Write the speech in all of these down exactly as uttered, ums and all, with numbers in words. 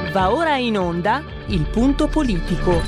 Va ora in onda Il Punto Politico.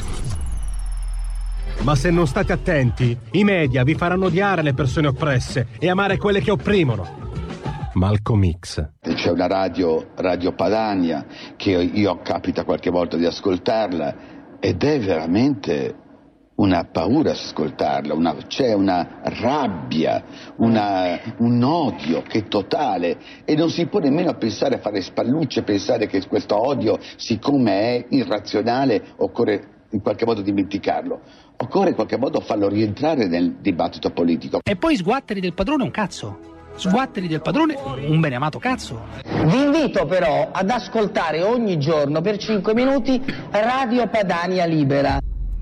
Ma se non state attenti, i media vi faranno odiare le persone oppresse e amare quelle che opprimono. Malcolm X. C'è una radio, Radio Padania, che io capita qualche volta di ascoltarla ed è veramente una paura ascoltarla, una, c'è una rabbia, una, un odio che è totale e non si può nemmeno pensare a fare spallucce, pensare che questo odio, siccome è irrazionale, occorre in qualche modo dimenticarlo. Occorre in qualche modo farlo rientrare nel dibattito politico. E poi sguatteri del padrone un cazzo. Sguatteri del padrone un beneamato cazzo. Vi invito però ad ascoltare ogni giorno per cinque minuti Radio Padania Libera.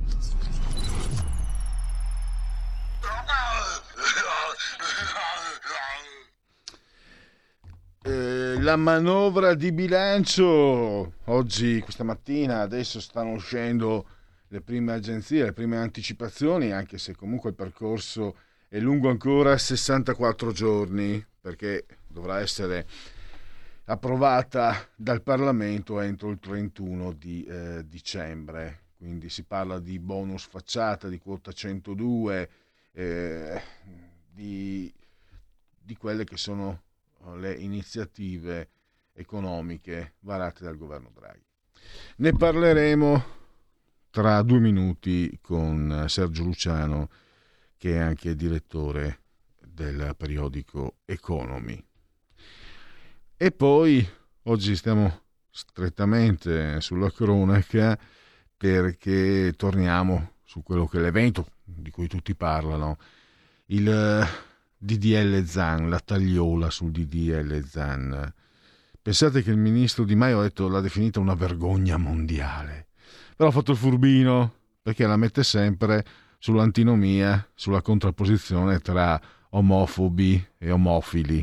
Eh, la manovra di bilancio oggi, questa mattina, adesso stanno uscendo le prime agenzie, le prime anticipazioni, anche se comunque il percorso è lungo ancora, sessantaquattro giorni, perché dovrà essere approvata dal Parlamento entro il trentuno di eh, dicembre. Quindi si parla di bonus facciata, di quota centodue, eh, di, di quelle che sono le iniziative economiche varate dal governo Draghi. Ne parleremo tra due minuti con Sergio Luciano, che è anche direttore del periodico Economy. E poi oggi stiamo strettamente sulla cronaca, perché torniamo su quello che è l'evento di cui tutti parlano, il D D L Zan, la tagliola sul D D L Zan. Pensate che il ministro Di Maio ha detto, l'ha definita una vergogna mondiale, però ha fatto il furbino, perché la mette sempre sull'antinomia, sulla contrapposizione tra omofobi e omofili.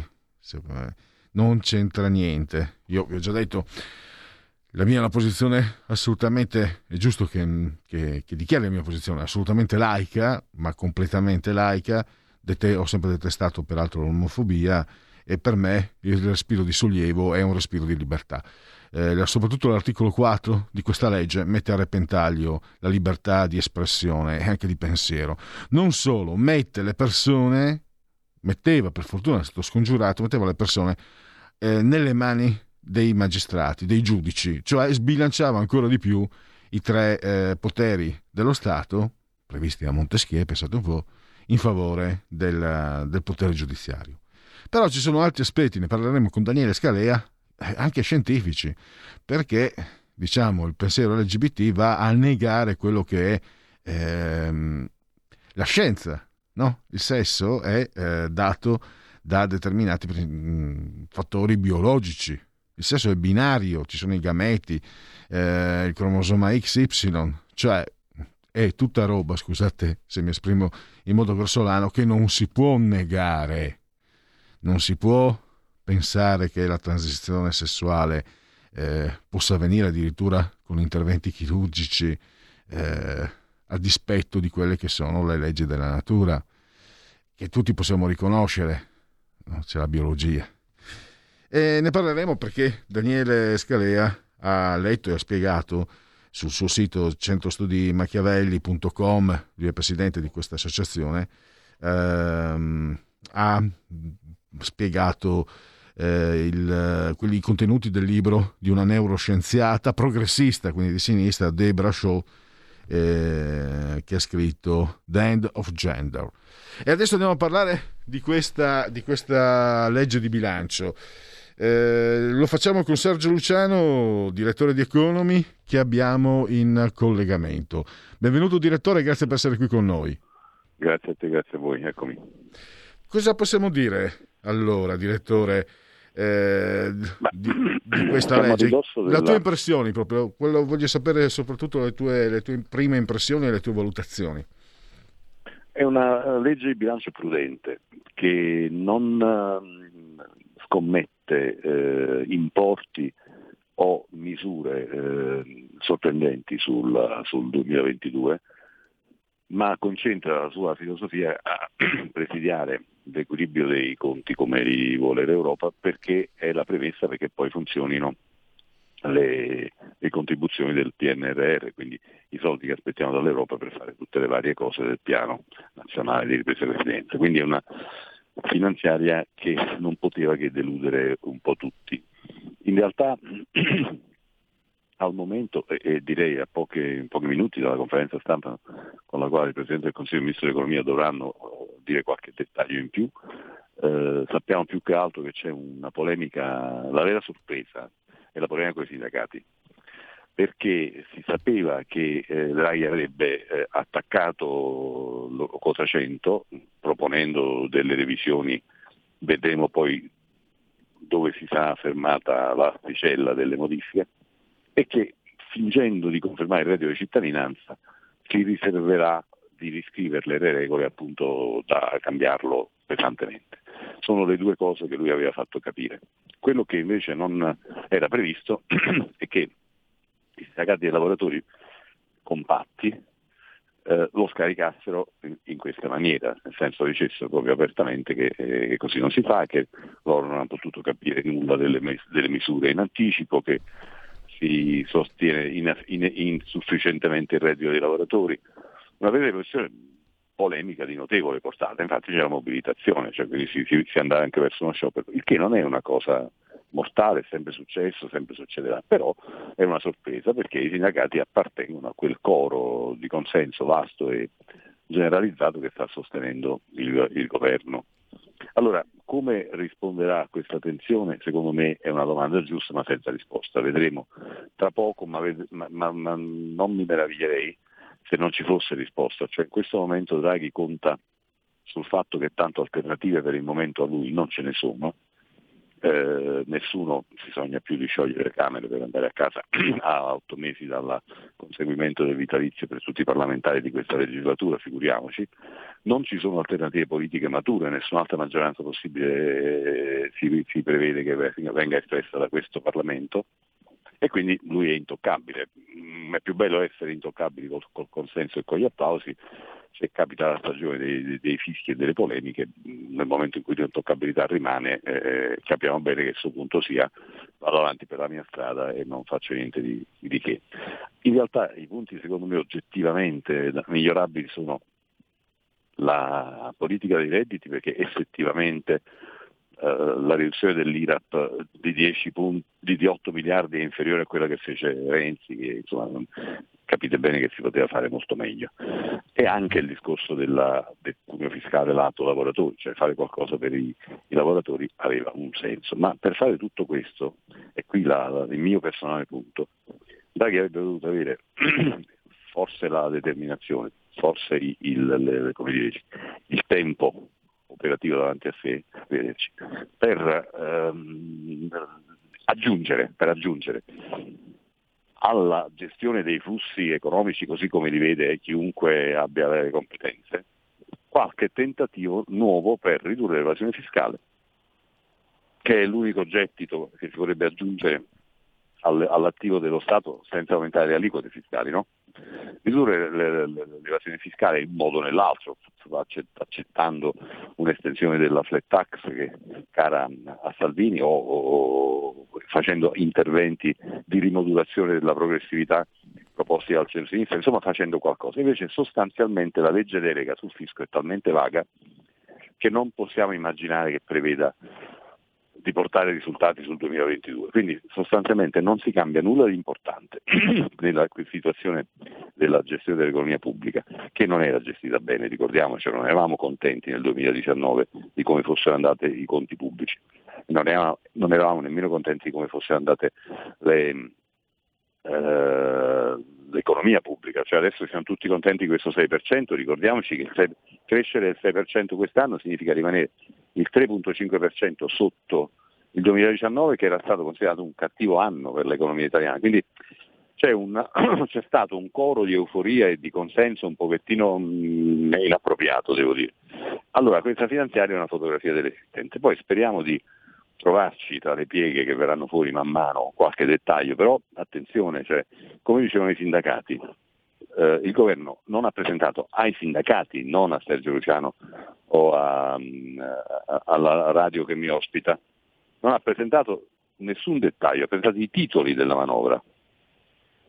Non c'entra niente. Io vi ho già detto, la mia è una posizione assolutamente, è giusto che, che, che dichiari la mia posizione, assolutamente laica, ma completamente laica. Dete, ho sempre detestato peraltro l'omofobia, e per me il respiro di sollievo è un respiro di libertà. Eh, soprattutto l'articolo quattro di questa legge mette a repentaglio la libertà di espressione e anche di pensiero. Non solo, mette le persone, metteva, per fortuna è stato scongiurato, metteva le persone eh, nelle mani dei magistrati, dei giudici, cioè sbilanciava ancora di più i tre eh, poteri dello Stato, previsti da Montesquieu, pensate un po', in favore del, del potere giudiziario. Però ci sono altri aspetti, ne parleremo con Daniele Scalea, eh, anche scientifici, perché diciamo il pensiero L G B T va a negare quello che è ehm, la scienza, no? Il sesso è eh, dato da determinati mh, fattori biologici. Il sesso è binario, ci sono i gameti, eh, il cromosoma X Y, cioè è tutta roba, scusate se mi esprimo in modo grossolano, che non si può negare. Non si può pensare che la transizione sessuale eh, possa avvenire addirittura con interventi chirurgici eh, a dispetto di quelle che sono le leggi della natura, che tutti possiamo riconoscere, no? C'è la biologia. E ne parleremo perché Daniele Scalea ha letto e ha spiegato sul suo sito centrostudi machiavelli punto com, lui è presidente di questa associazione, ehm, ha spiegato eh, il, quelli contenuti del libro di una neuroscienziata progressista, quindi di sinistra, Debra Shaw, eh, che ha scritto The End of Gender. E adesso andiamo a parlare di questa, di questa legge di bilancio. Eh, lo facciamo con Sergio Luciano, direttore di Economy, che abbiamo in collegamento. Benvenuto direttore, grazie per essere qui con noi. Grazie a te, grazie a voi, eccomi. Cosa possiamo dire allora, direttore, eh, di, di questa legge? Della... Le tue impressioni proprio, quello, voglio sapere soprattutto le tue, le tue prime impressioni e le tue valutazioni. È una legge di bilancio prudente che non uh, scommette uh, importi o misure uh, sorprendenti sul, sul duemilaventidue, ma concentra la sua filosofia a presidiare l'equilibrio dei conti come li vuole l'Europa, perché è la premessa perché poi funzionino le, le, contribuzioni del P N R R, quindi i soldi che aspettiamo dall'Europa per fare tutte le varie cose del piano nazionale di ripresa e resilienza. Quindi è una finanziaria che non poteva che deludere un po' tutti. In realtà al momento, e, e direi a poche, in pochi minuti dalla conferenza stampa con la quale il Presidente del Consiglio e il Ministro dell'Economia dovranno dire qualche dettaglio in più, eh, sappiamo più che altro che c'è una polemica, la vera sorpresa è la polemica con i sindacati, perché si sapeva che eh, Draghi avrebbe eh, attaccato quota cento proponendo delle revisioni, vedremo poi dove si sarà fermata l'asticella delle modifiche, e che fingendo di confermare il reddito di cittadinanza si riserverà di riscriverle le regole appunto da cambiarlo pesantemente. Sono le due cose che lui aveva fatto capire. Quello che invece non era previsto è che i sindacati dei lavoratori compatti eh, lo scaricassero in, in questa maniera, nel senso dicessero proprio apertamente che, eh, che così non si fa, che loro non hanno potuto capire nulla delle, mes- delle misure in anticipo, che si sostiene in, in, insufficientemente il reddito dei lavoratori, una vera questione polemica di notevole portata. Infatti c'era mobilitazione, cioè quindi si, si, si andava anche verso uno sciopero, il che non è una cosa mortale, è sempre successo, sempre succederà, però è una sorpresa perché i sindacati appartengono a quel coro di consenso vasto e generalizzato che sta sostenendo il, il governo. Allora, come risponderà a questa tensione? Secondo me è una domanda giusta ma senza risposta, vedremo tra poco, ma, ma, ma, ma non mi meraviglierei se non ci fosse risposta. Cioè in questo momento Draghi conta sul fatto che tanto alternative per il momento a lui non ce ne sono, eh, nessuno si sogna più di sciogliere le Camere per andare a casa a otto mesi dal conseguimento del vitalizio per tutti i parlamentari di questa legislatura, figuriamoci. Non ci sono alternative politiche mature, nessun'altra maggioranza possibile eh, si, si prevede che venga espressa da questo Parlamento, e quindi lui è intoccabile. Mm, è più bello essere intoccabili col, col consenso e con gli applausi. Se capita la stagione dei, dei, dei fischi e delle polemiche, nel momento in cui l'intoccabilità rimane, eh, capiamo bene che a questo punto sia vado avanti per la mia strada e non faccio niente di, di che. In realtà i punti secondo me oggettivamente migliorabili sono la politica dei redditi, perché effettivamente Uh, la riduzione dell'I R A P di, dieci punti, di otto miliardi è inferiore a quella che fece Renzi, che insomma capite bene che si poteva fare molto meglio, e anche il discorso della, del cuneo fiscale lato lavoratori, cioè fare qualcosa per i, i lavoratori aveva un senso, ma per fare tutto questo, e qui la, la, il mio personale punto, Draghi avrebbe dovuto avere forse la determinazione, forse il, il, le, come dire, il tempo operativo davanti a sé, vederci, per ehm, aggiungere, per aggiungere alla gestione dei flussi economici, così come li vede chiunque abbia le competenze, qualche tentativo nuovo per ridurre l'evasione fiscale, che è l'unico gettito che si vorrebbe aggiungere all'attivo dello Stato senza aumentare le aliquote fiscali, no? Ridurre l'evasione fiscale in un modo o nell'altro, accettando un'estensione della flat tax che cara a Salvini, o, o facendo interventi di rimodulazione della progressività proposti dal centro-sinistra, insomma facendo qualcosa. Invece sostanzialmente la legge delega sul fisco è talmente vaga che non possiamo immaginare che preveda di portare risultati sul duemilaventidue, quindi sostanzialmente non si cambia nulla di importante nella situazione della gestione dell'economia pubblica, che non era gestita bene, ricordiamoci, non eravamo contenti nel duemiladiciannove di come fossero andate i conti pubblici, non eravamo, non eravamo nemmeno contenti di come fossero andate le, eh, l'economia pubblica, cioè adesso siamo tutti contenti di questo sei per cento, ricordiamoci che il sei, crescere del sei per cento quest'anno significa rimanere il tre virgola cinque per cento sotto il duemiladiciannove, che era stato considerato un cattivo anno per l'economia italiana, quindi c'è, un, c'è stato un coro di euforia e di consenso un pochettino mh, inappropriato, devo dire. Allora questa finanziaria è una fotografia dell'esistente, poi speriamo di trovarci tra le pieghe che verranno fuori man mano qualche dettaglio, però attenzione, cioè, come dicevano i sindacati, eh, il governo non ha presentato ai sindacati, non a Sergio Luciano o a, a, alla radio che mi ospita, non ha presentato nessun dettaglio, ha presentato i titoli della manovra,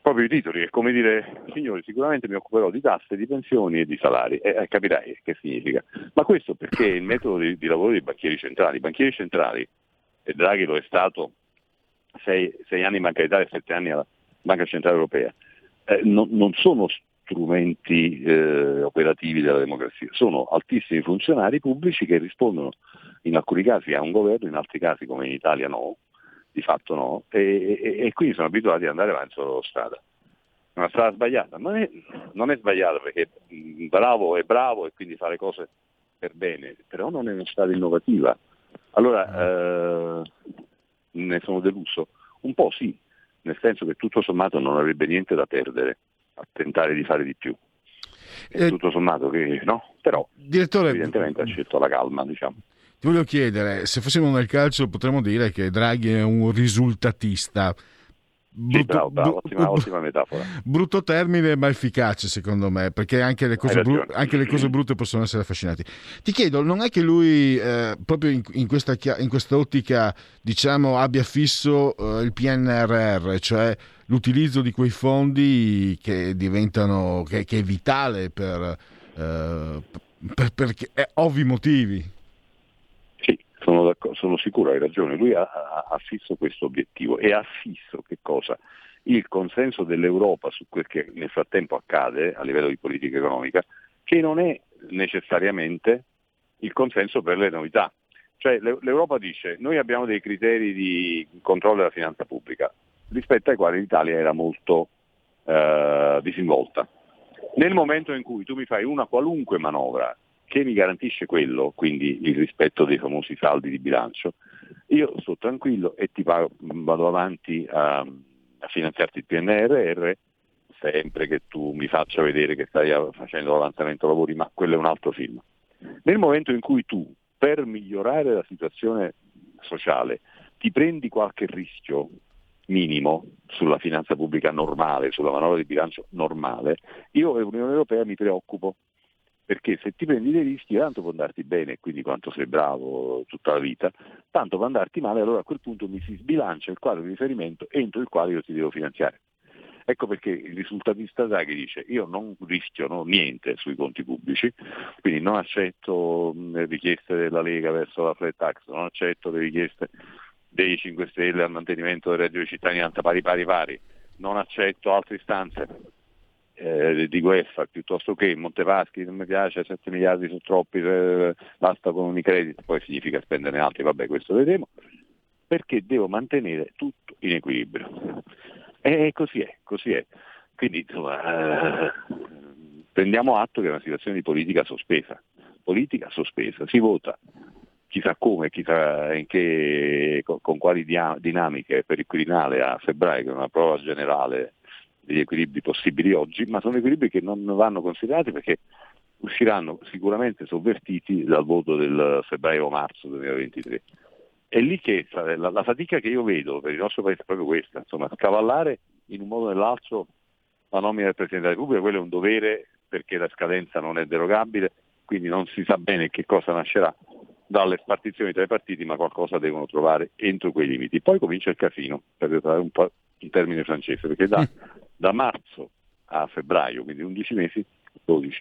proprio i titoli, è come dire, signori, sicuramente mi occuperò di tasse, di pensioni e di salari, e eh, capirai che significa. Ma questo perché il metodo di, di lavoro dei banchieri centrali, i banchieri centrali, e Draghi lo è stato sei, sei anni in Banca d'Italia e sette anni alla Banca Centrale Europea, eh, non, non sono strumenti eh, operativi della democrazia, sono altissimi funzionari pubblici che rispondono in alcuni casi a un governo, in altri casi come in Italia no, di fatto no, e, e, e quindi sono abituati ad andare avanti sulla loro strada. È una strada sbagliata, non è, non è sbagliata perché bravo è bravo e quindi fa le cose per bene, però non è una strada innovativa. Allora eh, ne sono deluso? Un po' sì, nel senso che tutto sommato non avrebbe niente da perdere a tentare di fare di più. E eh, tutto sommato che no, però direttore, evidentemente ha scelto la calma, diciamo. Ti voglio chiedere, se fossimo nel calcio potremmo dire che Draghi è un risultatista. Brutto, sì, bravo, bravo, ottima, br- ottima metafora. Brutto termine ma efficace secondo me, perché anche le cose, bru- anche le cose brutte possono essere affascinanti. Ti chiedo, non è che lui eh, proprio in, in questa in quest'ottica diciamo abbia fisso eh, il P N R R, cioè l'utilizzo di quei fondi che diventano che, che è vitale per, eh, per, per eh, ovvi motivi? Sì, sono, sono sicuro, hai ragione, lui ha, ha, ha fisso questo obiettivo e ha fisso che cosa? Il consenso dell'Europa su quel che nel frattempo accade a livello di politica economica, che non è necessariamente il consenso per le novità. Cioè l'Europa dice noi abbiamo dei criteri di controllo della finanza pubblica rispetto ai quali l'Italia era molto eh, disinvolta. Nel momento in cui tu mi fai una qualunque manovra che mi garantisce quello, quindi il rispetto dei famosi saldi di bilancio, io sto tranquillo e ti pago, vado avanti a, a finanziarti il P N R R sempre che tu mi faccia vedere che stai facendo l'avanzamento lavori, ma quello è un altro film. Nel momento in cui tu, per migliorare la situazione sociale, ti prendi qualche rischio minimo sulla finanza pubblica normale, sulla manovra di bilancio normale, io e l'Unione Europea mi preoccupo. Perché se ti prendi dei rischi, tanto può andarti bene, quindi quanto sei bravo tutta la vita, tanto può andarti male, allora a quel punto mi si sbilancia il quadro di riferimento entro il quale io ti devo finanziare. Ecco perché il risultatista Draghi dice io non rischio no, niente sui conti pubblici, quindi non accetto le richieste della Lega verso la flat tax, non accetto le richieste dei cinque Stelle al mantenimento del reddito di cittadinanza pari pari pari, non accetto altre istanze Eh, di welfare piuttosto che Montepaschi non mi piace, sette miliardi sono troppi, eh, basta con i crediti, poi significa spenderne altri, vabbè questo vedremo, perché devo mantenere tutto in equilibrio e così è, così è. Quindi insomma eh, prendiamo atto che è una situazione di politica sospesa, politica sospesa, si vota chissà come, chissà in che, con, con quali dia, dinamiche per il Quirinale a febbraio, che è una prova generale degli equilibri possibili oggi, ma sono equilibri che non vanno considerati perché usciranno sicuramente sovvertiti dal voto del febbraio-marzo duemilaventitré. È lì che la, la fatica che io vedo per il nostro paese è proprio questa, insomma, scavallare in un modo o nell'altro la nomina del Presidente della Repubblica, quello è un dovere perché la scadenza non è derogabile, quindi non si sa bene che cosa nascerà dalle spartizioni tra i partiti, ma qualcosa devono trovare entro quei limiti. Poi comincia il casino, per usare un po' il termine francese, perché da da marzo a febbraio, quindi undici mesi, dodici,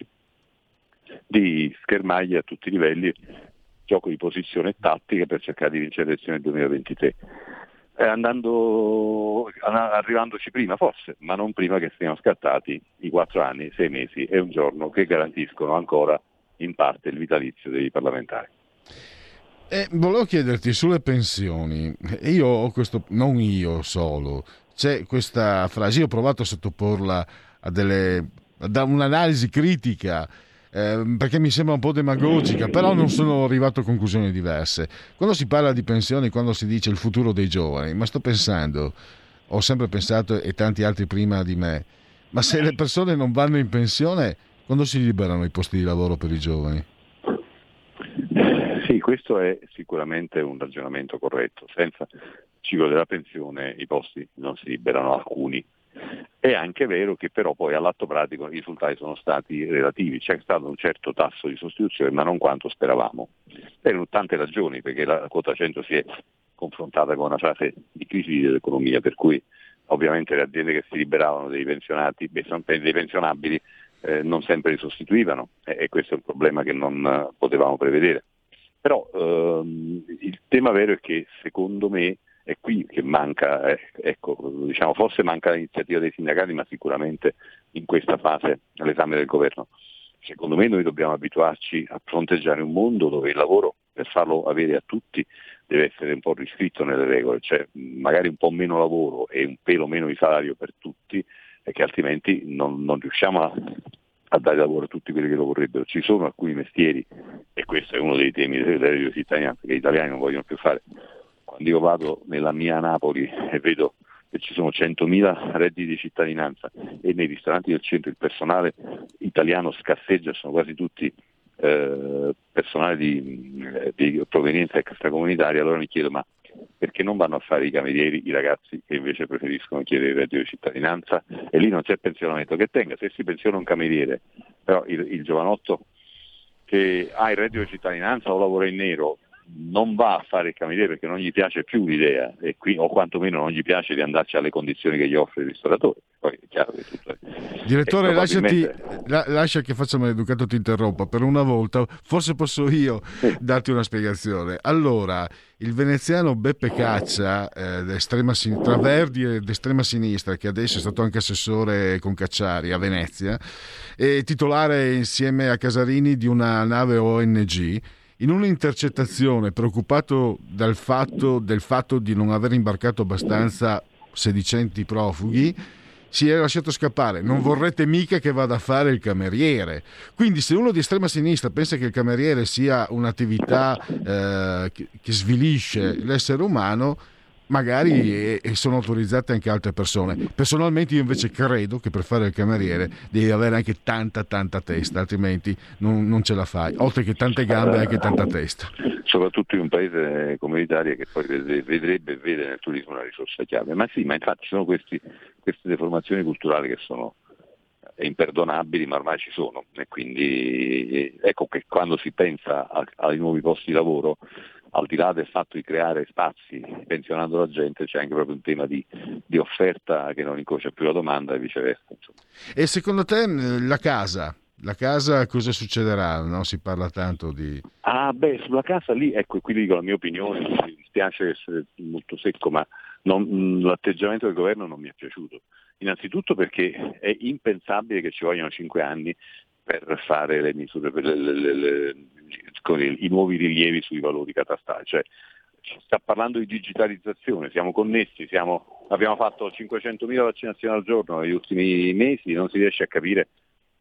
di schermaglie a tutti i livelli, gioco di posizione e tattica per cercare di vincere le elezioni del duemilaventitré. Eh, andando, arrivandoci prima forse, ma non prima che siano scattati i quattro anni, sei mesi e un giorno che garantiscono ancora in parte il vitalizio dei parlamentari. Eh, volevo chiederti sulle pensioni, io ho questo, non io solo, c'è questa frase, io ho provato a sottoporla a delle, da un'analisi critica, eh, perché mi sembra un po' demagogica, però non sono arrivato a conclusioni diverse. Quando si parla di pensioni, quando si dice il futuro dei giovani, ma sto pensando, ho sempre pensato e tanti altri prima di me, ma se le persone non vanno in pensione, quando si liberano i posti di lavoro per i giovani? Sì, questo è sicuramente un ragionamento corretto. Senza il ciclo della pensione i posti non si liberano alcuni. È anche vero che però poi all'atto pratico i risultati sono stati relativi, c'è stato un certo tasso di sostituzione ma non quanto speravamo, per tante ragioni, perché la quota cento si è confrontata con una fase di crisi dell'economia per cui ovviamente le aziende che si liberavano dei pensionati, dei pensionabili, eh, non sempre li sostituivano, e, e questo è un problema che non eh, potevamo prevedere. Però ehm, il tema vero è che secondo me è qui che manca, eh, ecco, diciamo, forse manca l'iniziativa dei sindacati, ma sicuramente in questa fase all'esame del governo. Secondo me noi dobbiamo abituarci a fronteggiare un mondo dove il lavoro, per farlo avere a tutti, deve essere un po' riscritto nelle regole, cioè magari un po' meno lavoro e un pelo meno di salario per tutti, perché altrimenti non, non riusciamo a, a dare lavoro a tutti quelli che lo vorrebbero. Ci sono alcuni mestieri, e questo è uno dei temi del reddito di cittadinanza, che gli italiani non vogliono più fare. Quando io vado nella mia Napoli e vedo che ci sono centomila redditi di cittadinanza e nei ristoranti del centro il personale italiano scarseggia, sono quasi tutti eh, personale di, di provenienza extracomunitaria, allora mi chiedo, ma perché non vanno a fare i camerieri i ragazzi che invece preferiscono chiedere il reddito di cittadinanza? E lì non c'è pensionamento che tenga. Se si pensiona un cameriere, però il, il giovanotto che ha il reddito di cittadinanza o lavora in nero non va a fare il cameriere perché non gli piace più l'idea, e qui, o quantomeno non gli piace di andarci alle condizioni che gli offre il ristoratore. Poi è chiaro che tutto è... Direttore, probabilmente... lasciati, la, lascia che faccia maleducato, ti interrompa per una volta, forse posso io sì. darti una spiegazione. Allora, il veneziano Beppe Caccia, eh, d'estrema sin- tra Verdi e d'estrema sinistra, che adesso è stato anche assessore con Cacciari a Venezia, è titolare insieme a Casarini di una nave O N G. In un'intercettazione, preoccupato dal fatto, del fatto di non aver imbarcato abbastanza sedicenti profughi, si è lasciato scappare: non vorrete mica che vada a fare il cameriere. Quindi se uno di estrema sinistra pensa che il cameriere sia un'attività eh, che, che svilisce l'essere umano, magari e, e sono autorizzate anche altre persone. Personalmente io invece credo che per fare il cameriere devi avere anche tanta tanta testa, altrimenti non, non ce la fai, oltre che tante gambe anche tanta testa, soprattutto in un paese come l'Italia, che poi vedrebbe e vede nel turismo una risorsa chiave. Ma sì, ma infatti ci sono questi, queste deformazioni culturali che sono imperdonabili, ma ormai ci sono, e quindi ecco che quando si pensa a, ai nuovi posti di lavoro, al di là del fatto di creare spazi pensionando la gente, c'è anche proprio un tema di, di offerta che non incrocia più la domanda e viceversa, insomma. E secondo te la casa, la casa cosa succederà? No? Si parla tanto di... Ah beh, sulla casa lì, ecco, qui dico la mia opinione, mi dispiace essere molto secco, ma non, l'atteggiamento del governo non mi è piaciuto. Innanzitutto perché è impensabile che ci vogliano cinque anni per fare le misure, per le, le, le, le, i nuovi rilievi sui valori catastali. Cioè, si sta parlando di digitalizzazione, siamo connessi, siamo, abbiamo fatto cinquecentomila vaccinazioni al giorno negli ultimi mesi, non si riesce a capire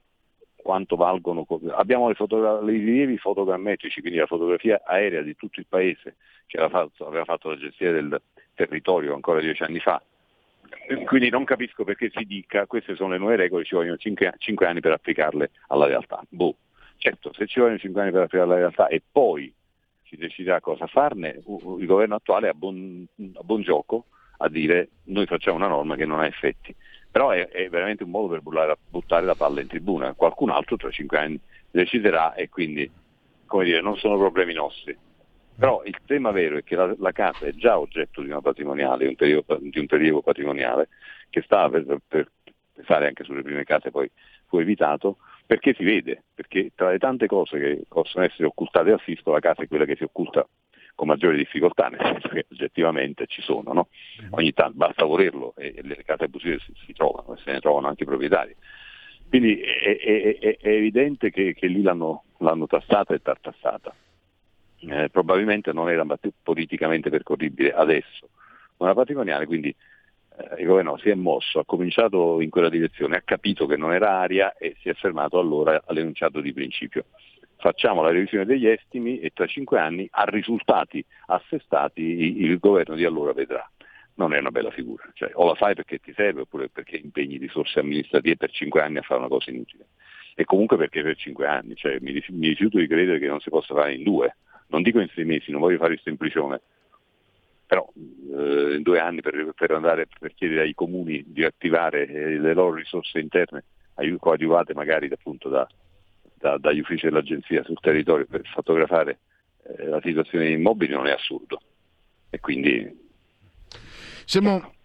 quanto valgono. Abbiamo le, fotogra- le rilievi fotogrammetrici, quindi la fotografia aerea di tutto il paese che aveva fatto, aveva fatto l'Agenzia del Territorio ancora dieci anni fa. Quindi non capisco perché si dica queste sono le nuove regole, ci vogliono cinque anni per applicarle alla realtà. Boh. Certo, se ci vogliono cinque anni per applicarle alla realtà e poi si deciderà cosa farne, il governo attuale ha buon, ha buon gioco a dire noi facciamo una norma che non ha effetti. Però è, è veramente un modo per bullare, buttare la palla in tribuna. Qualcun altro tra cinque anni deciderà e quindi, come dire, non sono problemi nostri. Però il tema vero è che la, la casa è già oggetto di una patrimoniale, un periodo, di un prelievo patrimoniale che stava per, per pesare anche sulle prime case, poi fu evitato, perché si vede, perché tra le tante cose che possono essere occultate dal fisco, la casa è quella che si occulta con maggiore difficoltà, nel senso che oggettivamente ci sono, no? Ogni tanto basta volerlo e le case abusive si, si trovano e se ne trovano anche i proprietari. Quindi è, è, è, è evidente che, che lì l'hanno, l'hanno tassata e tartassata. Eh, probabilmente non era politicamente percorribile adesso, ma la patrimoniale, quindi eh, il governo si è mosso, ha cominciato in quella direzione, ha capito che non era aria e si è fermato allora all'enunciato di principio. Facciamo la revisione degli estimi e tra cinque anni a risultati assestati il governo di allora vedrà. Non è una bella figura, cioè o la fai perché ti serve oppure perché impegni risorse amministrative per cinque anni a fare una cosa inutile, e comunque perché per cinque anni, cioè mi, mi rifiuto di credere che non si possa fare in due. Non dico in sei mesi, non voglio fare il semplicione, però eh, in due anni per, per andare per chiedere ai comuni di attivare eh, le loro risorse interne, coadiuvate magari appunto da, da, dagli uffici dell'agenzia sul territorio per fotografare eh, la situazione degli immobili, non è assurdo. E quindi siamo,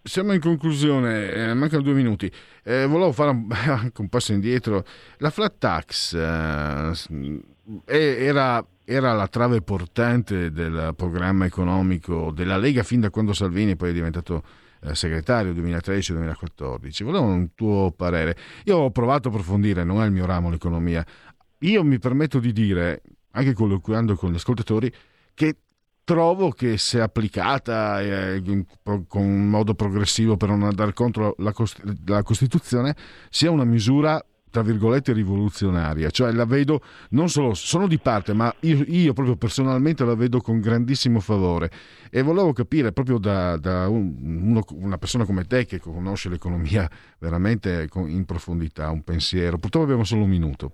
siamo in conclusione, eh, mancano due minuti. Eh, volevo fare un, anche un passo indietro. La flat tax eh, era, era la trave portante del programma economico della Lega fin da quando Salvini poi è diventato eh, segretario duemilatredici duemilaquattordici. Volevo un tuo parere. Io ho provato a approfondire, non è il mio ramo l'economia. Io mi permetto di dire, anche colloquiando con gli ascoltatori, che trovo che se applicata eh, in, con un modo progressivo per non andare contro la, cost- la Costituzione sia una misura tra virgolette rivoluzionaria, cioè la vedo non solo, sono di parte, ma io, io proprio personalmente la vedo con grandissimo favore e volevo capire proprio da, da un, uno, una persona come te che conosce l'economia veramente in profondità, un pensiero. Purtroppo abbiamo solo un minuto.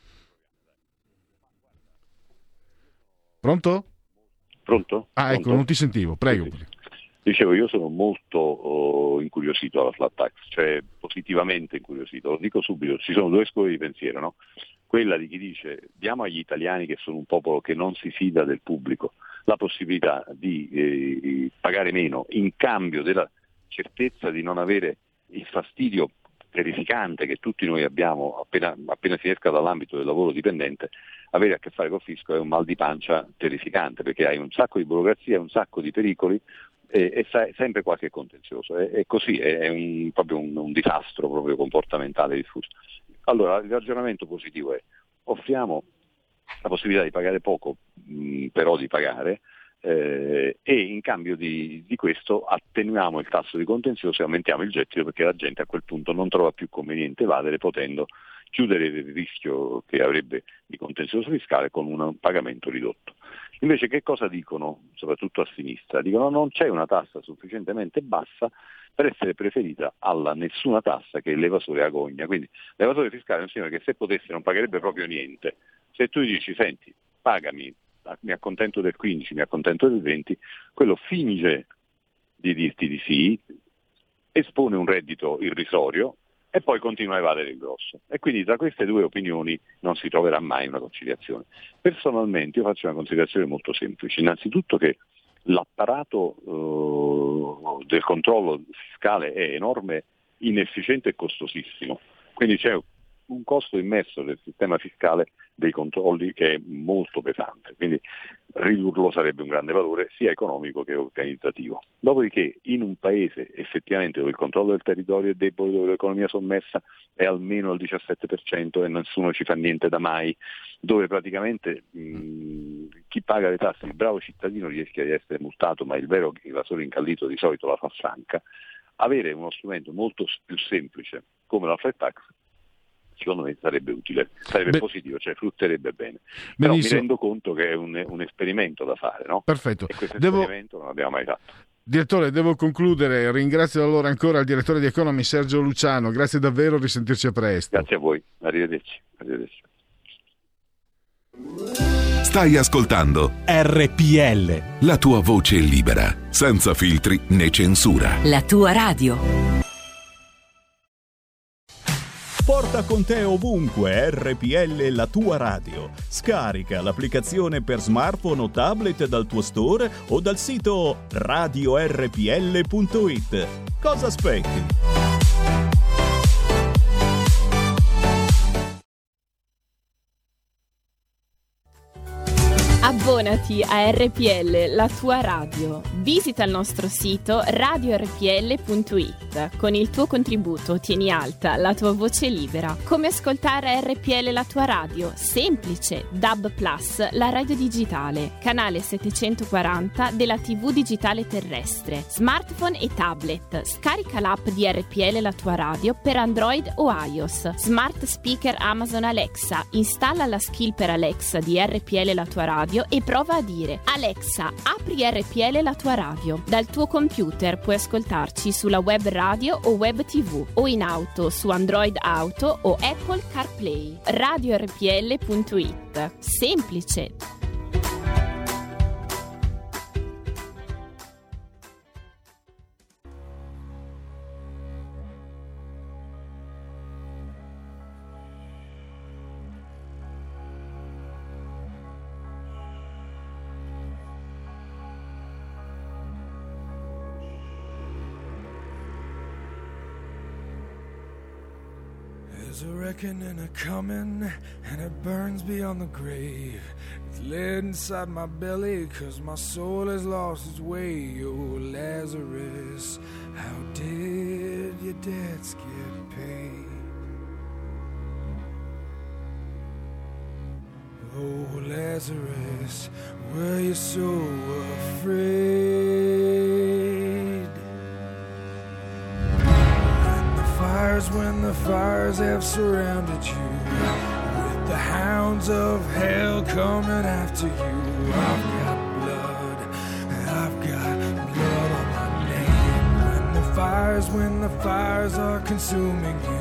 Pronto? Pronto? Ah, Pronto? ecco, non ti sentivo, prego. Sì, sì. Dicevo, io sono molto oh, incuriosito dalla flat tax, cioè positivamente incuriosito. Lo dico subito, ci sono due scuole di pensiero, no? Quella di chi dice diamo agli italiani, che sono un popolo che non si fida del pubblico, la possibilità di eh, pagare meno in cambio della certezza di non avere il fastidio terrificante che tutti noi abbiamo appena, appena si esca dall'ambito del lavoro dipendente. Avere a che fare col fisco è un mal di pancia terrificante, perché hai un sacco di burocrazia, un sacco di pericoli e, e sai, sempre qualche contenzioso. È, è così, è, è un, proprio un, un disastro proprio comportamentale diffuso. Allora il ragionamento positivo è: offriamo la possibilità di pagare poco, mh, però di pagare, eh, e in cambio di, di questo attenuiamo il tasso di contenzioso e aumentiamo il gettito, perché la gente a quel punto non trova più conveniente evadere, potendo chiudere il rischio che avrebbe di contenzioso fiscale con un pagamento ridotto. Invece che cosa dicono, soprattutto a sinistra? Dicono non c'è una tassa sufficientemente bassa per essere preferita alla nessuna tassa che l'evasore agogna. Quindi l'evasore fiscale è un signore che se potesse non pagherebbe proprio niente. Se tu gli dici senti, pagami, mi accontento del quindici, mi accontento del venti, quello finge di dirti di sì, espone un reddito irrisorio e poi continua a evadere il grosso. E quindi tra queste due opinioni non si troverà mai una conciliazione. Personalmente io faccio una considerazione molto semplice. Innanzitutto che l'apparato eh, del controllo fiscale è enorme, inefficiente e costosissimo. Quindi c'è un costo immesso del sistema fiscale dei controlli che è molto pesante, quindi ridurlo sarebbe un grande valore sia economico che organizzativo. Dopodiché in un paese effettivamente dove il controllo del territorio è debole, dove l'economia sommersa è almeno al diciassette per cento e nessuno ci fa niente da mai, dove praticamente mh, chi paga le tasse, il bravo cittadino, rischia di essere multato, ma il vero evasore incallito di solito la fa franca, avere uno strumento molto più semplice come la flat tax secondo me sarebbe utile, sarebbe Beh, positivo, cioè frutterebbe bene. Però benissimo. Mi rendo conto che è un, un esperimento da fare, no? Perfetto. E questo devo... esperimento non l'abbiamo mai fatto. Direttore, devo concludere. Ringrazio allora ancora il direttore di Economy Sergio Luciano. Grazie davvero, risentirci a presto. Grazie a voi, arrivederci. Arrivederci. Stai ascoltando R P L, la tua voce libera, senza filtri né censura. La tua radio. Porta con te ovunque R P L, la tua radio. Scarica l'applicazione per smartphone o tablet dal tuo store o dal sito radio r p l punto i t. Cosa aspetti? Abbonati a R P L, la tua radio. Visita il nostro sito radio r p l punto i t. Con il tuo contributo tieni alta la tua voce libera. Come ascoltare R P L, la tua radio? Semplice. D A B Plus, la radio digitale. Canale settecentoquaranta della tivù digitale terrestre. Smartphone e tablet. Scarica l'app di R P L, la tua radio per Android o iOS. Smart speaker Amazon Alexa. Installa la skill per Alexa di R P L, la tua radio e prova a dire: Alexa, apri R P L, la tua radio. Dal tuo computer puoi ascoltarci sulla web radio o web tv o in auto su Android Auto o Apple CarPlay. radio r p l punto i t. Semplice. There's a reckoning a coming, and it burns beyond the grave. It's laid inside my belly, cause my soul has lost its way. Oh, Lazarus, how did your debts get paid? Oh, Lazarus, were you so afraid? When the fires, when the fires have surrounded you, with the hounds of hell coming after you, I've got blood, I've got blood on my name. When the fires, when the fires are consuming you,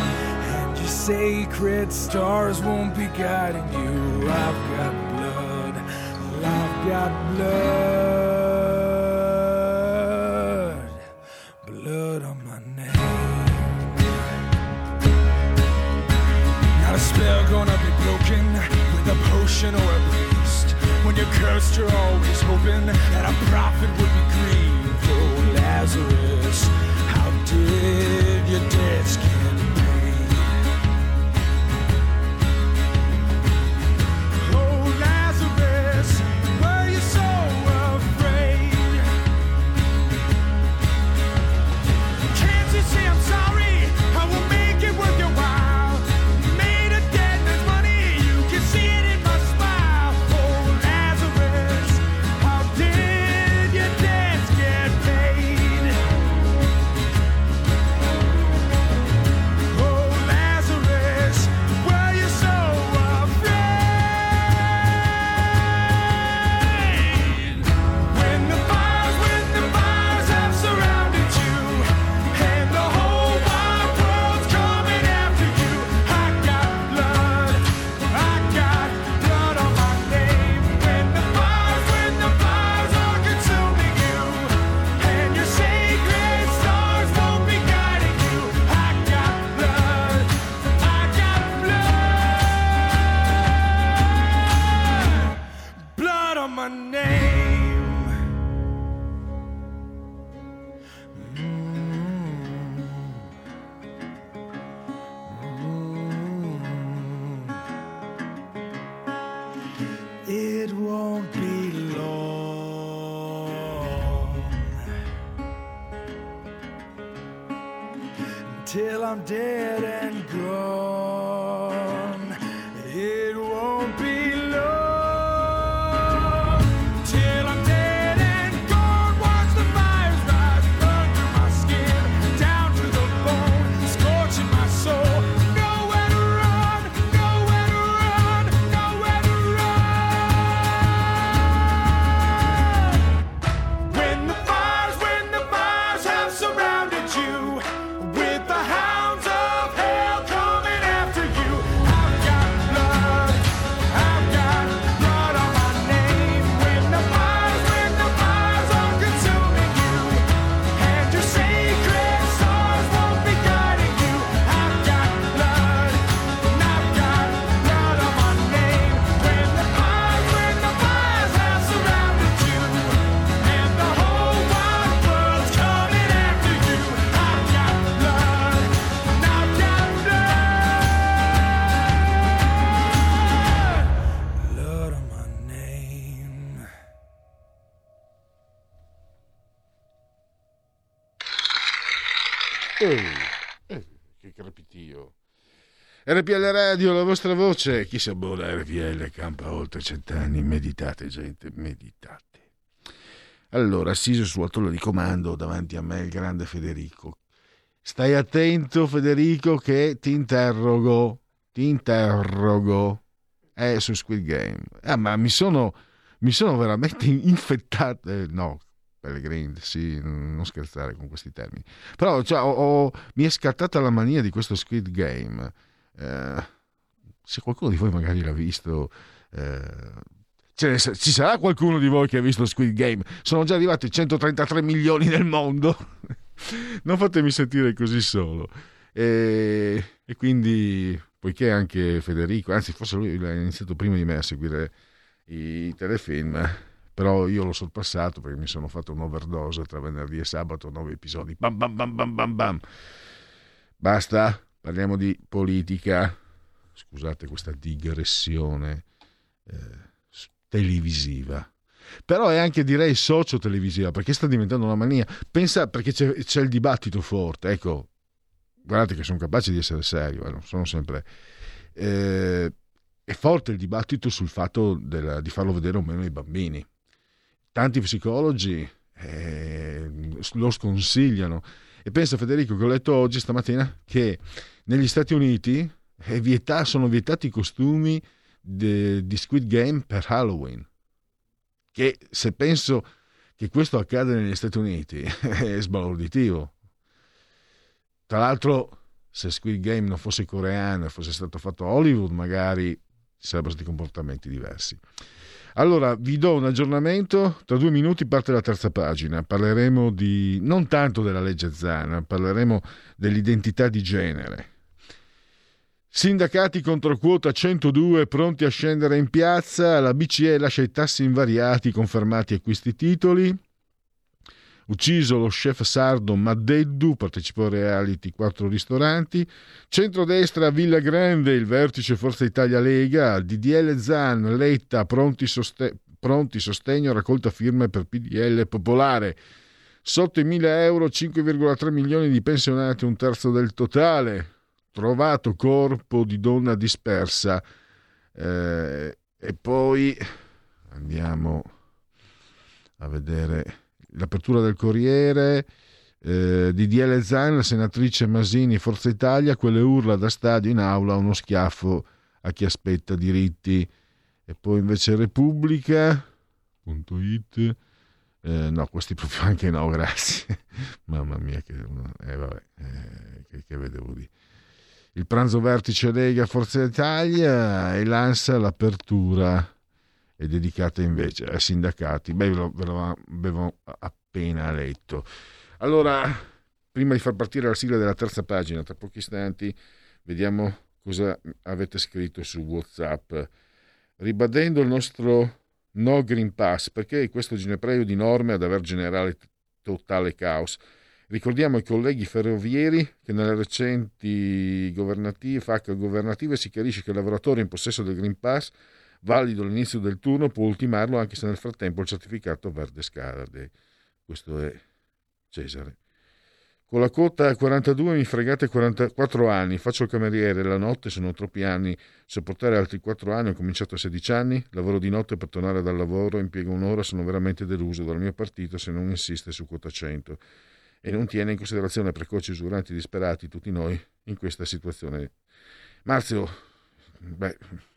sacred stars won't be guiding you, I've got blood, I've got blood, blood on my name. Not a spell gonna be broken with a potion or a priest. When you're cursed, you're always hoping that a prophet would be grieved. Oh, Lazarus, how did your debts get paid? Till I'm dead and gone, it won't be long. Till I'm dead and gone, watch the fires rise, burn through my skin, down to the bone, scorching my soul. Nowhere to run, nowhere to run, nowhere to run. When the fires, when the fires have surrounded you, Eh, eh, che crepitio. R P L Radio, la vostra voce. Chi si abbona a R P L campa oltre cent'anni. Meditate, gente, meditate. Allora, assiso sulla tolla di comando davanti a me il grande Federico. Stai attento, Federico, che ti interrogo. Ti interrogo. È su Squid Game. Ah, ma mi sono, mi sono veramente infettato. Eh, no. Pellegrini, sì, non scherzare con questi termini. Però cioè, ho, ho, mi è scattata la mania di questo Squid Game. Eh, se qualcuno di voi magari l'ha visto, eh, cioè, ci sarà qualcuno di voi che ha visto Squid Game? Sono già arrivati centotrentatré milioni nel mondo. Non fatemi sentire così solo. E, e quindi, poiché anche Federico, anzi forse lui ha iniziato prima di me a seguire i telefilm, però io l'ho sorpassato perché mi sono fatto un'overdose tra venerdì e sabato, nove episodi, bam bam bam bam bam bam. Basta, parliamo di politica, scusate questa digressione eh, televisiva, però è anche, direi, socio-televisiva, perché sta diventando una mania. Pensa, perché c'è, c'è il dibattito forte, ecco, guardate che sono capace di essere serio, eh, non sono sempre... Eh, è forte il dibattito sul fatto della, di farlo vedere o meno ai bambini. Tanti psicologi eh, lo sconsigliano, e pensa, Federico, che ho letto oggi stamattina che negli Stati Uniti è vieta, sono vietati i costumi de, di Squid Game per Halloween, che se penso che questo accade negli Stati Uniti è sbalorditivo. Tra l'altro, se Squid Game non fosse coreano e fosse stato fatto a Hollywood, magari ci sarebbero stati comportamenti diversi. Allora, vi do un aggiornamento. Tra due minuti parte la terza pagina. Parleremo di non tanto della legge Zan, parleremo dell'identità di genere. Sindacati contro quota centodue pronti a scendere in piazza. La B C E lascia i tassi invariati, confermati acquisti titoli. Ucciso lo chef sardo Maddeddu, partecipò a reality quattro ristoranti. Centrodestra Villa Grande, il vertice Forza Italia Lega. D D L Zan, Letta, pronti, soste- pronti sostegno, raccolta firme per P D L Popolare. Sotto i mille euro, cinque virgola tre milioni di pensionati, un terzo del totale. Trovato corpo di donna dispersa. Eh, e poi andiamo a vedere l'apertura del Corriere. eh, D D L Zan, la senatrice Masini, Forza Italia, quelle urla da stadio in aula, uno schiaffo a chi aspetta diritti. E poi invece Repubblica punto it, eh, no, questi proprio anche no, grazie. Mamma mia, che, eh, vabbè, eh, che, che vedevo di il pranzo vertice Lega Forza Italia, e l'ANSA, l'apertura è dedicata invece ai sindacati. Beh, ve lo, ve lo avevo appena letto. Allora, prima di far partire la sigla della terza pagina, tra pochi istanti, vediamo cosa avete scritto su WhatsApp, ribadendo il nostro no Green Pass, perché questo ginepraio di norme ad aver generale totale caos. Ricordiamo ai colleghi ferrovieri che nelle recenti governative, F A Q governative, si chiarisce che il lavoratore in possesso del Green Pass, valido all'inizio del turno, può ultimarlo anche se nel frattempo il certificato verde scade. Questo è Cesare. Con la quota quarantadue mi fregate quarantaquattro anni, faccio il cameriere, la notte sono troppi anni, sopportare altri quattro anni, ho cominciato a sedici anni, lavoro di notte per tornare dal lavoro, impiego un'ora, sono veramente deluso dal mio partito se non insiste su quota cento e non tiene in considerazione precoci, usuranti, disperati, tutti noi in questa situazione. Marzio, beh,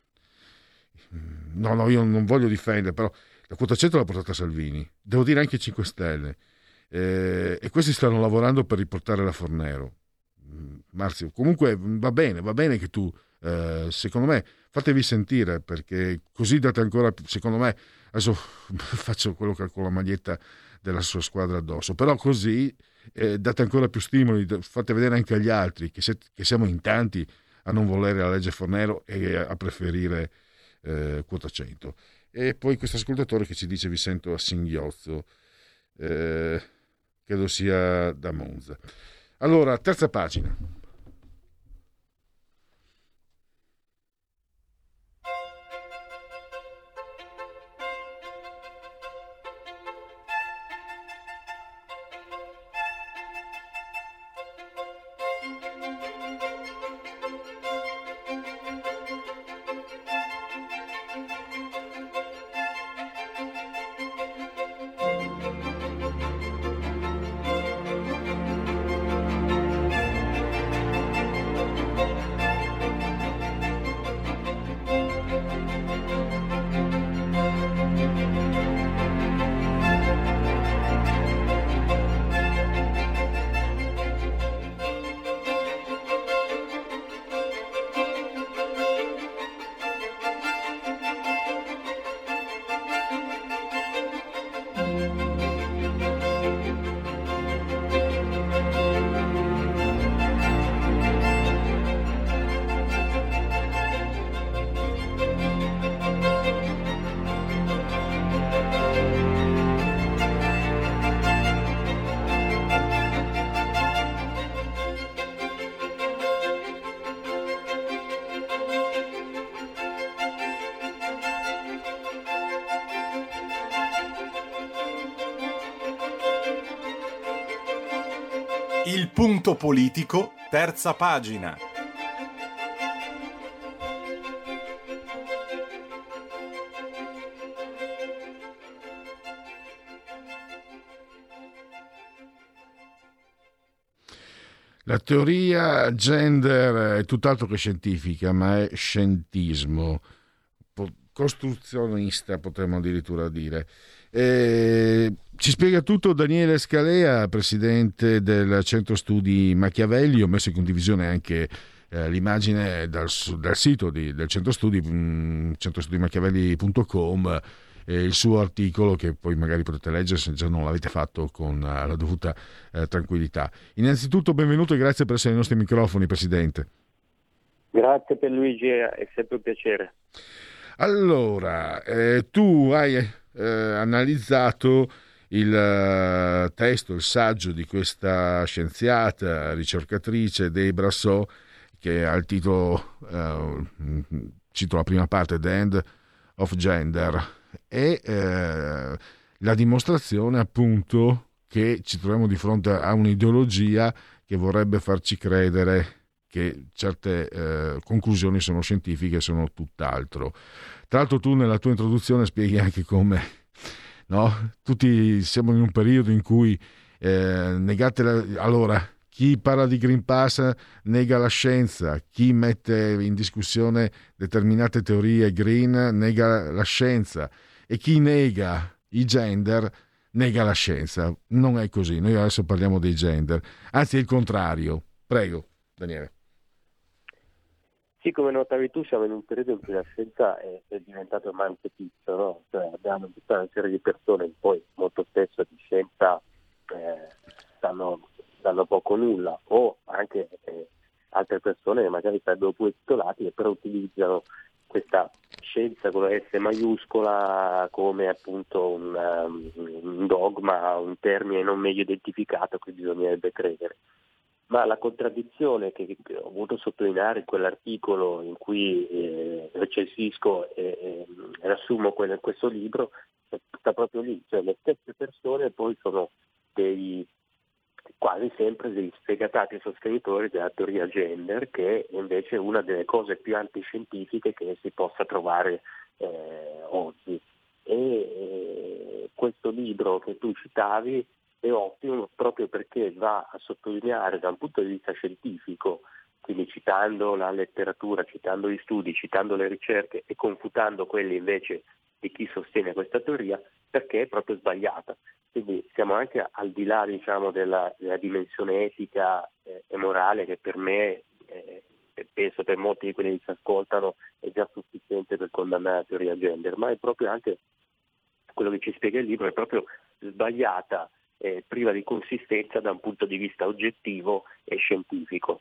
no, no, io non voglio difendere, però la quota cento l'ha portata Salvini, devo dire anche cinque Stelle, eh, e questi stanno lavorando per riportare la Fornero. Marzio, comunque va bene, va bene che tu, eh, secondo me, fatevi sentire, perché così date ancora, secondo me, adesso faccio quello che ho con la maglietta della sua squadra addosso, però così eh, date ancora più stimoli, fate vedere anche agli altri che, se, che siamo in tanti a non volere la legge Fornero e a preferire eh, quota cento. E poi questo ascoltatore che ci dice: vi sento a singhiozzo, eh, credo sia da Monza. Allora, terza pagina. Il punto politico, terza pagina. La teoria gender è tutt'altro che scientifica, ma è scientismo, costruzionista potremmo addirittura dire. E ci spiega tutto Daniele Scalea, presidente del Centro Studi Machiavelli. Ho messo in condivisione anche eh, l'immagine dal, dal sito di, del Centro Studi, mh, centrostudimachiavelli punto com, e il suo articolo che poi magari potete leggere se già non l'avete fatto con uh, la dovuta uh, tranquillità. Innanzitutto benvenuto e grazie per essere ai nostri microfoni, Presidente. Grazie per Luigi, è sempre un piacere. Allora, eh, tu hai eh, analizzato il uh, testo, il saggio di questa scienziata, ricercatrice Debra Soh, che ha il titolo, uh, cito la prima parte, The End of Gender, e eh, la dimostrazione appunto che ci troviamo di fronte a un'ideologia che vorrebbe farci credere che certe eh, conclusioni sono scientifiche e sono tutt'altro. Tra l'altro tu nella tua introduzione spieghi anche come, no? Tutti siamo in un periodo in cui eh, negate la... allora chi parla di Green Pass nega la scienza, chi mette in discussione determinate teorie green nega la scienza e chi nega i gender nega la scienza. Non è così, noi adesso parliamo dei gender, anzi è il contrario. Prego, Daniele. Sì, come notavi tu, siamo in un periodo in cui la scienza è, è diventata ormai un feticcio, no? Cioè, abbiamo tutta una serie di persone che poi molto spesso di scienza eh, sanno, sanno poco o nulla, o anche eh, altre persone che magari sarebbero pure titolati e però utilizzano questa scienza con la S maiuscola come appunto un, um, un dogma, un termine non meglio identificato a cui bisognerebbe credere. Ma la contraddizione che, che ho voluto sottolineare in quell'articolo in cui eh, recensisco e, e riassumo quel, questo libro sta proprio lì, cioè le stesse persone poi sono dei quasi sempre degli sfegatati sostenitori della teoria gender, che è invece una delle cose più antiscientifiche che si possa trovare eh, oggi. E eh, questo libro che tu citavi è ottimo proprio perché va a sottolineare da un punto di vista scientifico, quindi citando la letteratura, citando gli studi, citando le ricerche e confutando quelli invece di chi sostiene questa teoria, perché è proprio sbagliata. Quindi siamo anche al di là, diciamo, della, della dimensione etica eh, e morale che per me, eh, e penso per molti di quelli che ci ascoltano, è già sufficiente per condannare la teoria gender, ma è proprio anche quello che ci spiega il libro, è proprio sbagliata, eh, priva di consistenza da un punto di vista oggettivo e scientifico.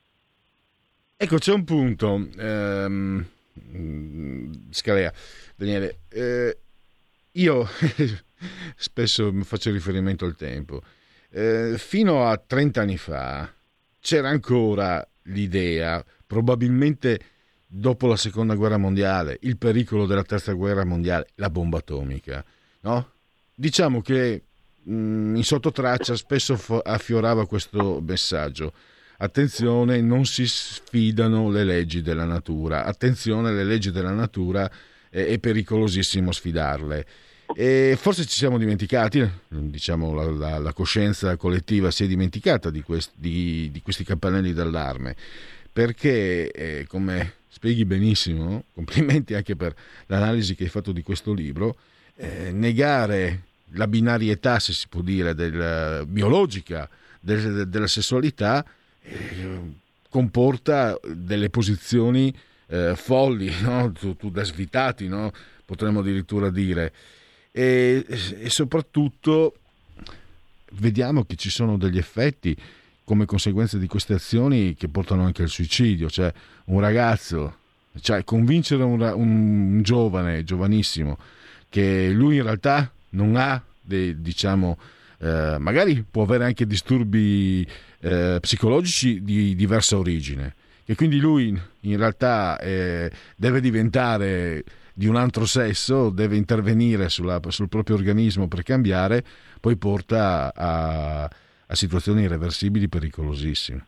Ecco, c'è un punto, ehm, Scalea, Daniele, eh, io spesso faccio riferimento al tempo, eh, fino a trenta anni fa c'era ancora l'idea, probabilmente dopo la seconda guerra mondiale, il pericolo della terza guerra mondiale, la bomba atomica, no? Diciamo che mh, in sottotraccia spesso f- affiorava questo messaggio: attenzione, non si sfidano le leggi della natura, attenzione, le leggi della natura è, è pericolosissimo sfidarle. E forse ci siamo dimenticati, diciamo la, la, la coscienza collettiva si è dimenticata di, quest, di, di questi campanelli d'allarme, perché eh, come spieghi benissimo, complimenti anche per l'analisi che hai fatto di questo libro, eh, negare la binarietà, se si può dire, del, biologica del, della sessualità eh, comporta delle posizioni eh, folli, no? tu, tu da svitati, no? Potremmo addirittura dire. E, e soprattutto vediamo che ci sono degli effetti come conseguenza di queste azioni che portano anche al suicidio. Cioè un ragazzo, cioè convincere un, un giovane, giovanissimo, che lui in realtà non ha dei, diciamo eh, magari può avere anche disturbi eh, psicologici di diversa origine, che quindi lui in realtà eh, deve diventare di un altro sesso, deve intervenire sulla, sul proprio organismo per cambiare, poi porta a, a a situazioni irreversibili, pericolosissime.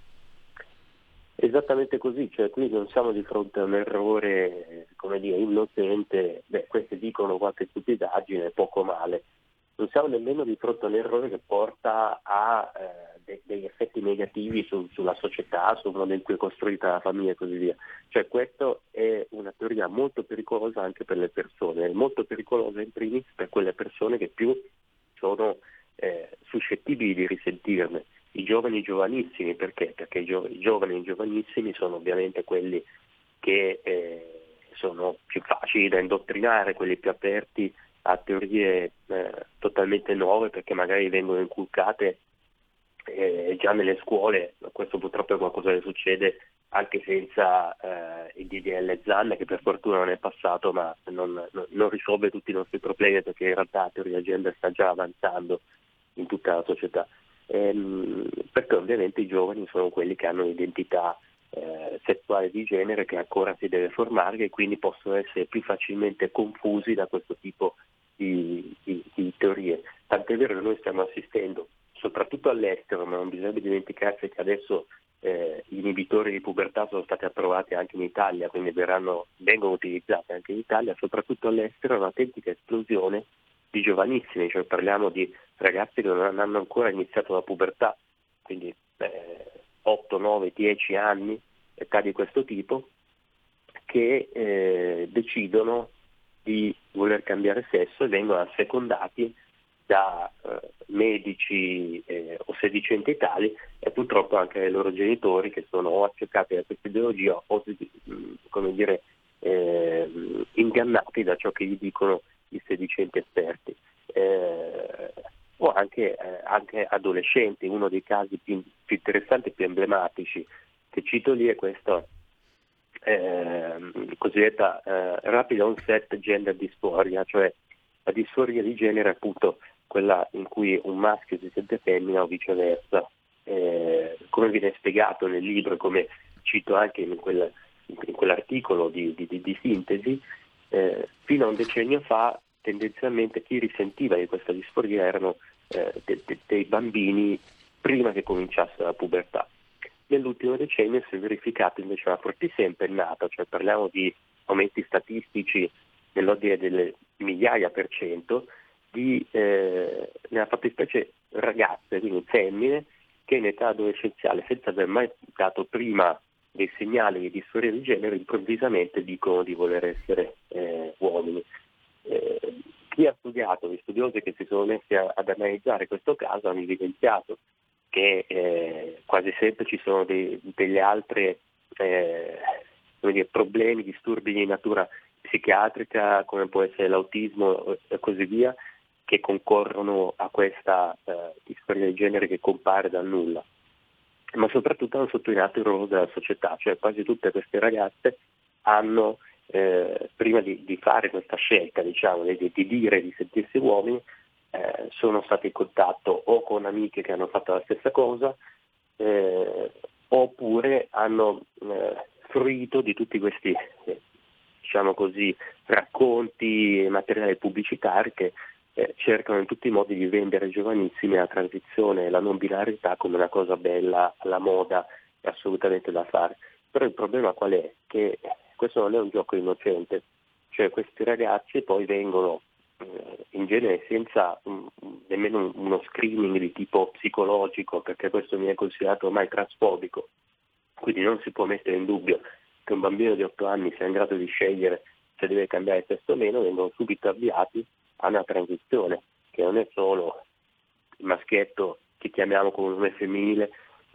Esattamente così, cioè qui non siamo di fronte a un errore, come dire, innocente, beh, questi dicono qualche stupidaggine, poco male. Non siamo nemmeno di fronte a un errore che porta a eh, de- degli effetti negativi su- sulla società, sul modo in cui è costruita la famiglia e così via. Cioè questo è una teoria molto pericolosa anche per le persone, è molto pericolosa in primis per quelle persone che più sono eh, suscettibili di risentirne. I giovani giovanissimi, perché? Perché i, gio- i giovani giovanissimi sono ovviamente quelli che eh, sono più facili da indottrinare, quelli più aperti a teorie eh, totalmente nuove, perché magari vengono inculcate eh, già nelle scuole. Questo purtroppo è qualcosa che succede anche senza eh, il D D L Zan, che per fortuna non è passato, ma non, non, non risolve tutti i nostri problemi, perché in realtà la teoria gender sta già avanzando in tutta la società. Ehm, perché ovviamente i giovani sono quelli che hanno un'identità eh, sessuale di genere che ancora si deve formare e quindi possono essere più facilmente confusi da questo tipo di, di, di teorie. Tant'è vero che noi stiamo assistendo soprattutto all'estero, ma non bisogna dimenticarsi che adesso eh, gli inibitori di pubertà sono stati approvati anche in Italia, quindi verranno, vengono utilizzati anche in Italia, soprattutto all'estero, un'autentica esplosione di giovanissimi, cioè parliamo di ragazzi che non hanno ancora iniziato la pubertà, quindi eh, otto, nove, dieci anni, età di questo tipo, che eh, decidono di voler cambiare sesso e vengono assecondati da eh, medici eh, o sedicenti tali, e purtroppo anche dai loro genitori, che sono o accecati da questa ideologia o come dire eh, ingannati da ciò che gli dicono i sedicenti esperti, eh, o anche, eh, anche adolescenti. Uno dei casi più, più interessanti e più emblematici che cito lì è questo eh, cosiddetta eh, rapid onset gender dysphoria, cioè la disforia di genere, appunto quella in cui un maschio si sente femmina o viceversa. Eh, come viene spiegato nel libro, come cito anche in, quel, in quell'articolo di, di, di, di sintesi, eh, fino a un decennio fa tendenzialmente chi risentiva di questa disforia erano eh, de, de, dei bambini prima che cominciasse la pubertà. Nell'ultimo decennio si è verificato invece una fortissima impennata, cioè parliamo di aumenti statistici nell'ordine delle migliaia per cento di eh, nella fattispecie ragazze, quindi femmine, che in età adolescenziale, senza aver mai dato prima dei segnali di disforia di genere, improvvisamente dicono di voler essere eh, uomini. Eh, chi ha studiato, gli studiosi che si sono messi a, ad analizzare questo caso hanno evidenziato che eh, quasi sempre ci sono dei, delle altre eh, come dire, problemi, disturbi di natura psichiatrica, come può essere l'autismo e così via, che concorrono a questa eh, disforia di genere che compare dal nulla. Ma soprattutto hanno sottolineato il ruolo della società, cioè quasi tutte queste ragazze hanno, eh, prima di, di fare questa scelta, diciamo, di, di dire di sentirsi uomini, eh, sono state in contatto o con amiche che hanno fatto la stessa cosa, eh, oppure hanno eh, fruito di tutti questi eh, diciamo così, racconti e materiali pubblicitari che eh, cercano in tutti i modi di vendere ai giovanissimi la transizione e la non binarietà come una cosa bella, alla moda, assolutamente da fare. Però il problema qual è? Che questo non è un gioco innocente, cioè questi ragazzi poi vengono eh, in genere senza um, nemmeno uno screening di tipo psicologico, perché questo viene considerato ormai transfobico, quindi non si può mettere in dubbio che un bambino di otto anni sia in grado di scegliere se deve cambiare sesso o meno. Vengono subito avviati a una transizione che non è solo il maschietto che chiamiamo come un nome femminile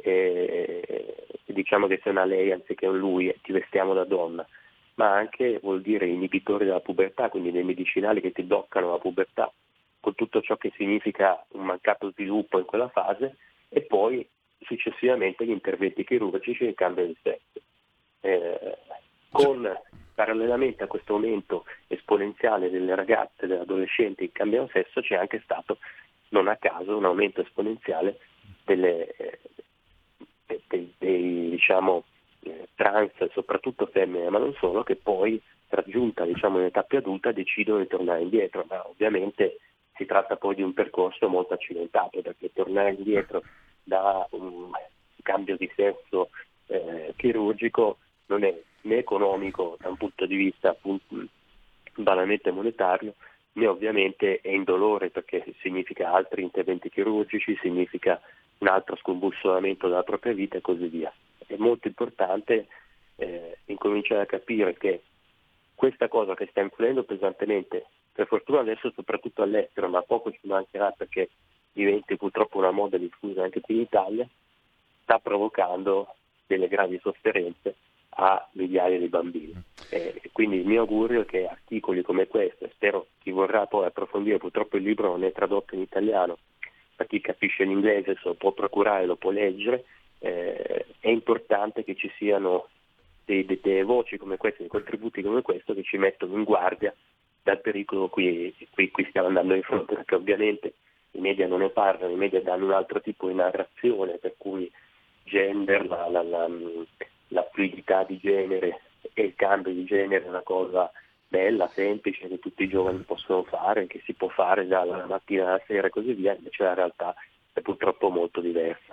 e, e diciamo che sei una lei anziché un lui e ti vestiamo da donna, ma anche vuol dire inibitori della pubertà, quindi dei medicinali che ti bloccano la pubertà, con tutto ciò che significa un mancato sviluppo in quella fase, e poi successivamente gli interventi chirurgici e il cambio di sesso. Eh, con parallelamente a questo aumento esponenziale delle ragazze e degli adolescenti che cambiano sesso, c'è anche stato, non a caso, un aumento esponenziale delle, eh, dei, dei, dei diciamo eh, trans, soprattutto femmine, ma non solo, che poi raggiunta diciamo un'età più adulta decidono di tornare indietro, ma ovviamente si tratta poi di un percorso molto accidentato, perché tornare indietro da un cambio di sesso eh, chirurgico non è né economico da un punto di vista appunto banalmente monetario, né ovviamente è indolore, perché significa altri interventi chirurgici, significa un altro scombussolamento della propria vita e così via. È molto importante eh, incominciare a capire che questa cosa che sta influendo pesantemente, per fortuna adesso soprattutto all'estero, ma poco ci mancherà perché diventi purtroppo una moda diffusa anche qui in Italia, sta provocando delle gravi sofferenze a migliaia di bambini. Eh, quindi il mio augurio è che articoli come questo, e spero chi vorrà poi approfondire, purtroppo il libro non è tradotto in italiano, per chi capisce l'inglese se lo può procurare, lo può leggere, eh, è importante che ci siano dei, dei, delle voci come queste, dei contributi come questo che ci mettono in guardia dal pericolo cui, cui, cui stiamo andando di fronte, perché ovviamente i media non ne parlano, i media danno un altro tipo di narrazione, per cui gender, la, la, la, la fluidità di genere e il cambio di genere è una cosa bella, semplice, che tutti i giovani possono fare, che si può fare dalla mattina alla sera e così via, invece la realtà è purtroppo molto diversa.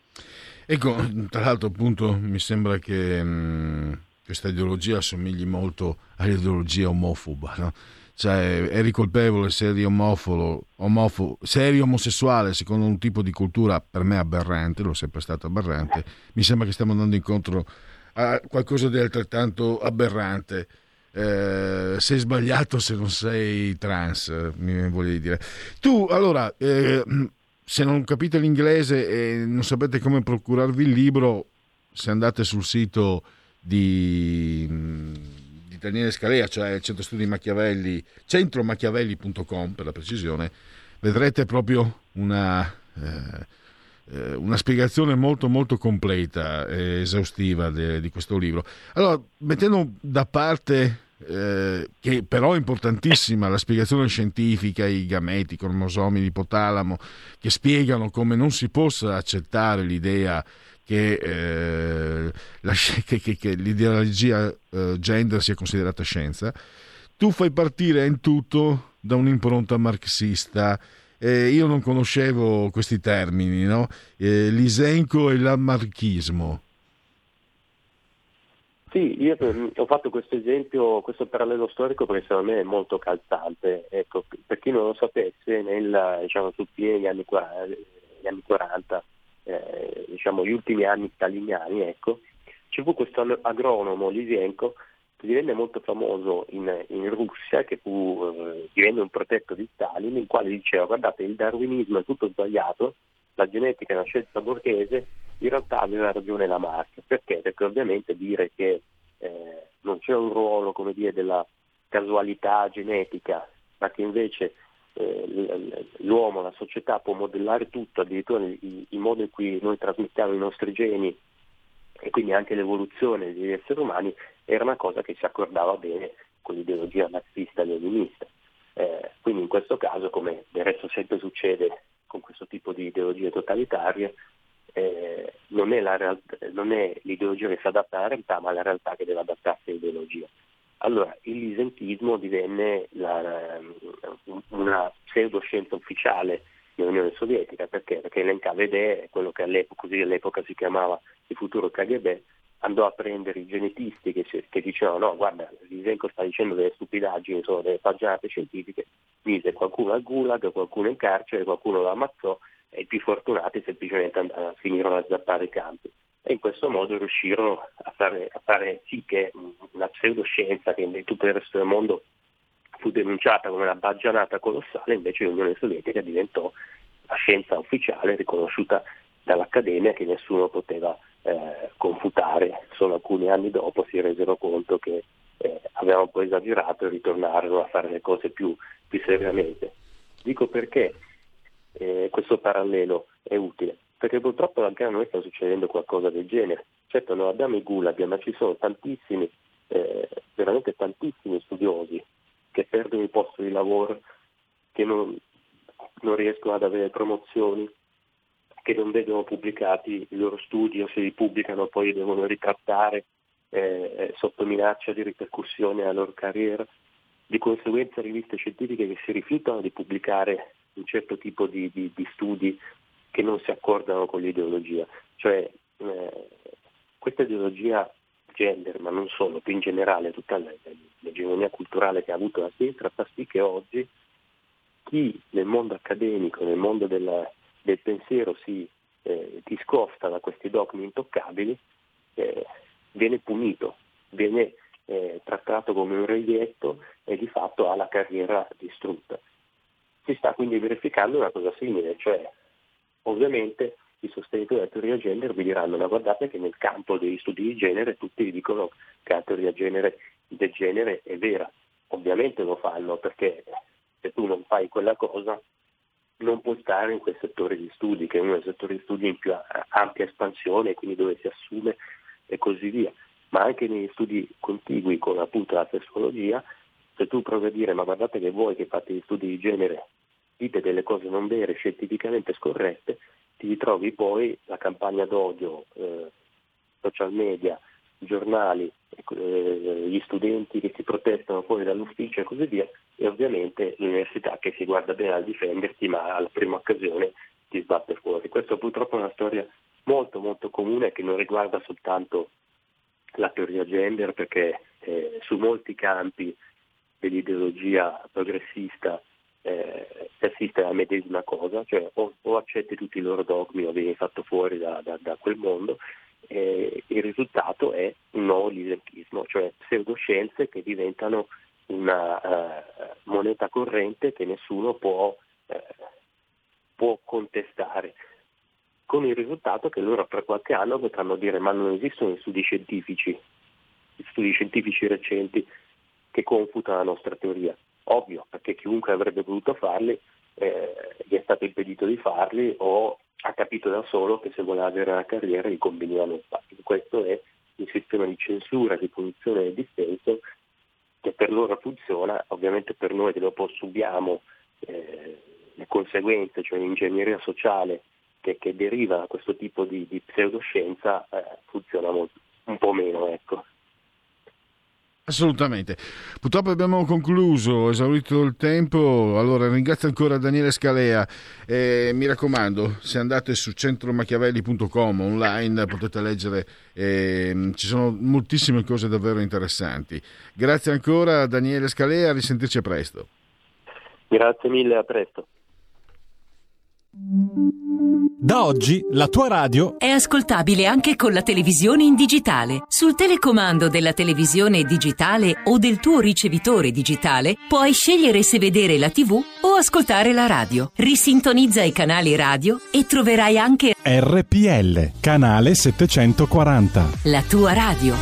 Ecco, tra l'altro appunto mi sembra che mh, questa ideologia assomigli molto all'ideologia omofoba, no? Cioè eri colpevole se eri omofobo, omofobo, se eri omosessuale secondo un tipo di cultura per me aberrante, l'ho sempre stato aberrante, mi sembra che stiamo andando incontro a qualcosa di altrettanto aberrante. Eh, sei sbagliato se non sei trans, mi volevi dire. Tu allora, eh, se non capite l'inglese e non sapete come procurarvi il libro, se andate sul sito di, di Daniele Scalea, cioè il Centro Studi Machiavelli, centro machiavelli punto com per la precisione, vedrete proprio una eh, una spiegazione molto molto completa e esaustiva de, di questo libro. Allora, mettendo da parte eh, che però è importantissima la spiegazione scientifica, i gameti, i cromosomi, l'ipotalamo, che spiegano come non si possa accettare l'idea che, eh, la, che, che, che l'ideologia eh, gender sia considerata scienza. Tu fai partire in tutto da un'impronta marxista. Eh, io non conoscevo questi termini, no? Eh, l'isenco e l'anarchismo. Sì, io ho fatto questo esempio, questo parallelo storico perché secondo me è molto calzante. Ecco, per chi non lo sapesse, nel, diciamo, sul fine degli anni, gli anni quaranta, eh, diciamo gli ultimi anni staliniani, ecco, ci fu questo agronomo Lisienko che divenne molto famoso in, in Russia, che fu eh, divenne un protetto di Stalin, il quale diceva: guardate, il darwinismo è tutto sbagliato, la genetica è una scienza borghese, in realtà aveva ragione Lamarck. Perché? Perché ovviamente dire che eh, non c'è un ruolo, come dire, della casualità genetica, ma che invece eh, l'uomo, la società può modellare tutto, addirittura il, il modo in cui noi trasmettiamo i nostri geni e quindi anche l'evoluzione degli esseri umani, era una cosa che si accordava bene con l'ideologia marxista-leninista. Eh, quindi in questo caso, come del resto sempre succede con questo tipo di ideologie totalitarie, eh, non, è la realtà, non è l'ideologia che si adatta alla realtà, ma la realtà che deve adattarsi all'ideologia. Allora, il lisentismo divenne la, una pseudoscienza ufficiale dell'Unione Sovietica. Perché? Perché elencava idee, quello che all'epoca, così all'epoca si chiamava il futuro K G B, andò a prendere i genetisti che, si, che dicevano: no, guarda, Lisienko sta dicendo delle stupidaggini, sono delle pagine scientifiche, mise qualcuno al gulag, qualcuno in carcere, qualcuno lo ammazzò e i più fortunati semplicemente and- finirono a zappare i campi. E in questo modo riuscirono a fare, a fare sì che una pseudoscienza che in tutto il resto del mondo fu denunciata come una baggianata colossale, invece l'Unione Sovietica diventò la scienza ufficiale riconosciuta dall'Accademia, che nessuno poteva eh, confutare. Solo alcuni anni dopo si resero conto che eh, avevano poi esagerato e ritornarono a fare le cose più, più seriamente. Dico perché eh, questo parallelo è utile, perché purtroppo anche a noi sta succedendo qualcosa del genere. Certo non abbiamo i gulag, ma ci sono tantissimi, eh, veramente tantissimi studiosi che perdono il posto di lavoro, che non, non riescono ad avere promozioni, che non vedono pubblicati i loro studi, o se li pubblicano poi devono ritrattare eh, sotto minaccia di ripercussione alla loro carriera. di conseguenza riviste scientifiche che si rifiutano di pubblicare un certo tipo di, di, di studi che non si accordano con l'ideologia. Cioè eh, questa ideologia gender, ma non solo, più in generale tutta l'egemonia culturale che ha avuto la sinistra, fa sì che oggi chi nel mondo accademico, nel mondo del, del pensiero si eh, discosta da questi dogmi intoccabili, eh, viene punito, viene eh, trattato come un reietto e di fatto ha la carriera distrutta. Si sta quindi verificando una cosa simile, cioè ovviamente i sostenitori della teoria gender vi diranno: ma guardate che nel campo degli studi di genere tutti vi dicono che la teoria genere, del genere è vera. Ovviamente lo fanno, perché se tu non fai quella cosa non puoi stare in quel settore di studi, che è uno dei settori di studi in più ampia espansione, quindi dove si assume e così via. Ma anche negli studi contigui con appunto la sessuologia, se tu provi a dire ma guardate che voi che fate gli studi di genere dite delle cose non vere, scientificamente scorrette, ti ritrovi poi la campagna d'odio, eh, social media, giornali, eh, gli studenti che si protestano fuori dall'ufficio e così via, e ovviamente l'università che si guarda bene a difenderti ma alla prima occasione ti sbatte fuori. Questo purtroppo è una storia molto molto comune che non riguarda soltanto la teoria gender, perché eh, su molti campi dell'ideologia progressista eh, si assiste alla medesima cosa, cioè o, o accetti tutti i loro dogmi o vieni fatto fuori da, da, da quel mondo. Eh, il risultato è un nuovo liberismo, cioè pseudoscienze che diventano una uh, moneta corrente che nessuno può, uh, può contestare, con il risultato che loro per qualche anno potranno dire ma non esistono studi scientifici, studi scientifici recenti che confutano la nostra teoria. Ovvio, perché chiunque avrebbe voluto farli eh, gli è stato impedito di farli o ha capito da solo che se voleva avere una carriera gli conveniva non farli. Questo è il sistema di censura, di punizione e di dissenso che per loro funziona. Ovviamente per noi che dopo subiamo eh, le conseguenze, cioè l'ingegneria sociale che, che deriva da questo tipo di, di pseudoscienza, eh, funziona molto, un po' meno, ecco. Assolutamente. Purtroppo abbiamo concluso, esaurito il tempo. Allora ringrazio ancora Daniele Scalea. Eh, mi raccomando, se andate su centro machiavelli punto com online potete leggere, eh, ci sono moltissime cose davvero interessanti. Grazie ancora a Daniele Scalea, a risentirci presto. Grazie mille, a presto. Da oggi la tua radio è ascoltabile anche con la televisione in digitale. Sul telecomando della televisione digitale o del tuo ricevitore digitale puoi scegliere se vedere la tivù o ascoltare la radio. Risintonizza i canali radio e troverai anche R P L, canale settecentoquaranta. La tua radio.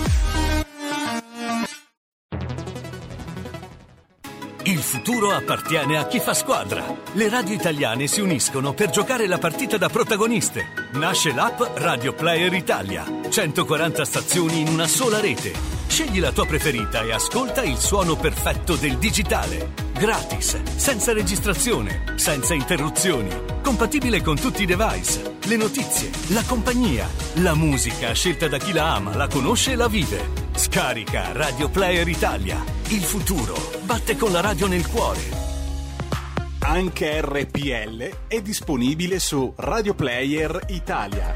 Il futuro appartiene a chi fa squadra. Le radio italiane si uniscono per giocare la partita da protagoniste. Nasce l'app Radio Player Italia. centoquaranta stazioni in una sola rete. Scegli la tua preferita e ascolta il suono perfetto del digitale. Gratis, senza registrazione, senza interruzioni. Compatibile con tutti i device. Le notizie, la compagnia, la musica scelta da chi la ama, la conosce e la vive. Scarica Radio Player Italia. Il futuro batte con la radio nel cuore. Anche R P L è disponibile su Radio Player Italia.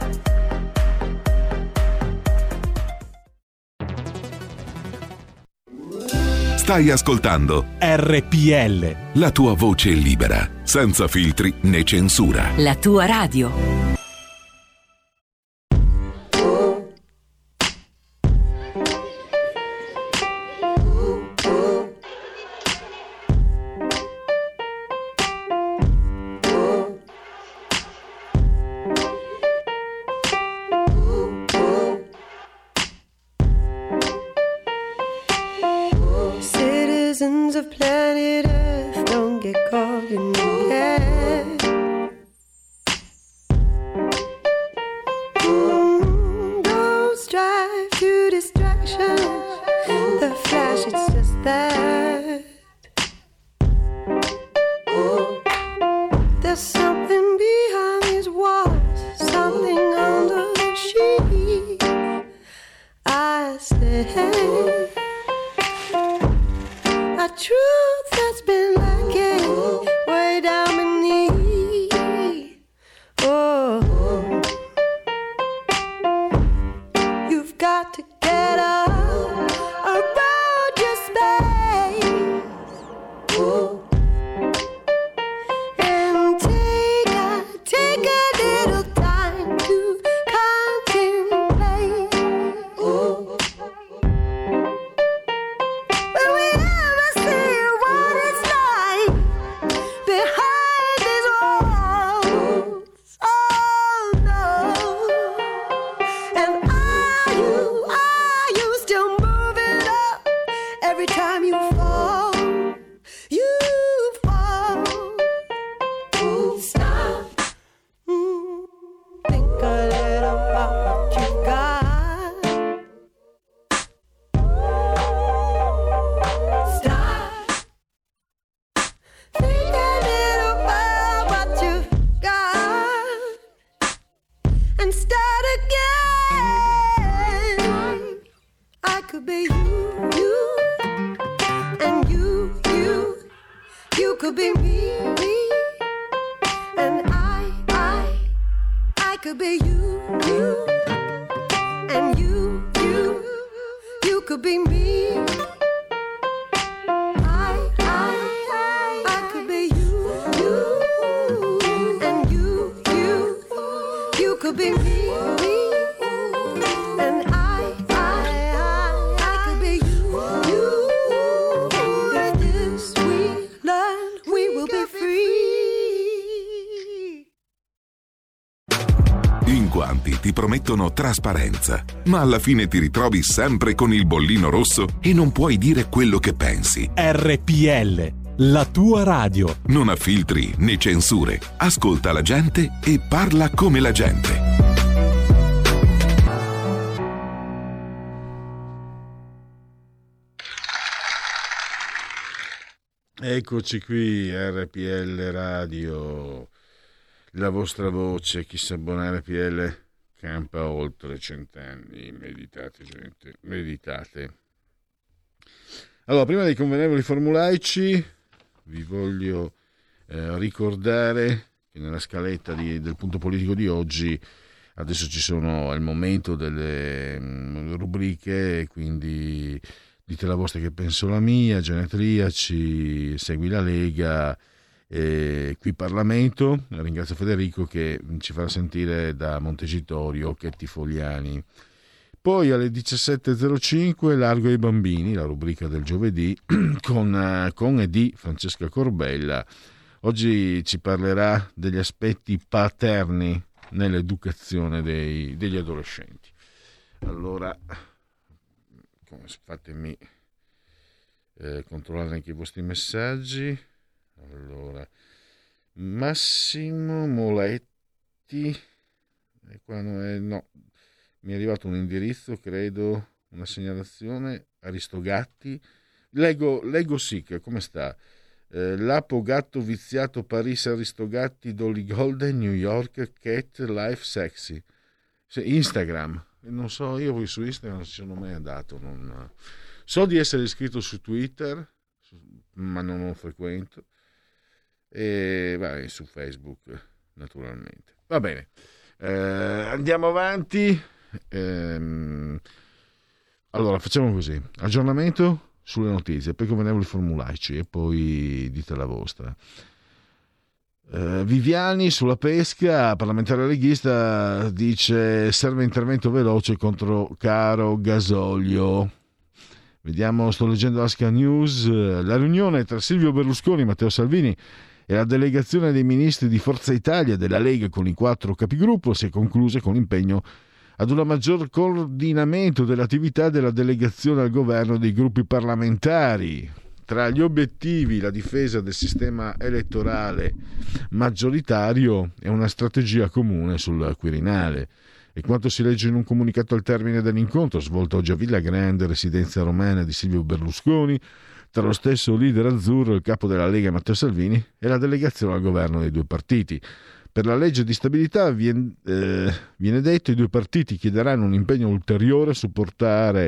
Stai ascoltando R P L, la tua voce libera, senza filtri né censura. La tua radio. Of planet Earth, don't get caught in the gap. Mm, don't strive to distraction. The flash, it's just that. There's something behind these walls, something under the sheet. I say, I truth that's been lacking way down beneath. Oh, you've got to get up around your space. Oh. And take a, take a little time to contemplate. Oh. Will we ever see what it's like behind these walls? Oh no. And are you, are you still moving up every time you fall? You fall. Ooh, stop. Mm, think a little about what you got. Stop. Think a little about what you got and start again. I could be you, you, and you, you. You could be me, me, and I, I. I could be you, you, and you, you. You could be me. I, I, I could be you, you, and you, you. You could be me, me, and I, I, I could be you, you. If this we learn, we will be free. In quanti ti promettono trasparenza, ma alla fine ti ritrovi sempre con il bollino rosso e non puoi dire quello che pensi. R P L, la tua radio. Non ha filtri né censure. Ascolta la gente e parla come la gente. Eccoci qui, R P L Radio, la vostra voce. Chi si abbona a R P L campa oltre cent'anni. Meditate, gente, meditate. Allora, prima dei convenevoli formulaici, vi voglio eh, ricordare che nella scaletta di, del punto politico di oggi adesso ci sono al momento delle mh, rubriche, quindi dite la vostra che penso la mia, genetriaci, segui la Lega, eh, qui Parlamento. Ringrazio Federico che ci farà sentire da Montecitorio Chetti Fogliani. Poi alle diciassette e zero cinque Largo ai bambini, la rubrica del giovedì con, con e di Francesca Corbella. Oggi ci parlerà degli aspetti paterni nell'educazione dei, degli adolescenti. Allora, fatemi eh, controllare anche i vostri messaggi. Allora, Massimo Moletti, e qua non è, no, mi è arrivato un indirizzo, credo, una segnalazione. Aristogatti, leggo, leggo Sic, come sta? Eh, Lapo Gatto Viziato Paris Aristogatti Dolly Golden New York Cat Life Sexy. Instagram, non so, io su Instagram non ci sono mai andato, non... so di essere iscritto su Twitter, ma non lo frequento, e vai su Facebook naturalmente. Va bene, eh, andiamo avanti. Ehm, allora facciamo così: aggiornamento sulle notizie, poi convenevoli formulaici e poi dite la vostra. Uh, Viviani sulla pesca, parlamentare leghista, dice serve intervento veloce contro caro gasolio. Vediamo, sto leggendo Asca News. La riunione tra Silvio Berlusconi, Matteo Salvini e la delegazione dei ministri di Forza Italia e della Lega con i quattro capigruppo si è conclusa con l'impegno ad un maggior coordinamento dell'attività della delegazione al governo dei gruppi parlamentari. Tra gli obiettivi la difesa del sistema elettorale maggioritario e una strategia comune sul Quirinale. E quanto si legge in un comunicato al termine dell'incontro svolto oggi a Villa Grande, residenza romana di Silvio Berlusconi, tra lo stesso leader azzurro, il capo della Lega Matteo Salvini e la delegazione al governo dei due partiti. Per la legge di stabilità viene, eh, viene detto i due partiti chiederanno un impegno ulteriore a supportare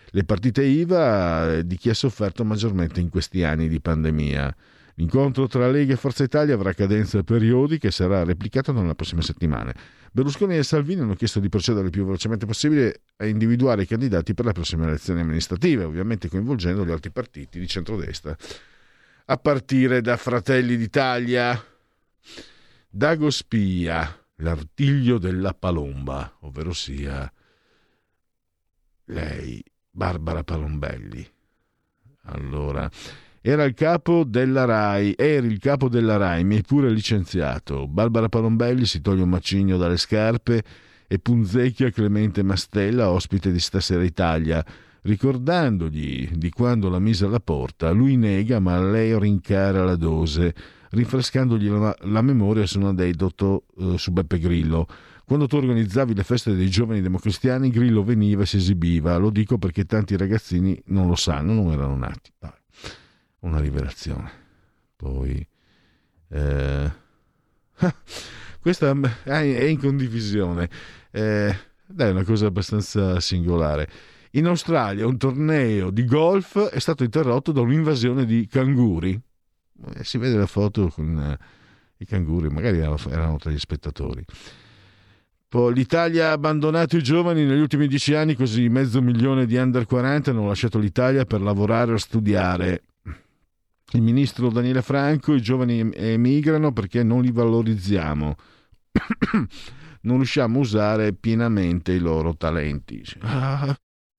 le partite I V A di chi ha sofferto maggiormente in questi anni di pandemia. L'incontro tra Lega e Forza Italia avrà cadenza periodica e sarà replicato nella prossima settimana. Berlusconi e Salvini hanno chiesto di procedere il più velocemente possibile a individuare i candidati per le prossime elezioni amministrative, ovviamente coinvolgendo gli altri partiti di centrodestra, a partire da Fratelli d'Italia. Dago Spia, l'artiglio della Palomba, ovvero sia lei, Barbara Palombelli. Allora, era il capo della Rai, eri il capo della Rai, mi hai pure licenziato. Barbara Palombelli si toglie un macigno dalle scarpe e punzecchia Clemente Mastella, ospite di Stasera Italia, ricordandogli di quando l'ha mise alla porta. Lui nega, ma lei rincara la dose, rinfrescandogli la, la memoria su un aneddoto eh, su Beppe Grillo. Quando tu organizzavi le feste dei giovani democristiani, Grillo veniva e si esibiva. Lo dico perché tanti ragazzini non lo sanno, non erano nati. Una rivelazione. Poi eh, questa è in condivisione. Eh, è una cosa abbastanza singolare. In Australia un torneo di golf è stato interrotto da un'invasione di canguri. Eh, si vede la foto con eh, i canguri, magari erano, erano tra gli spettatori. Poi l'Italia ha abbandonato i giovani negli ultimi dieci anni, così mezzo milione di under quaranta hanno lasciato l'Italia per lavorare o studiare. Il ministro Daniele Franco: i giovani emigrano perché non li valorizziamo, non riusciamo a usare pienamente i loro talenti. Ah.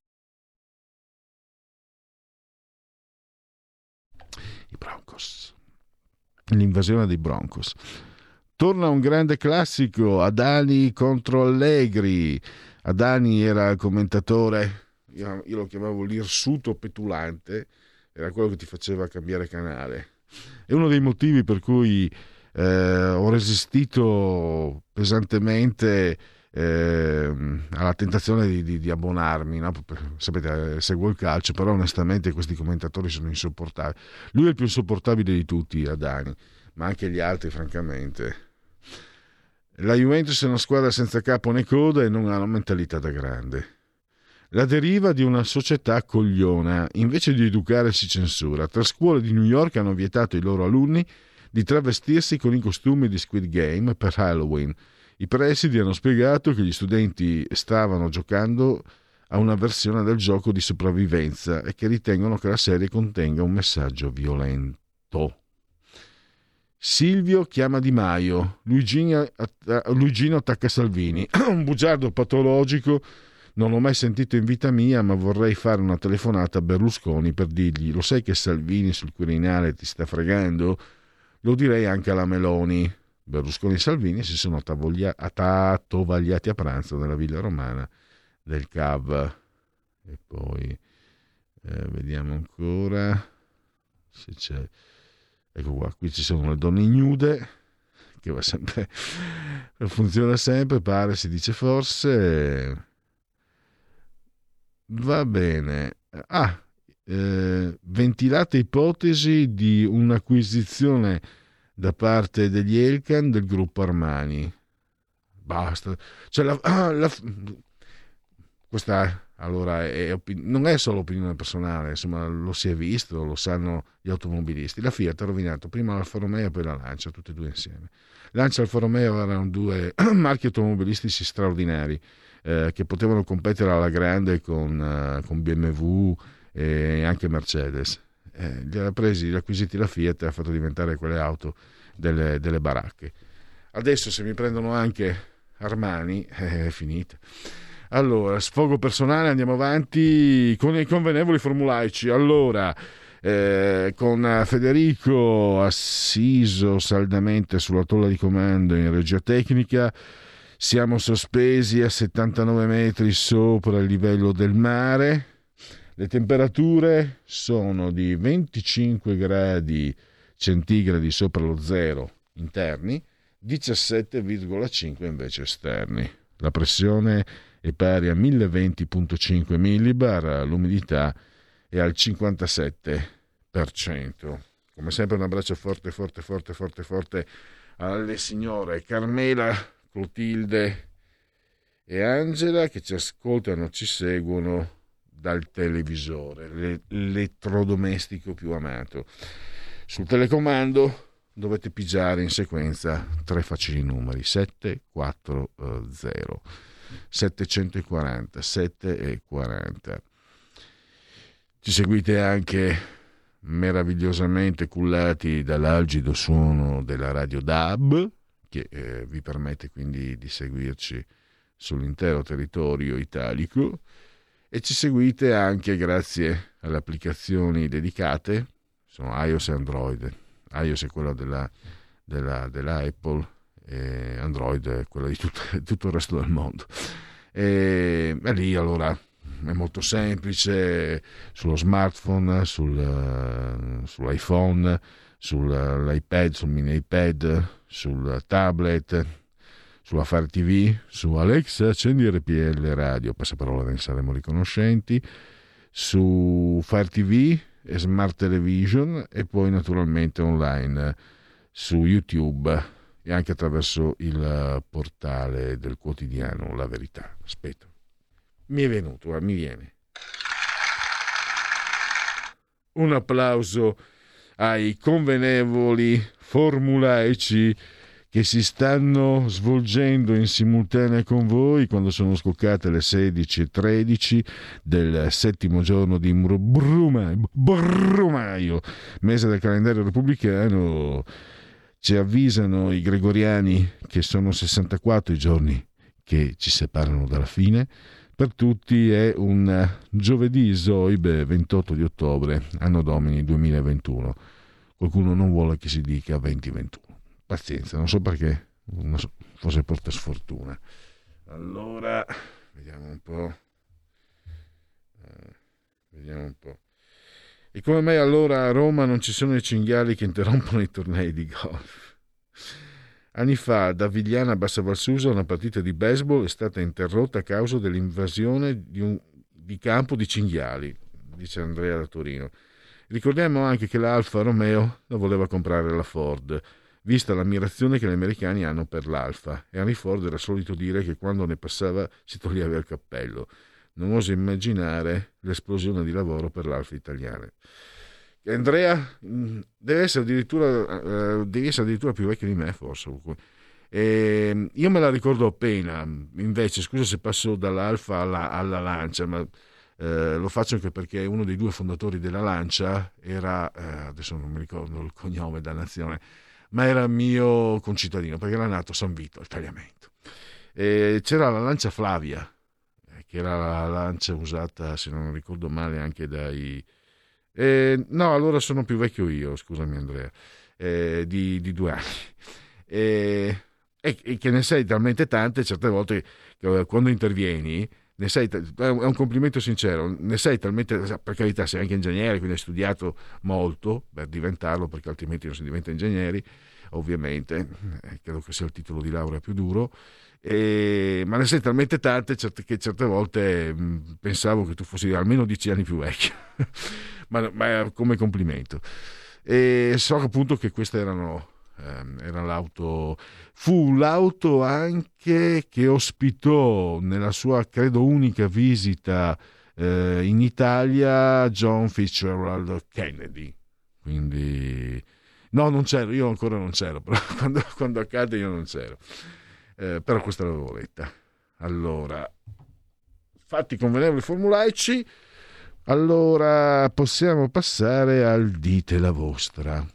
I Broncos, l'invasione dei Broncos. Torna un grande classico, Adani contro Allegri. Adani era il commentatore, io, io lo chiamavo l'irsuto petulante, era quello che ti faceva cambiare canale. È uno dei motivi per cui eh, ho resistito pesantemente eh, alla tentazione di, di, di abbonarmi, no? Sapete, seguo il calcio, però onestamente questi commentatori sono insopportabili. Lui è il più insopportabile di tutti, Adani, ma anche gli altri, francamente. La Juventus è una squadra senza capo né coda e non ha una mentalità da grande. La deriva di una società cogliona, invece di educare si censura. Tre scuole di New York hanno vietato ai loro alunni di travestirsi con i costumi di Squid Game per Halloween. I presidi hanno spiegato che gli studenti stavano giocando a una versione del gioco di sopravvivenza e che ritengono che la serie contenga un messaggio violento. Silvio chiama Di Maio, Luigino, Luigino attacca Salvini. Un bugiardo patologico. Non l'ho mai sentito in vita mia, ma vorrei fare una telefonata a Berlusconi per dirgli: lo sai che Salvini sul Quirinale ti sta fregando? Lo direi anche alla Meloni. Berlusconi e Salvini si sono attovagliati a pranzo nella Villa Romana del C A V. E poi eh, vediamo ancora se c'è. Ecco qua, qui ci sono le donne ignude, che va sempre, funziona sempre, pare, si dice forse. Va bene. Ah, eh, ventilate ipotesi di un'acquisizione da parte degli Elkann del gruppo Armani. Basta. Cioè la, la, questa allora è, è, non è solo opinione personale, insomma, lo si è visto, lo sanno gli automobilisti. La Fiat ha rovinato prima l'Alfa Romeo e poi la Lancia, tutte e due insieme. Lancia e Alfa Romeo erano due marchi automobilistici straordinari, eh, che potevano competere alla grande con, uh, con B M W e anche Mercedes. Eh, li ha presi, li ha acquisiti la Fiat e ha fatto diventare quelle auto delle, delle baracche. Adesso se mi prendono anche Armani, eh, è finita. Allora, sfogo personale, andiamo avanti con i convenevoli formulaici. Allora, eh, con Federico assiso saldamente sulla tolla di comando in regia tecnica, siamo sospesi a settantanove metri sopra il livello del mare. Le temperature sono di venticinque gradi centigradi sopra lo zero interni, diciassette virgola cinque invece esterni. La pressione è pari a mille venti virgola cinque millibar, l'umidità è al cinquantasette per cento. Come sempre un abbraccio forte, forte, forte, forte, forte alle signore Carmela, Clotilde e Angela che ci ascoltano, ci seguono dal televisore, l'elettrodomestico più amato. Sul telecomando dovete pigiare in sequenza tre facili numeri: sette quattro zero settecentoquaranta sette e quaranta. Ci seguite anche meravigliosamente cullati dall'algido suono della radio D A B, che eh, vi permette quindi di seguirci sull'intero territorio italico, e ci seguite anche grazie alle applicazioni dedicate, sono iOS e Android. iOS è quella della, della, della Apple e Android è quella di tutto, tutto il resto del mondo. E, e lì allora è molto semplice, sullo smartphone, sul, sull'iPhone, sull'iPad, sul mini iPad, sul tablet, sulla Fire T V, su Alexa accendi R P L Radio, passaparola, ne saremo riconoscenti, su Fire T V e Smart Television, e poi naturalmente online su YouTube e anche attraverso il portale del quotidiano La Verità. Aspetta, mi è venuto, mi viene. Un applauso ai convenevoli formulaici che si stanno svolgendo in simultanea con voi quando sono scoccate le sedici e tredici del settimo giorno di Brumaio, Brumaio, mese del calendario repubblicano. Ci avvisano i gregoriani che sono sessantaquattro i giorni che ci separano dalla fine. Per tutti è un giovedì Zoibe ventotto di ottobre, anno domini duemilaventuno. Qualcuno non vuole che si dica duemilaventuno. Pazienza, non so perché, non so, forse porta sfortuna. Allora, vediamo un po'. Eh, vediamo un po'. E come mai allora a Roma non ci sono i cinghiali che interrompono i tornei di golf? Anni fa, da Vigliana a Bassa Valsusa, una partita di baseball è stata interrotta a causa dell'invasione di, un, di campo di cinghiali, dice Andrea da Torino. Ricordiamo anche che la Alfa Romeo la voleva comprare la Ford, vista l'ammirazione che gli americani hanno per l'Alfa. E Henry Ford era solito dire che quando ne passava si toglieva il cappello. Non oso immaginare l'esplosione di lavoro per l'Alfa italiana. Andrea deve essere addirittura, eh, devi essere addirittura più vecchio di me, forse. E io me la ricordo appena, invece, scusa se passo dall'Alfa alla, alla Lancia, ma eh, lo faccio anche perché uno dei due fondatori della Lancia era, eh, adesso non mi ricordo il cognome da nazione, ma era mio concittadino, perché era nato a San Vito, al Tagliamento. E c'era la Lancia Flavia, che era la lancia usata, se non ricordo male, anche dai... Eh, no, allora sono più vecchio io, scusami Andrea, eh, di, di due anni. Eh, e, e che ne sai talmente tante, certe volte che, quando intervieni, ne sai, è un complimento sincero, ne sai talmente, per carità sei anche ingegnere, quindi hai studiato molto per diventarlo, perché altrimenti non si diventa ingegneri, ovviamente, eh, credo che sia il titolo di laurea più duro. E, ma ne sei talmente tante certe, che certe volte mh, pensavo che tu fossi almeno dieci anni più vecchio ma, ma come complimento. E so appunto che queste erano ehm, era l'auto fu l'auto anche che ospitò nella sua credo unica visita eh, in Italia John Fitzgerald Kennedy, quindi no, non c'ero, io ancora non c'ero, però quando, quando accade io non c'ero. Eh, però questa l'avevo letta. Allora, fatti convenevoli formulaici. Allora possiamo passare al dite la vostra.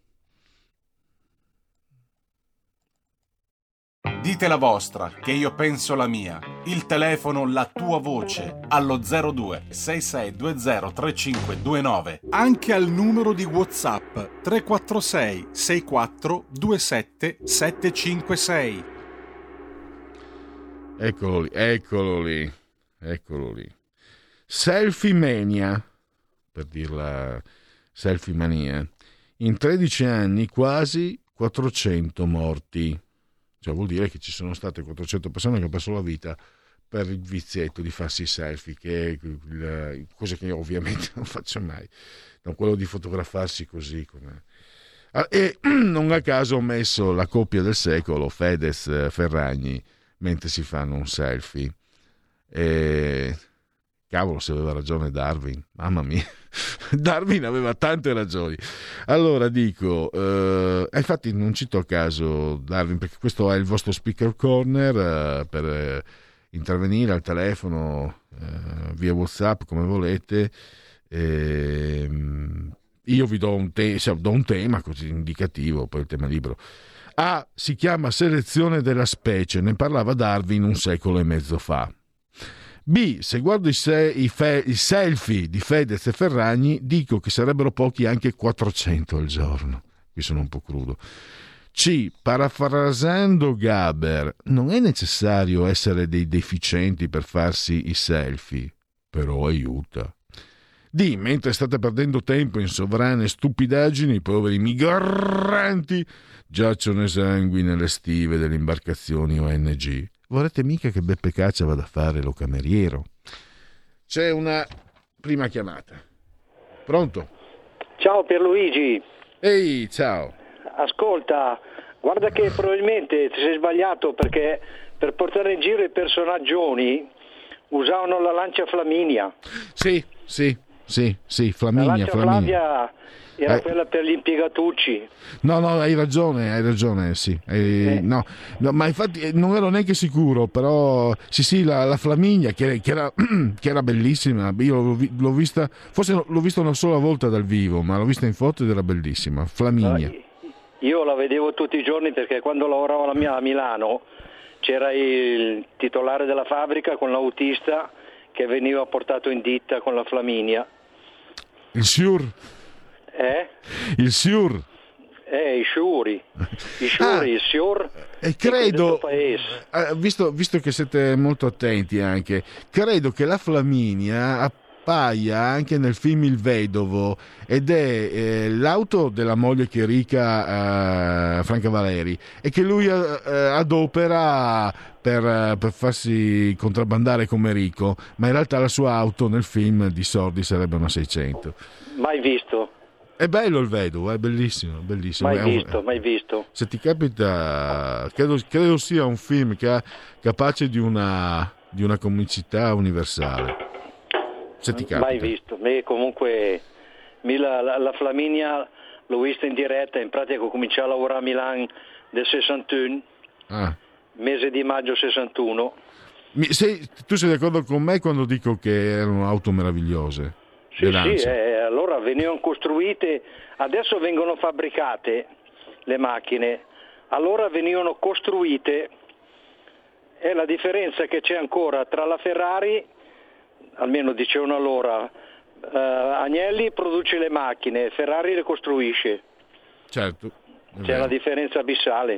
Dite la vostra, che io penso la mia. Il telefono, la tua voce, allo zero due sei sei due zero tre cinque due nove. Anche al numero di WhatsApp tre quattro sei sei quattro due sette sette cinque sei. Eccolo lì, eccolo lì, eccolo lì. Selfie mania, per dirla selfie mania. In tredici anni quasi quattrocento morti. Cioè vuol dire che ci sono state quattrocento persone che hanno perso la vita per il vizietto di farsi selfie, che è la cosa che io ovviamente non faccio mai, no, quello di fotografarsi così. Come... Ah, e non a caso ho messo la coppia del secolo, Fedez Ferragni, mentre si fanno un selfie. E... Cavolo, se aveva ragione Darwin, mamma mia. Darwin aveva tante ragioni. Allora dico, eh, infatti non cito a caso Darwin, perché questo è il vostro speaker corner eh, per eh, intervenire al telefono, eh, via WhatsApp, come volete. Eh, io vi do un, te- cioè, do un tema così indicativo, poi il tema libero. A, si chiama selezione della specie, ne parlava Darwin un secolo e mezzo fa. B, se guardo i, se- i, fe- i selfie di Fedez e Ferragni, dico che sarebbero pochi anche quattrocento al giorno. Qui sono un po' crudo. C, parafrasando Gaber, non è necessario essere dei deficienti per farsi i selfie, però aiuta. D, mentre state perdendo tempo in sovrane stupidaggini, i poveri migranti giacciono esangui nelle stive delle imbarcazioni O N G. Vorrete mica che Beppe Caccia vada a fare lo cameriero? C'è una prima chiamata. Pronto? Ciao Pierluigi. Ehi, ciao. Ascolta, guarda che probabilmente ti sei sbagliato, perché per portare in giro i personaggioni usavano la lancia Flaminia. Sì, sì, sì, sì, Flaminia, la lancia Flaminia. Flavia era Eh. quella per gli impiegatucci. No, no, hai ragione, hai ragione, sì. Eh, no, no, ma infatti eh, non ero neanche sicuro, però sì, sì, la, la Flaminia che, che, era, che era bellissima. Io l'ho, vi- l'ho vista, forse l'ho vista una sola volta dal vivo, ma l'ho vista in foto ed era bellissima. Flaminia. Io la vedevo tutti i giorni, perché quando lavoravo alla mia- a Milano c'era il titolare della fabbrica con l'autista che veniva portato in ditta con la Flaminia. Il Siur. Eh? Il Siur. Eh, i sciuri. I sciuri, il Siur. E credo, paese. eh, visto, visto che siete molto attenti anche, credo che la Flaminia appaia anche nel film Il Vedovo, ed è eh, l'auto della moglie chierica eh, Franca Valeri, e che lui eh, adopera per, per farsi contrabbandare come ricco, ma in realtà la sua auto nel film di soldi sarebbe una seicento. Mai visto. È bello Il Vedovo, è bellissimo, bellissimo. Mai È un- visto, mai visto. Se ti capita, credo, credo sia un film che ha capace di una, di una comicità universale. Se ti capita. Mai visto. Me comunque mi la, la, la Flaminia l'ho vista in diretta, in pratica ho cominciato a lavorare a Milano del sessantuno, Ah. mese di maggio sessantuno. Mi- sei- tu sei d'accordo con me quando dico che erano auto meravigliose? Sì, Le sì, Lancia. eh, allora venivano costruite, adesso vengono fabbricate le macchine, allora venivano costruite, e la differenza che c'è ancora tra la Ferrari, almeno dicevano allora, eh, Agnelli produce le macchine, Ferrari le costruisce, Certo. è c'è vero. una differenza abissale.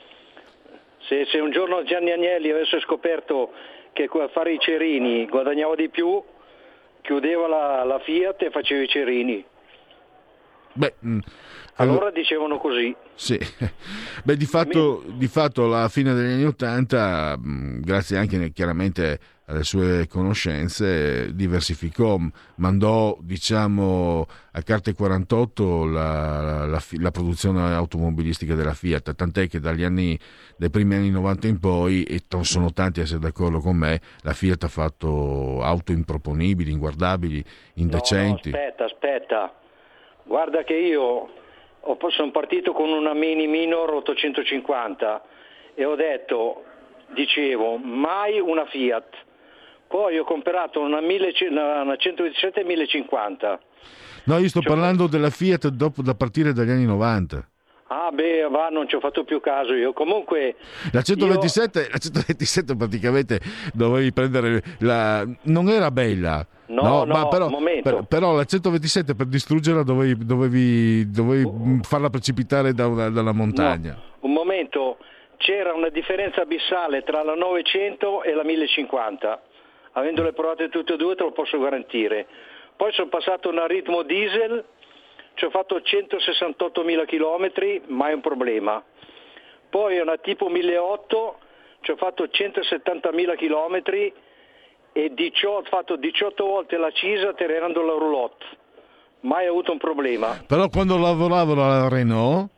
Se, se un giorno Gianni Agnelli avesse scoperto che a fare i cerini guadagnava di più, chiudeva la, la Fiat e faceva i cerini. Beh, mh, Allora dicevano così. Sì, beh, di fatto, di fatto alla fine degli anni Ottanta, mh, grazie anche chiaramente alle sue conoscenze, diversificò, mandò diciamo a carte quarantotto la, la, la, la produzione automobilistica della Fiat, tant'è che dagli anni, dai primi anni novanta in poi, e t- sono tanti a essere d'accordo con me, la Fiat ha fatto auto improponibili, inguardabili, indecenti. No, no, aspetta, aspetta. Guarda che io ho, sono partito con una Mini Minor ottocentocinquanta e ho detto, dicevo, mai una Fiat. Poi ho comprato una, mille, una centoventisette millecinquanta. No, io sto parlando della Fiat dopo, da partire dagli anni novanta. Ah beh, va, non ci ho fatto più caso io. Comunque La centoventisette, la centoventisette praticamente dovevi prendere la... non era bella. No, no, ma però, momento. per- però la centoventisette per distruggerla dovevi, dovevi, dovevi mh, farla precipitare da una- dalla montagna. No, un momento, c'era una differenza abissale tra la novecento e la millecinquanta. Avendole provate tutte e due te lo posso garantire. Poi sono passato a un ritmo diesel, ci ho fatto centosessantottomila chilometri, mai un problema. Poi una tipo milleottocento, ci ho fatto centosettantamila chilometri e diciotto, ho fatto diciotto volte la Cisa tenendo la roulotte. Mai avuto un problema. Però quando lavoravo alla Renault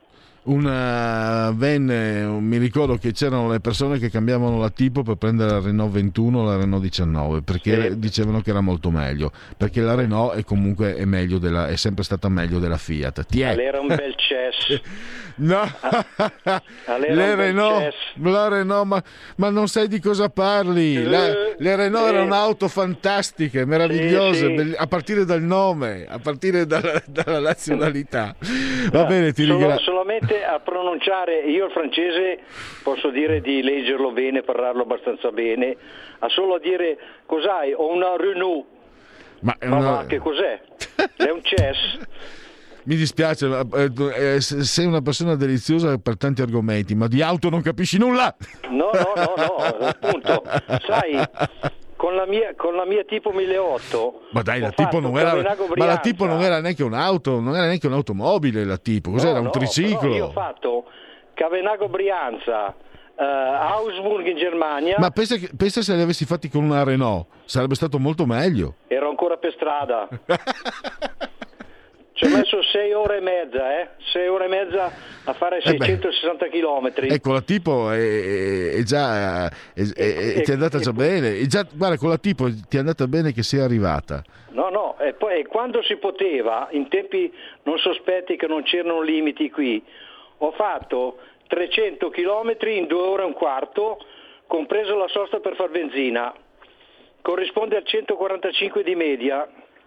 una venne, mi ricordo che c'erano le persone che cambiavano la tipo per prendere la Renault ventuno o la Renault diciannove, perché sì. dicevano che era molto meglio, perché la Renault è comunque è meglio della, è sempre stata meglio della Fiat. Ti è? Era un bel cesso. No, le Renault, la Renault, ma, ma non sai di cosa parli. La, le Renault sì. erano auto fantastiche, meravigliose, sì, sì. a partire dal nome, a partire dalla, dalla nazionalità. Va no, bene, ti solo, ringrazio. Solamente a pronunciare, io il francese posso dire di leggerlo bene, parlarlo abbastanza bene, a solo a dire cos'hai, ho una Renault, ma, è ma una... va, che cos'è? È un chess. Mi dispiace, eh, sei una persona deliziosa per tanti argomenti, ma di auto non capisci nulla. No, no, no, no, appunto. Sai, con la mia, con la mia tipo milleottocento. Ma dai, la tipo non era, ma la tipo non era neanche un'auto, non era neanche un'automobile, la tipo, cos'era? No, un no, triciclo. Io ho fatto Cavenago Brianza, uh, Augsburg in Germania. Ma pensa, che, pensa se li avessi fatti con una Renault, sarebbe stato molto meglio. Ero ancora per strada. Ci ho messo sei ore e mezza, eh? Sei ore e mezza a fare seicentosessanta chilometri. Ecco, la tipo è, è già è, è, è, ti è andata già bene. È già, guarda, con la tipo ti è andata bene che sei arrivata. No, no, e poi quando si poteva, in tempi non sospetti che non c'erano limiti qui, ho fatto trecento chilometri in due ore e un quarto, compreso la sosta per far benzina. Corrisponde al centoquarantacinque di media.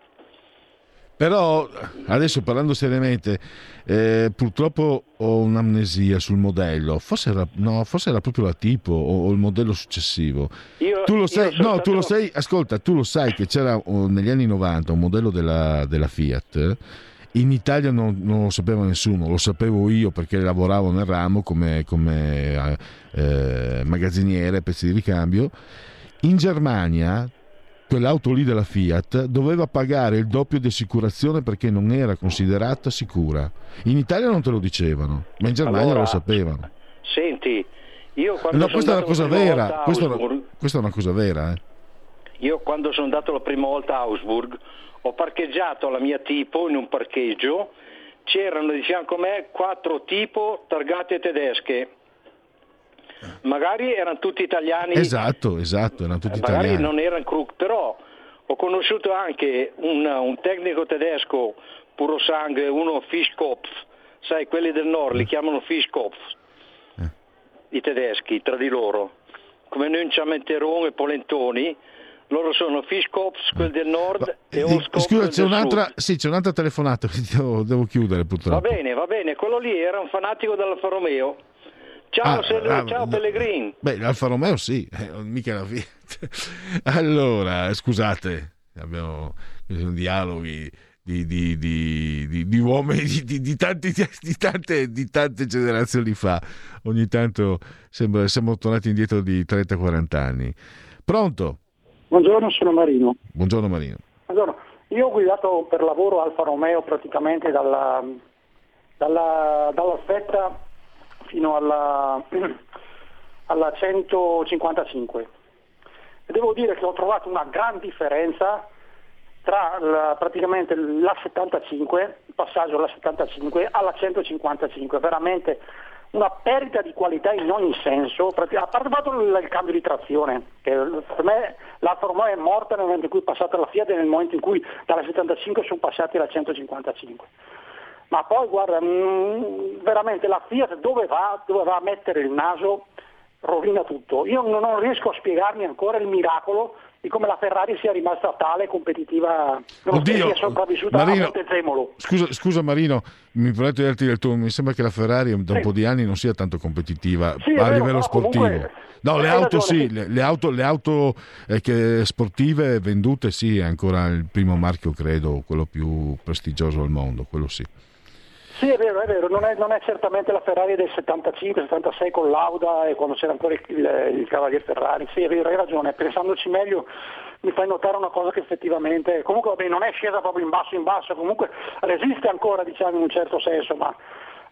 Però adesso parlando seriamente, eh, purtroppo ho un'amnesia sul modello. Forse era, no, forse era proprio la tipo o, o il modello successivo. Io, tu lo sai, io no, stato... tu lo sai. Ascolta, tu lo sai che c'era oh, negli anni novanta un modello della, della Fiat. In Italia non, non lo sapeva nessuno, lo sapevo io perché lavoravo nel ramo come, come eh, magazziniere, pezzi di ricambio. In Germania quell'auto lì della Fiat doveva pagare il doppio di assicurazione perché non era considerata sicura. In Italia non te lo dicevano, ma in Germania allora, lo sapevano. Senti, io quando no, sono questa è una cosa vera, questa, Augsburg, questa è una cosa vera. Eh. Io quando sono andato la prima volta a Augsburg ho parcheggiato la mia tipo in un parcheggio, c'erano di fianco a me quattro tipo targate tedesche. Magari erano tutti italiani. Esatto, esatto, erano tutti eh, magari italiani. non erano Krug, però ho conosciuto anche un, un tecnico tedesco puro sangue, uno Fischkopf, sai, quelli del nord li chiamano Fischkopf, eh. i tedeschi tra di loro, come noi in Ciamenteron e Polentoni, loro sono Fischkopf, quelli del nord, eh, e Oskopf, scusa, c'è del un'altra, sud. Sì, c'è un'altra telefonata, devo, devo chiudere purtroppo. Va bene, va bene, quello lì era un fanatico dell'Alfa Romeo. Ciao, ah, Sergio, ah, ciao Pellegrin. Beh, l'Alfa Romeo sì, eh, mica la Fiat. Allora, scusate, abbiamo dialoghi di, di, di, di, di uomini di, di, di, tanti, di, tante, di tante generazioni fa. Ogni tanto sembra, siamo tornati indietro di trenta quaranta anni. Pronto? Buongiorno, sono Marino. Buongiorno Marino. Buongiorno. Io ho guidato per lavoro Alfa Romeo praticamente dalla, dalla, dalla Spetta fino alla, alla centocinquantacinque e devo dire che ho trovato una gran differenza tra la, praticamente la settantacinque, il passaggio alla settantacinque alla centocinquantacinque, veramente una perdita di qualità in ogni senso, a parte il, il cambio di trazione, che per me l'Alfa Romeo è morta nel momento in cui è passata la Fiat e nel momento in cui dalla settantacinque sono passati alla centocinquantacinque. Ma poi guarda, mh, veramente la Fiat dove va, dove va a mettere il naso rovina tutto. Io non, non riesco a spiegarmi ancora il miracolo di come la Ferrari sia rimasta tale competitiva, Oddio, sia sopravvissuta Marino, a Montezemolo. Scusa, scusa Marino, mi permetto di dirti del tuo, mi sembra che la Ferrari da un sì. po' di anni non sia tanto competitiva sì, a vero, livello no, sportivo. Comunque, no, le auto ragione, sì, sì. Le, le auto, le auto eh, che sportive vendute sì, è ancora il primo marchio, credo, quello più prestigioso al mondo, quello sì. Sì, è vero, è vero, non è, non è certamente la Ferrari del settantacinque settantasei con Lauda e quando c'era ancora il, il, il Cavalier Ferrari. Sì, è vero, hai ragione, pensandoci meglio mi fai notare una cosa che effettivamente, comunque vabbè, non è scesa proprio in basso in basso, comunque resiste ancora, diciamo, in un certo senso, ma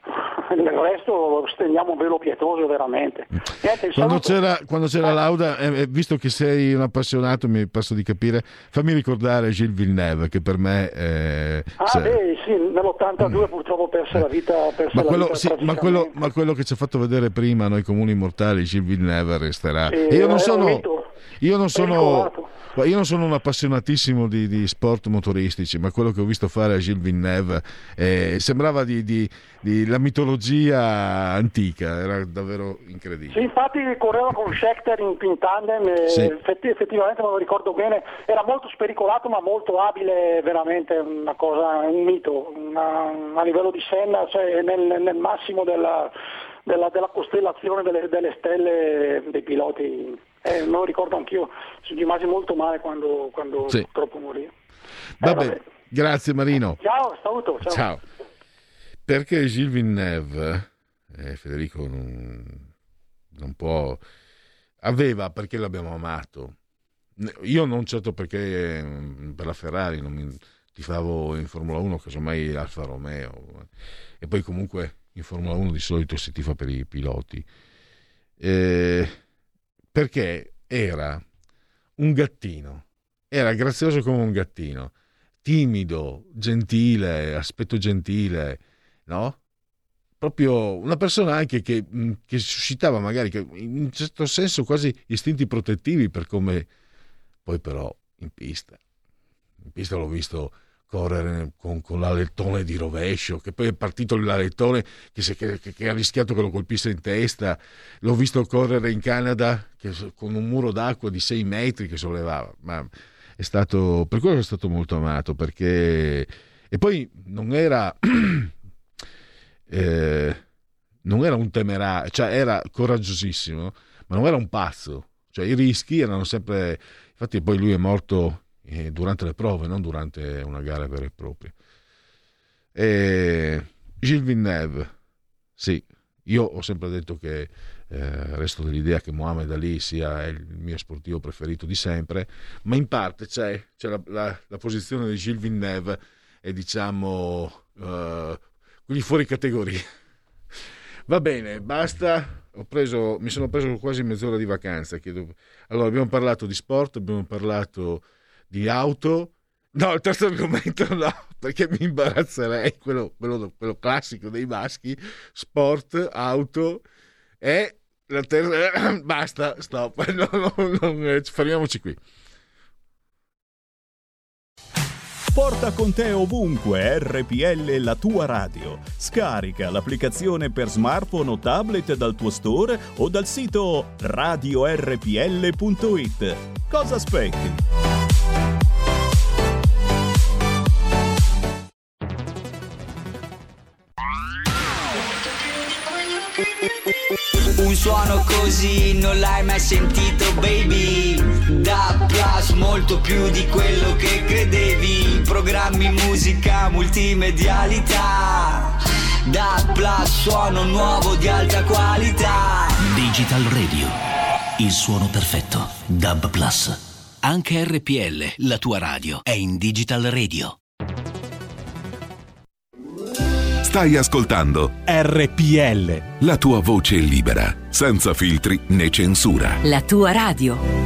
il resto stendiamo un velo pietoso veramente. Niente, Quando saluto. c'era, quando c'era Lauda, eh, visto che sei un appassionato, mi passo di capire, fammi ricordare Gilles Villeneuve, che per me eh, Ah, se- beh, sì, nell'ottantadue purtroppo perse la vita. Perse ma, la quello, vita sì, ma, tragicamente. quello, ma quello che ci ha fatto vedere prima noi comuni mortali, Gilles Villeneuve, resterà. Sì, E io non è sono, un mito io non sono, pericolato. io non sono un appassionatissimo di, di sport motoristici, ma quello che ho visto fare a Gilles Villeneuve eh, sembrava di, di, di la mitologia antica, era davvero incredibile. Sì, infatti correva con Scheckter in, in tandem e Sì. effetti- effettivamente me lo ricordo bene, era molto spericolato ma molto abile, veramente una cosa, un mito, una- a livello di Senna, cioè nel, nel massimo della, della, della costellazione delle, delle stelle dei piloti. Eh, me lo ricordo anch'io, ci rimasi molto male quando, quando Sì. purtroppo morì. Vabbè, grazie Marino. Ciao, saluto. Ciao. Ciao. Perché Gilles Villeneuve, eh, Federico non, non può, aveva, perché l'abbiamo amato, io non certo perché eh, per la Ferrari, non mi tifavo in Formula uno, casomai Alfa Romeo, e poi comunque in Formula uno di solito si tifa per i piloti, eh, perché era un gattino, era grazioso come un gattino, timido, gentile, aspetto gentile, no? Proprio una persona anche che, che suscitava magari che in un certo senso quasi istinti protettivi, per come poi però in pista in pista l'ho visto correre con, con l'alettone di rovescio, che poi è partito l'alettone che, si- che, che, che ha rischiato che lo colpisse in testa. L'ho visto correre in Canada che, con un muro d'acqua di sei metri che sollevava, ma è stato, per quello è stato molto amato, perché e poi non era eh, non era un temerario, cioè era coraggiosissimo, ma non era un pazzo, cioè i rischi erano sempre, infatti poi lui è morto eh, durante le prove, non durante una gara vera e propria. E Gilles Villeneuve, sì, io ho sempre detto che eh, resto dell'idea che Mohamed Ali sia il mio sportivo preferito di sempre, ma in parte c'è, c'è la, la, la posizione di Gilles Villeneuve e diciamo uh, quelli fuori categoria. Va bene, basta. Ho preso, mi sono preso quasi mezz'ora di vacanza. Chiedo... Allora, abbiamo parlato di sport, abbiamo parlato di auto. No, il terzo argomento no, perché mi imbarazzerei. Quello, quello, quello classico dei maschi: sport, auto e la terza. Basta, stop. No, no, no, fermiamoci qui. Porta con te ovunque R P L, la tua radio. Scarica l'applicazione per smartphone o tablet dal tuo store o dal sito radio r p l punto i t. Cosa aspetti? Un suono così non l'hai mai sentito, baby. Da Plus, molto più di quello che credevi. Programmi, musica, multimedialità. Da Plus, suono nuovo di alta qualità. Digital Radio, il suono perfetto. Dub Plus. Anche R P L, la tua radio, è in Digital Radio. Stai ascoltando R P L, la tua voce libera, senza filtri né censura. La tua radio.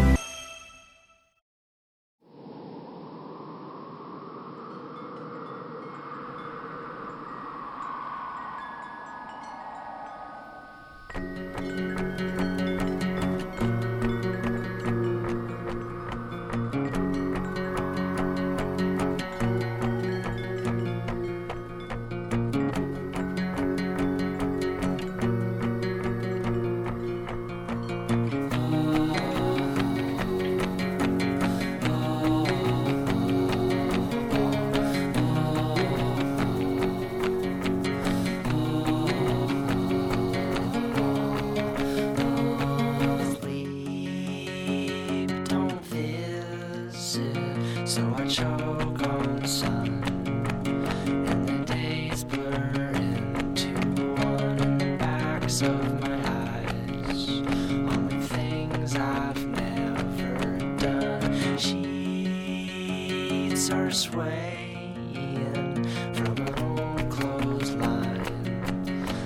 Are swaying from an old clothesline.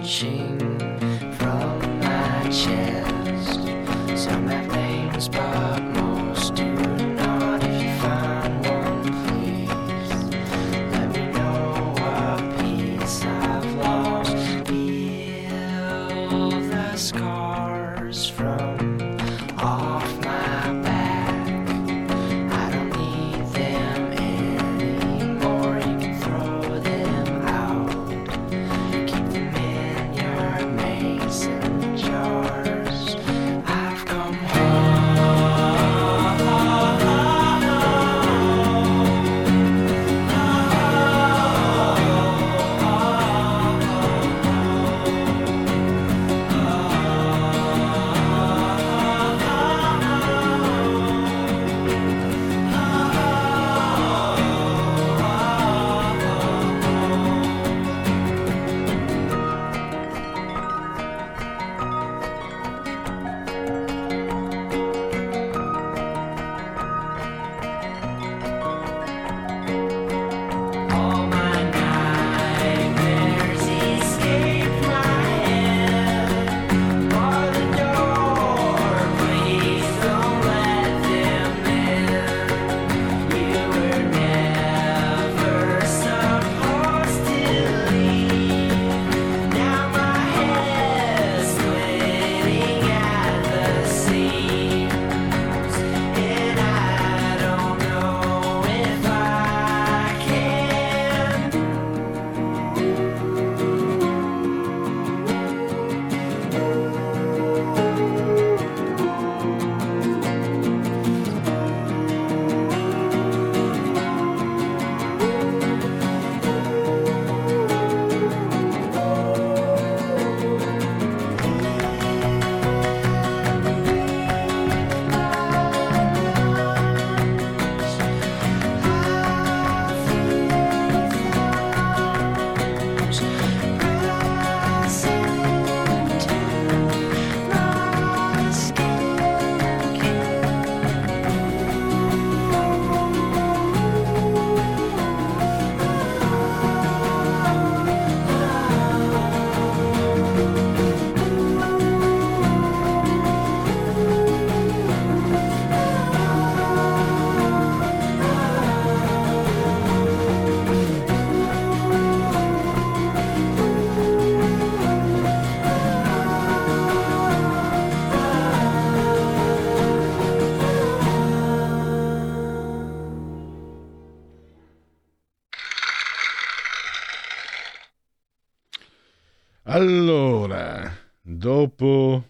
gushing from my chest. Some have names, but most do not. If you find one, please let me know what piece I've lost. Heal the scars from off my back. I don't need them anymore. You can throw them out. Keep them in your mason jars. I've come all my nightmares escape my head. Bar the door, please don't let them in. You were never supposed to leave. Now my head's splitting at the seams, and I don't know if I can. Allora, dopo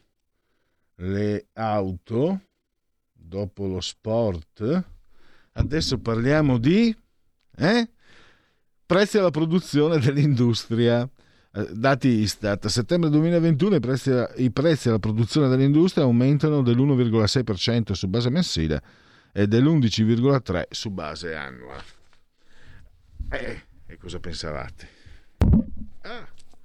le auto, dopo lo sport, adesso parliamo di eh? prezzi alla produzione dell'industria. Eh, dati Istat, a settembre duemilaventuno i prezzi, i prezzi alla produzione dell'industria aumentano dell'uno virgola sei per cento su base mensile e dell'undici virgola tre per cento su base annua. Eh, e cosa pensavate? Ah.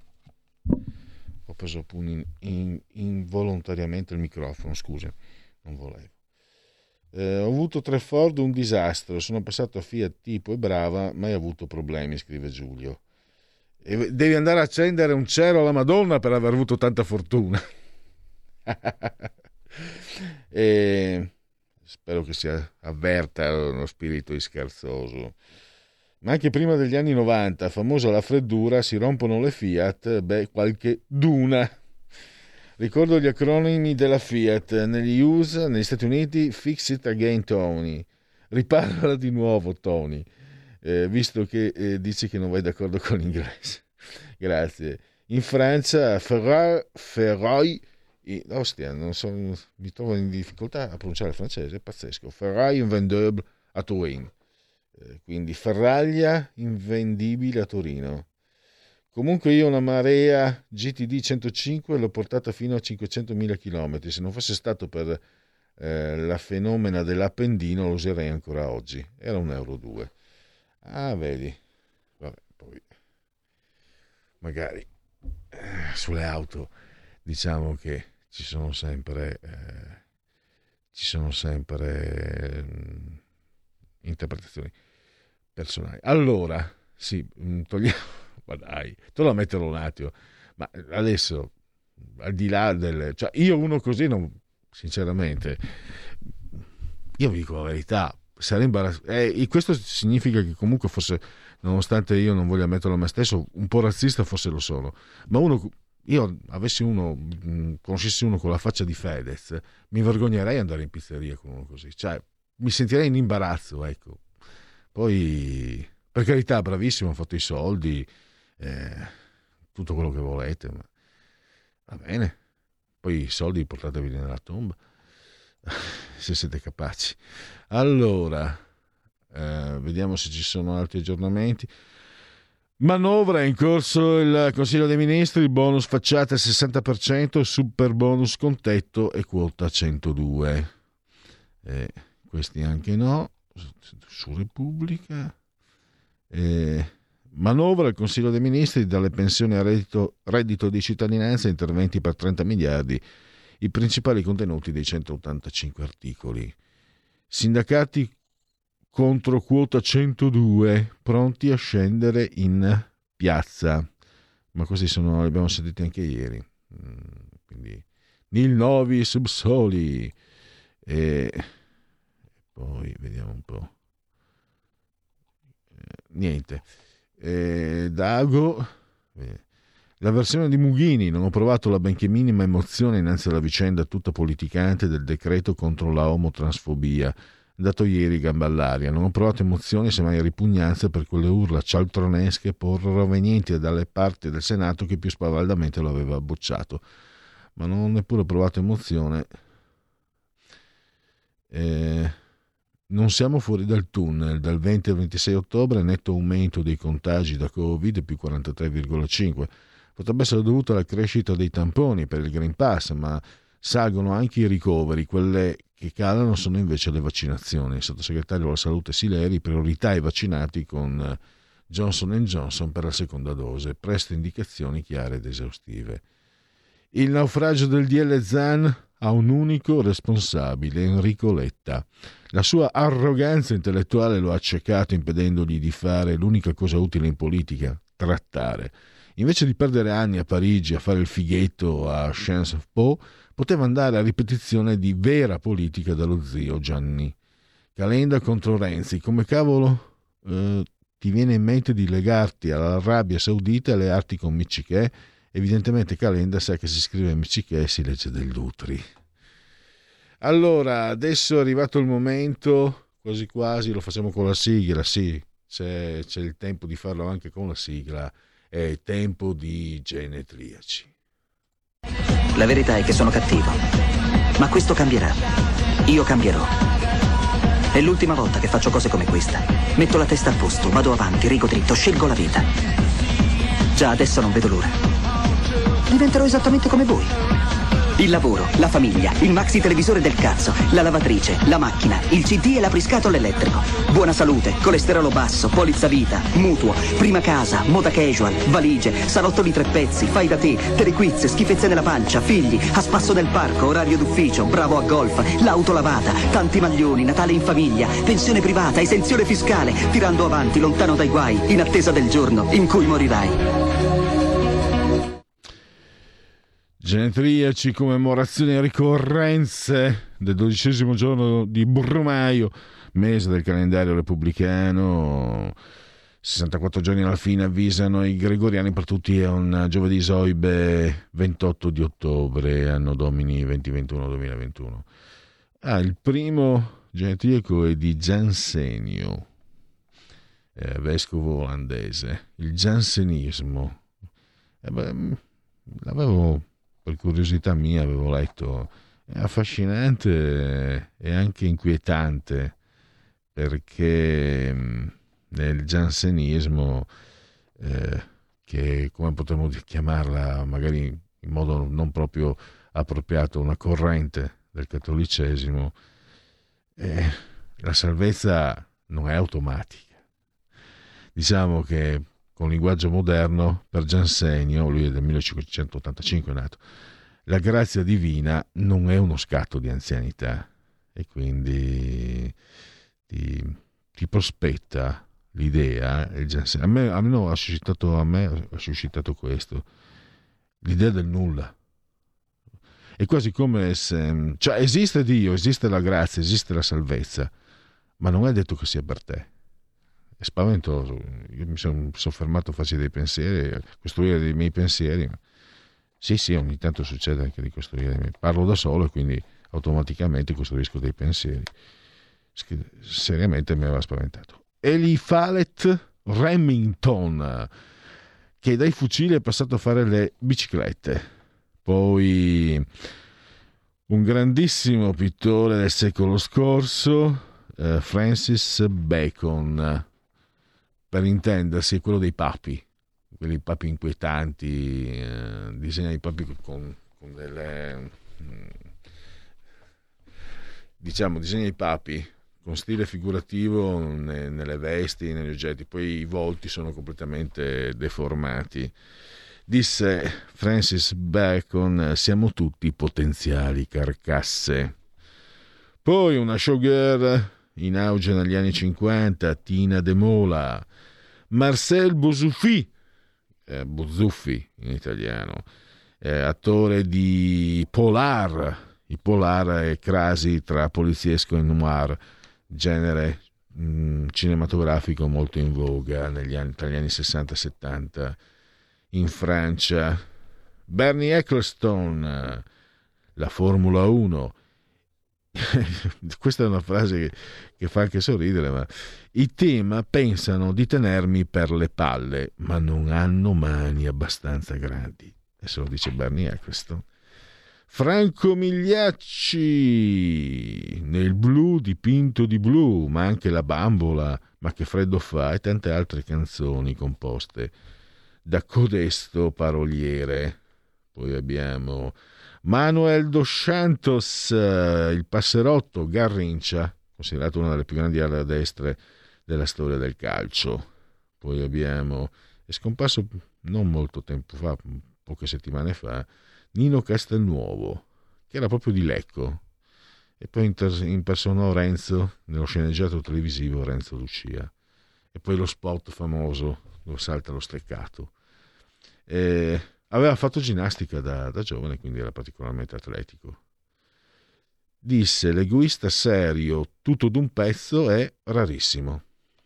Ho preso in, in, involontariamente il microfono, scusa, non volevo. Eh, ho avuto tre Ford, un disastro, sono passato a Fiat Tipo e Brava, mai avuto problemi, scrive Giulio. E devi andare a accendere un cielo alla Madonna per aver avuto tanta fortuna. E spero che si avverta lo spirito scherzoso. Ma anche prima degli anni novanta, famosa la freddura, si rompono le Fiat, beh, qualche duna. Ricordo gli acronimi della Fiat, negli U S, negli Stati Uniti, Fix It Again Tony, riparala di nuovo Tony, eh, visto che eh, dici che non vai d'accordo con l'inglese. Grazie. In Francia, Ferrari, Ferrari ostia, non so, mi trovo in difficoltà a pronunciare il francese, è pazzesco. Ferrari invendable a Turin. Quindi ferraglia invendibile a Torino. Comunque io una Marea G T D centocinque l'ho portata fino a cinquecentomila chilometri. Se non fosse stato per eh, la fenomena dell'Appendino lo userei ancora oggi. Era un euro due. Ah, vedi. Vabbè, poi magari eh, sulle auto diciamo che ci sono sempre eh, ci sono sempre eh, interpretazioni personali. Allora, sì, togliamo, ma dai, te la metterò un attimo. Ma adesso, al di là del... Cioè, io uno così, non, sinceramente, io vi dico la verità, sarei imbarazzato. Eh, e questo significa che comunque forse, nonostante io non voglia ammetterlo a me stesso, un po' razzista forse lo sono. Ma uno... Io avessi uno, conoscessi uno con la faccia di Fedez, mi vergognerei di andare in pizzeria con uno così. Cioè, mi sentirei in imbarazzo, ecco. Poi, per carità, bravissimo, ha fatto i soldi, eh, tutto quello che volete, ma va bene. Poi i soldi portateveli nella tomba, se siete capaci. Allora, eh, vediamo se ci sono altri aggiornamenti. Manovra, in corso il Consiglio dei Ministri, bonus facciata al sessanta per cento, super bonus con tetto e quota centodue. Eh, questi anche no, su Repubblica. Eh, manovra, il Consiglio dei Ministri, dalle pensioni a reddito, reddito di cittadinanza, interventi per trenta miliardi, i principali contenuti dei centottantacinque articoli. Sindacati contro quota centodue, pronti a scendere in piazza. Ma questi sono, li abbiamo sentiti anche ieri. Quindi, nil novi subsoli. E poi vediamo un po'. Niente. E Dago. La versione di Mughini: non ho provato la benché minima emozione innanzi alla vicenda tutta politicante del decreto contro la omotransfobia dato ieri gamba all'aria. Non ho provato emozioni, semmai ripugnanza per quelle urla cialtronesche provenienti dalle parti del Senato che più spavaldamente lo aveva bocciato, ma non ho neppure provato emozione. Eh, non siamo fuori dal tunnel. Dal venti al ventisei ottobre netto aumento dei contagi da Covid, più quarantatré virgola cinque. Potrebbe essere dovuto alla crescita dei tamponi per il Green Pass, ma salgono anche i ricoveri. Quelle che calano sono invece le vaccinazioni. Il sottosegretario della Salute Sileri: priorità ai vaccinati con Johnson and Johnson per la seconda dose, presto indicazioni chiare ed esaustive. Il naufragio del D L Zan ha un unico responsabile, Enrico Letta. La sua arroganza intellettuale lo ha accecato, impedendogli di fare l'unica cosa utile in politica: trattare. Invece di perdere anni a Parigi a fare il fighetto a Sciences Po, poteva andare a ripetizione di vera politica dallo zio Gianni. Calenda contro Renzi. Come cavolo eh, ti viene in mente di legarti all'Arabia Saudita e allearti con Miccichè? Evidentemente Calenda sa che si scrive Miccichè e si legge dell'Utri. Allora, adesso è arrivato il momento, quasi quasi lo facciamo con la sigla, sì, c'è, c'è il tempo di farlo anche con la sigla, è tempo di genetriaci. La verità è che sono cattivo, ma questo cambierà. Io cambierò. È l'ultima volta che faccio cose come questa. Metto la testa a posto, vado avanti, rigo dritto, scelgo la vita. Già adesso non vedo l'ora. Diventerò esattamente come voi. Il lavoro, la famiglia, il maxi televisore del cazzo, la lavatrice, la macchina, il C D e l'apriscatole elettrico. Buona salute, colesterolo basso, polizza vita, mutuo, prima casa, moda casual, valigie, salotto di tre pezzi, fai da te, telequiz, schifezze nella pancia, figli, a spasso nel parco, orario d'ufficio, bravo a golf, l'auto lavata, tanti maglioni, Natale in famiglia, pensione privata, esenzione fiscale, tirando avanti, lontano dai guai, in attesa del giorno in cui morirai. Genetriaci, commemorazioni e ricorrenze del dodicesimo giorno di Brumaio, mese del calendario repubblicano. sessantaquattro giorni alla fine avvisano i gregoriani, per tutti è un giovedì Soibe ventotto di ottobre, anno domini duemilaventuno duemilaventuno. Ah, il primo genetriaco è di Giansenio, eh, vescovo olandese. Il giansenismo, eh beh, l'avevo... per curiosità mia avevo letto, è affascinante e anche inquietante, perché nel giansenismo, eh, che come potremmo chiamarla magari in modo non proprio appropriato, una corrente del cattolicesimo, eh, la salvezza non è automatica. Diciamo che con linguaggio moderno, per Giansenio, lui è del millecinquecentottantacinque è nato, la grazia divina non è uno scatto di anzianità, e quindi ti, ti prospetta l'idea, il Giansenio, a me, a me no, ha suscitato, a me ha suscitato questo, l'idea del nulla. È quasi come se, cioè, esiste Dio, esiste la grazia, esiste la salvezza, ma non è detto che sia per te. È spaventoso. Io mi sono soffermato a farci dei pensieri, a costruire dei miei pensieri. Sì, sì, ogni tanto succede anche di costruire. Parlo da solo e quindi automaticamente costruisco dei pensieri. Seriamente mi aveva spaventato. Eliphas Remington, che dai fucili è passato a fare le biciclette. Poi un grandissimo pittore del secolo scorso, eh, Francis Bacon, per intendersi, quello dei papi, quelli papi inquietanti, eh, disegna i papi con, con delle, diciamo, disegna i papi con stile figurativo ne, nelle vesti, negli oggetti, poi i volti sono completamente deformati. Disse Francis Bacon: siamo tutti potenziali carcasse. Poi una showgirl in auge negli anni cinquanta, Tina De Mola. Marcel Bozuffi, eh, Bozuffi in italiano, eh, attore di Polar. I Polar è crasi tra poliziesco e noir, genere mh, cinematografico molto in voga negli anni, tra gli anni sessanta e settanta in Francia. Bernie Ecclestone, la Formula uno. Questa è una frase che, che fa anche sorridere, ma i team pensano di tenermi per le palle, ma non hanno mani abbastanza grandi. Adesso lo dice Bernie Ecclestone. Franco Migliacci, nel blu dipinto di blu, ma anche La bambola, Ma che freddo fa, e tante altre canzoni composte da codesto paroliere. Poi abbiamo Manuel dos Santos, il passerotto, Garrincha, considerato una delle più grandi ala destre della storia del calcio. Poi abbiamo, è scomparso non molto tempo fa, poche settimane fa, Nino Castelnuovo, che era proprio di Lecco, e poi impersonò Renzo nello sceneggiato televisivo Renzo Lucia, e poi lo spot famoso dove salta lo steccato. E aveva fatto ginnastica da, da giovane, quindi era particolarmente atletico. Disse: l'egoista serio tutto d'un pezzo è rarissimo.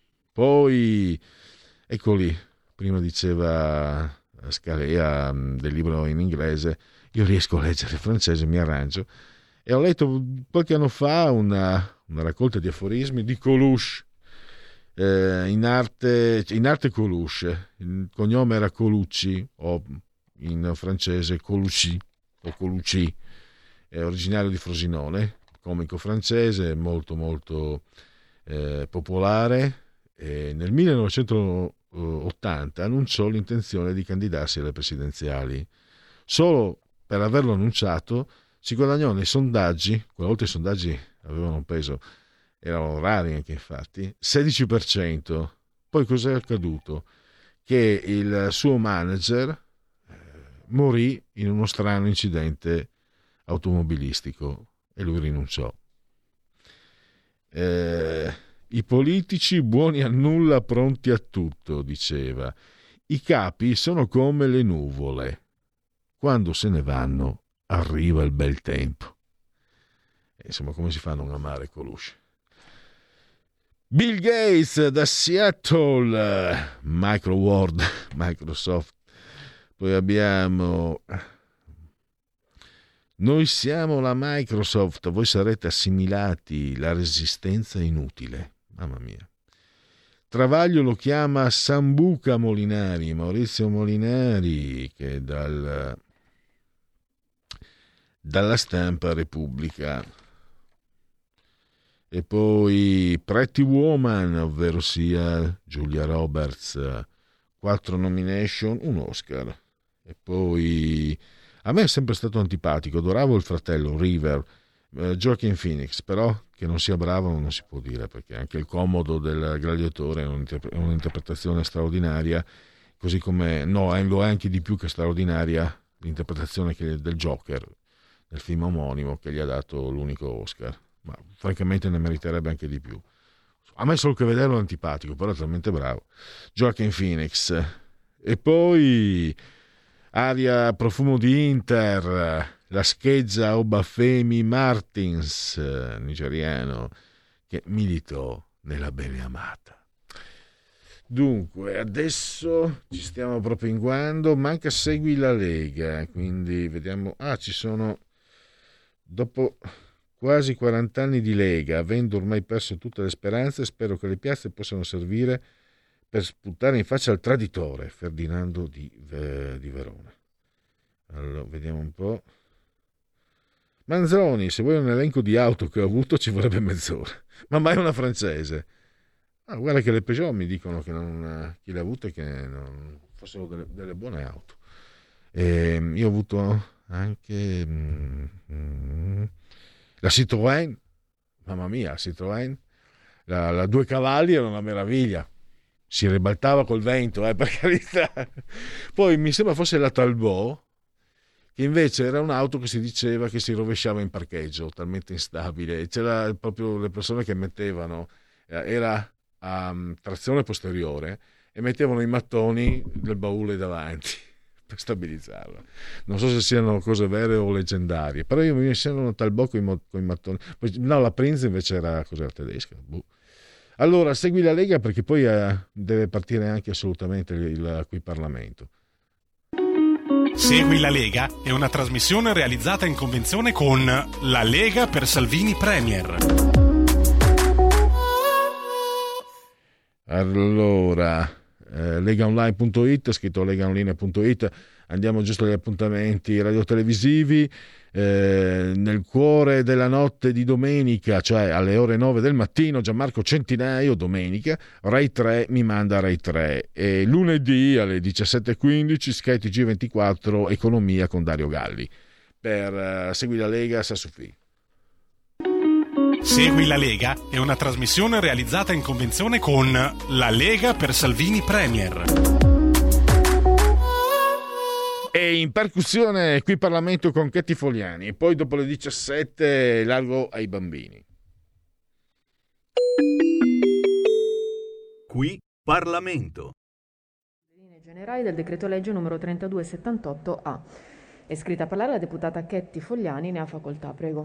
Poi ecco lì, prima diceva Scalea del libro in inglese, io riesco a leggere il francese, mi arrangio, e ho letto qualche anno fa una, una raccolta di aforismi di Coluche, eh, in arte in arte Coluche, il cognome era Colucci, o in francese Colucci o Colucci, è originario di Frosinone, comico francese molto molto eh, popolare, e nel millenovecentottanta annunciò l'intenzione di candidarsi alle presidenziali. Solo per averlo annunciato si guadagnò nei sondaggi, quella volta i sondaggi avevano un peso, erano rari anche infatti, sedici per cento. Poi cos'è accaduto? Che il suo manager eh, morì in uno strano incidente automobilistico e lui rinunciò. Eh, I politici buoni a nulla, pronti a tutto, diceva. I capi sono come le nuvole. Quando se ne vanno, arriva il bel tempo. E insomma, come si fa a non amare Coluche? Bill Gates da Seattle, Microword, Microsoft. Poi abbiamo: noi siamo la Microsoft, voi sarete assimilati, la resistenza inutile. Mamma mia. Travaglio lo chiama Sambuca Molinari, Maurizio Molinari, che dal, dalla Stampa Repubblica. E poi Pretty Woman, ovvero sia Julia Roberts, quattro nomination, un Oscar. E poi a me è sempre stato antipatico, adoravo il fratello River, eh, Joaquin Phoenix, però che non sia bravo non si può dire, perché anche il comodo del gladiatore è un'interpretazione straordinaria, così come no, lo è anche di più che straordinaria l'interpretazione che del Joker nel film omonimo, che gli ha dato l'unico Oscar, ma francamente ne meriterebbe anche di più. A me solo che vederlo è antipatico, però è talmente bravo. Joaquin Phoenix. E poi aria profumo di Inter, la scheggia Obafemi Martins, nigeriano, che militò nella beneamata. Dunque, adesso ci stiamo propinguando, manca Segui la Lega, quindi vediamo, ah ci sono, dopo quasi quaranta anni di Lega, avendo ormai perso tutte le speranze, spero che le piazze possano servire per sputare in faccia al traditore Ferdinando di, eh, di Verona. Allora, vediamo un po'. Manzoni, se vuoi un elenco di auto che ho avuto ci vorrebbe mezz'ora, ma mai una francese. Ah, guarda che le Peugeot mi dicono che non, chi le ha avute che non fossero delle, delle buone auto. E io ho avuto anche mm, mm, la Citroën, mamma mia, la Citroën, la, la due cavalli era una meraviglia, si ribaltava col vento, eh, per carità. Poi mi sembra fosse la Talbot, che invece era un'auto che si diceva che si rovesciava in parcheggio, talmente instabile. C'era proprio le persone che mettevano, era a trazione posteriore e mettevano i mattoni del baule davanti per stabilizzarla. Non so se siano cose vere o leggendarie, però io mi sembra Talbot con i mattoni. No, la Prinz invece era cos'era tedesca. Boh. Allora, segui la Lega perché poi eh, deve partire anche assolutamente il, il qui Parlamento. Segui la Lega è una trasmissione realizzata in convenzione con La Lega per Salvini Premier. Allora, eh, legaonline punto it, scritto legaonline punto it, andiamo giusto agli appuntamenti radiotelevisivi. Eh, nel cuore della notte di domenica, cioè alle ore nove del mattino, Gianmarco Centinaio, domenica, Rai tre mi manda Rai tre, e lunedì alle diciassette e quindici Sky T G ventiquattro Economia con Dario Galli. Per uh, Segui la Lega, Sassufì. Segui la Lega è una trasmissione realizzata in convenzione con La Lega per Salvini Premier. E in percussione qui Parlamento con Chetti Foliani, e poi dopo le diciassette largo ai bambini. Qui Parlamento. Linee generali del decreto legge numero trentadue settantotto A. È iscritta a parlare la deputata Chetti Foliani, ne ha facoltà, prego.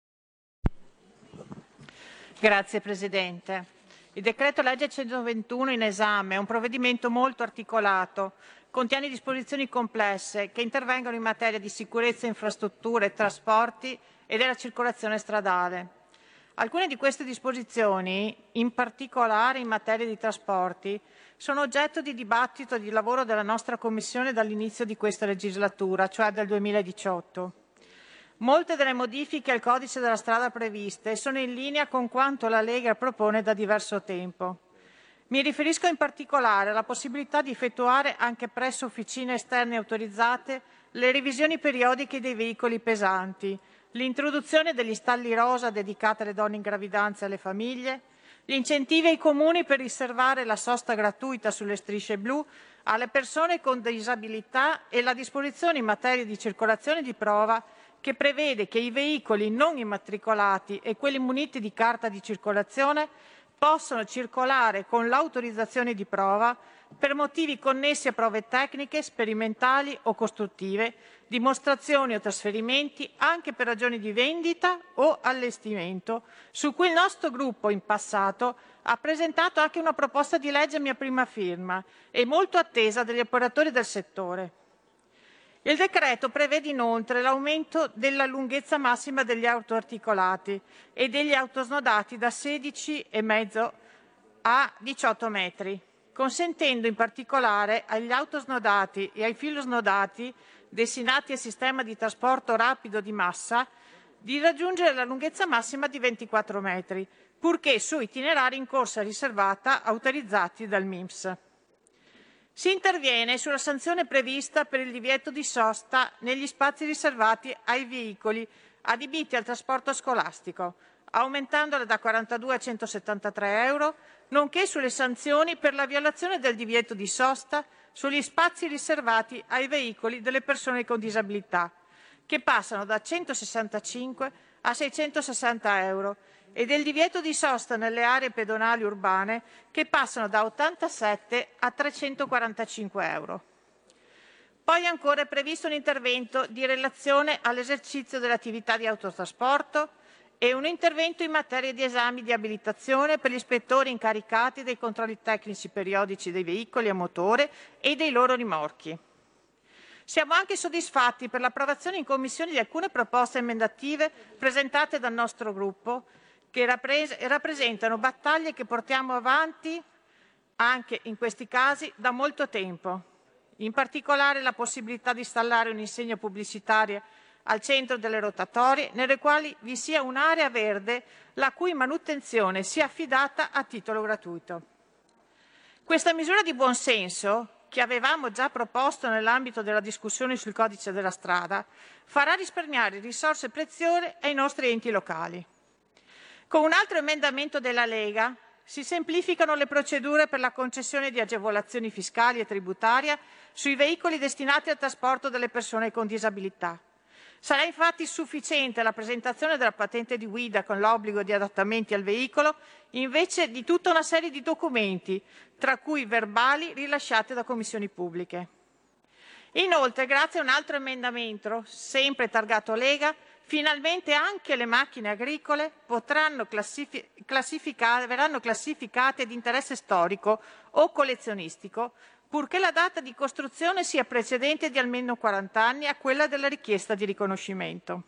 Grazie Presidente. Il decreto legge centoventuno in esame è un provvedimento molto articolato, contiene disposizioni complesse che intervengono in materia di sicurezza, infrastrutture, trasporti e della circolazione stradale. Alcune di queste disposizioni, in particolare in materia di trasporti, sono oggetto di dibattito e di lavoro della nostra Commissione dall'inizio di questa legislatura, cioè del duemiladiciotto. Molte delle modifiche al codice della strada previste sono in linea con quanto la Lega propone da diverso tempo. Mi riferisco in particolare alla possibilità di effettuare anche presso officine esterne autorizzate le revisioni periodiche dei veicoli pesanti, l'introduzione degli stalli rosa dedicati alle donne in gravidanza e alle famiglie, gli incentivi ai comuni per riservare la sosta gratuita sulle strisce blu alle persone con disabilità e la disposizione in materia di circolazione di prova che prevede che i veicoli non immatricolati e quelli muniti di carta di circolazione possono circolare con l'autorizzazione di prova per motivi connessi a prove tecniche, sperimentali o costruttive, dimostrazioni o trasferimenti anche per ragioni di vendita o allestimento, su cui il nostro gruppo in passato ha presentato anche una proposta di legge a mia prima firma e molto attesa dagli operatori del settore. Il decreto prevede inoltre l'aumento della lunghezza massima degli autoarticolati e degli autosnodati da sedici e mezzo a diciotto metri, consentendo in particolare agli autosnodati e ai filosnodati destinati al sistema di trasporto rapido di massa di raggiungere la lunghezza massima di ventiquattro metri, purché su itinerari in corsa riservata autorizzati dal M I M S. Si interviene sulla sanzione prevista per il divieto di sosta negli spazi riservati ai veicoli adibiti al trasporto scolastico, aumentandola da quarantadue a centosettantatré euro, nonché sulle sanzioni per la violazione del divieto di sosta sugli spazi riservati ai veicoli delle persone con disabilità, che passano da centosessantacinque a seicentosessanta euro, e del divieto di sosta nelle aree pedonali urbane, che passano da ottantasette a trecentoquarantacinque euro. Poi ancora è previsto un intervento di relazione all'esercizio dell'attività di autotrasporto e un intervento in materia di esami di abilitazione per gli ispettori incaricati dei controlli tecnici periodici dei veicoli a motore e dei loro rimorchi. Siamo anche soddisfatti per l'approvazione in Commissione di alcune proposte emendative presentate dal nostro gruppo che rappres- rappresentano battaglie che portiamo avanti anche in questi casi da molto tempo. In particolare la possibilità di installare un'insegna pubblicitaria al centro delle rotatorie nelle quali vi sia un'area verde la cui manutenzione sia affidata a titolo gratuito. Questa misura di buonsenso, che avevamo già proposto nell'ambito della discussione sul codice della strada, farà risparmiare risorse preziose ai nostri enti locali. Con un altro emendamento della Lega si semplificano le procedure per la concessione di agevolazioni fiscali e tributarie sui veicoli destinati al trasporto delle persone con disabilità. Sarà infatti sufficiente la presentazione della patente di guida con l'obbligo di adattamenti al veicolo invece di tutta una serie di documenti, tra cui verbali rilasciati da commissioni pubbliche. Inoltre, grazie a un altro emendamento, sempre targato Lega, finalmente anche le macchine agricole potranno classifi- classificare, verranno classificate di interesse storico o collezionistico, purché la data di costruzione sia precedente di almeno quaranta anni a quella della richiesta di riconoscimento.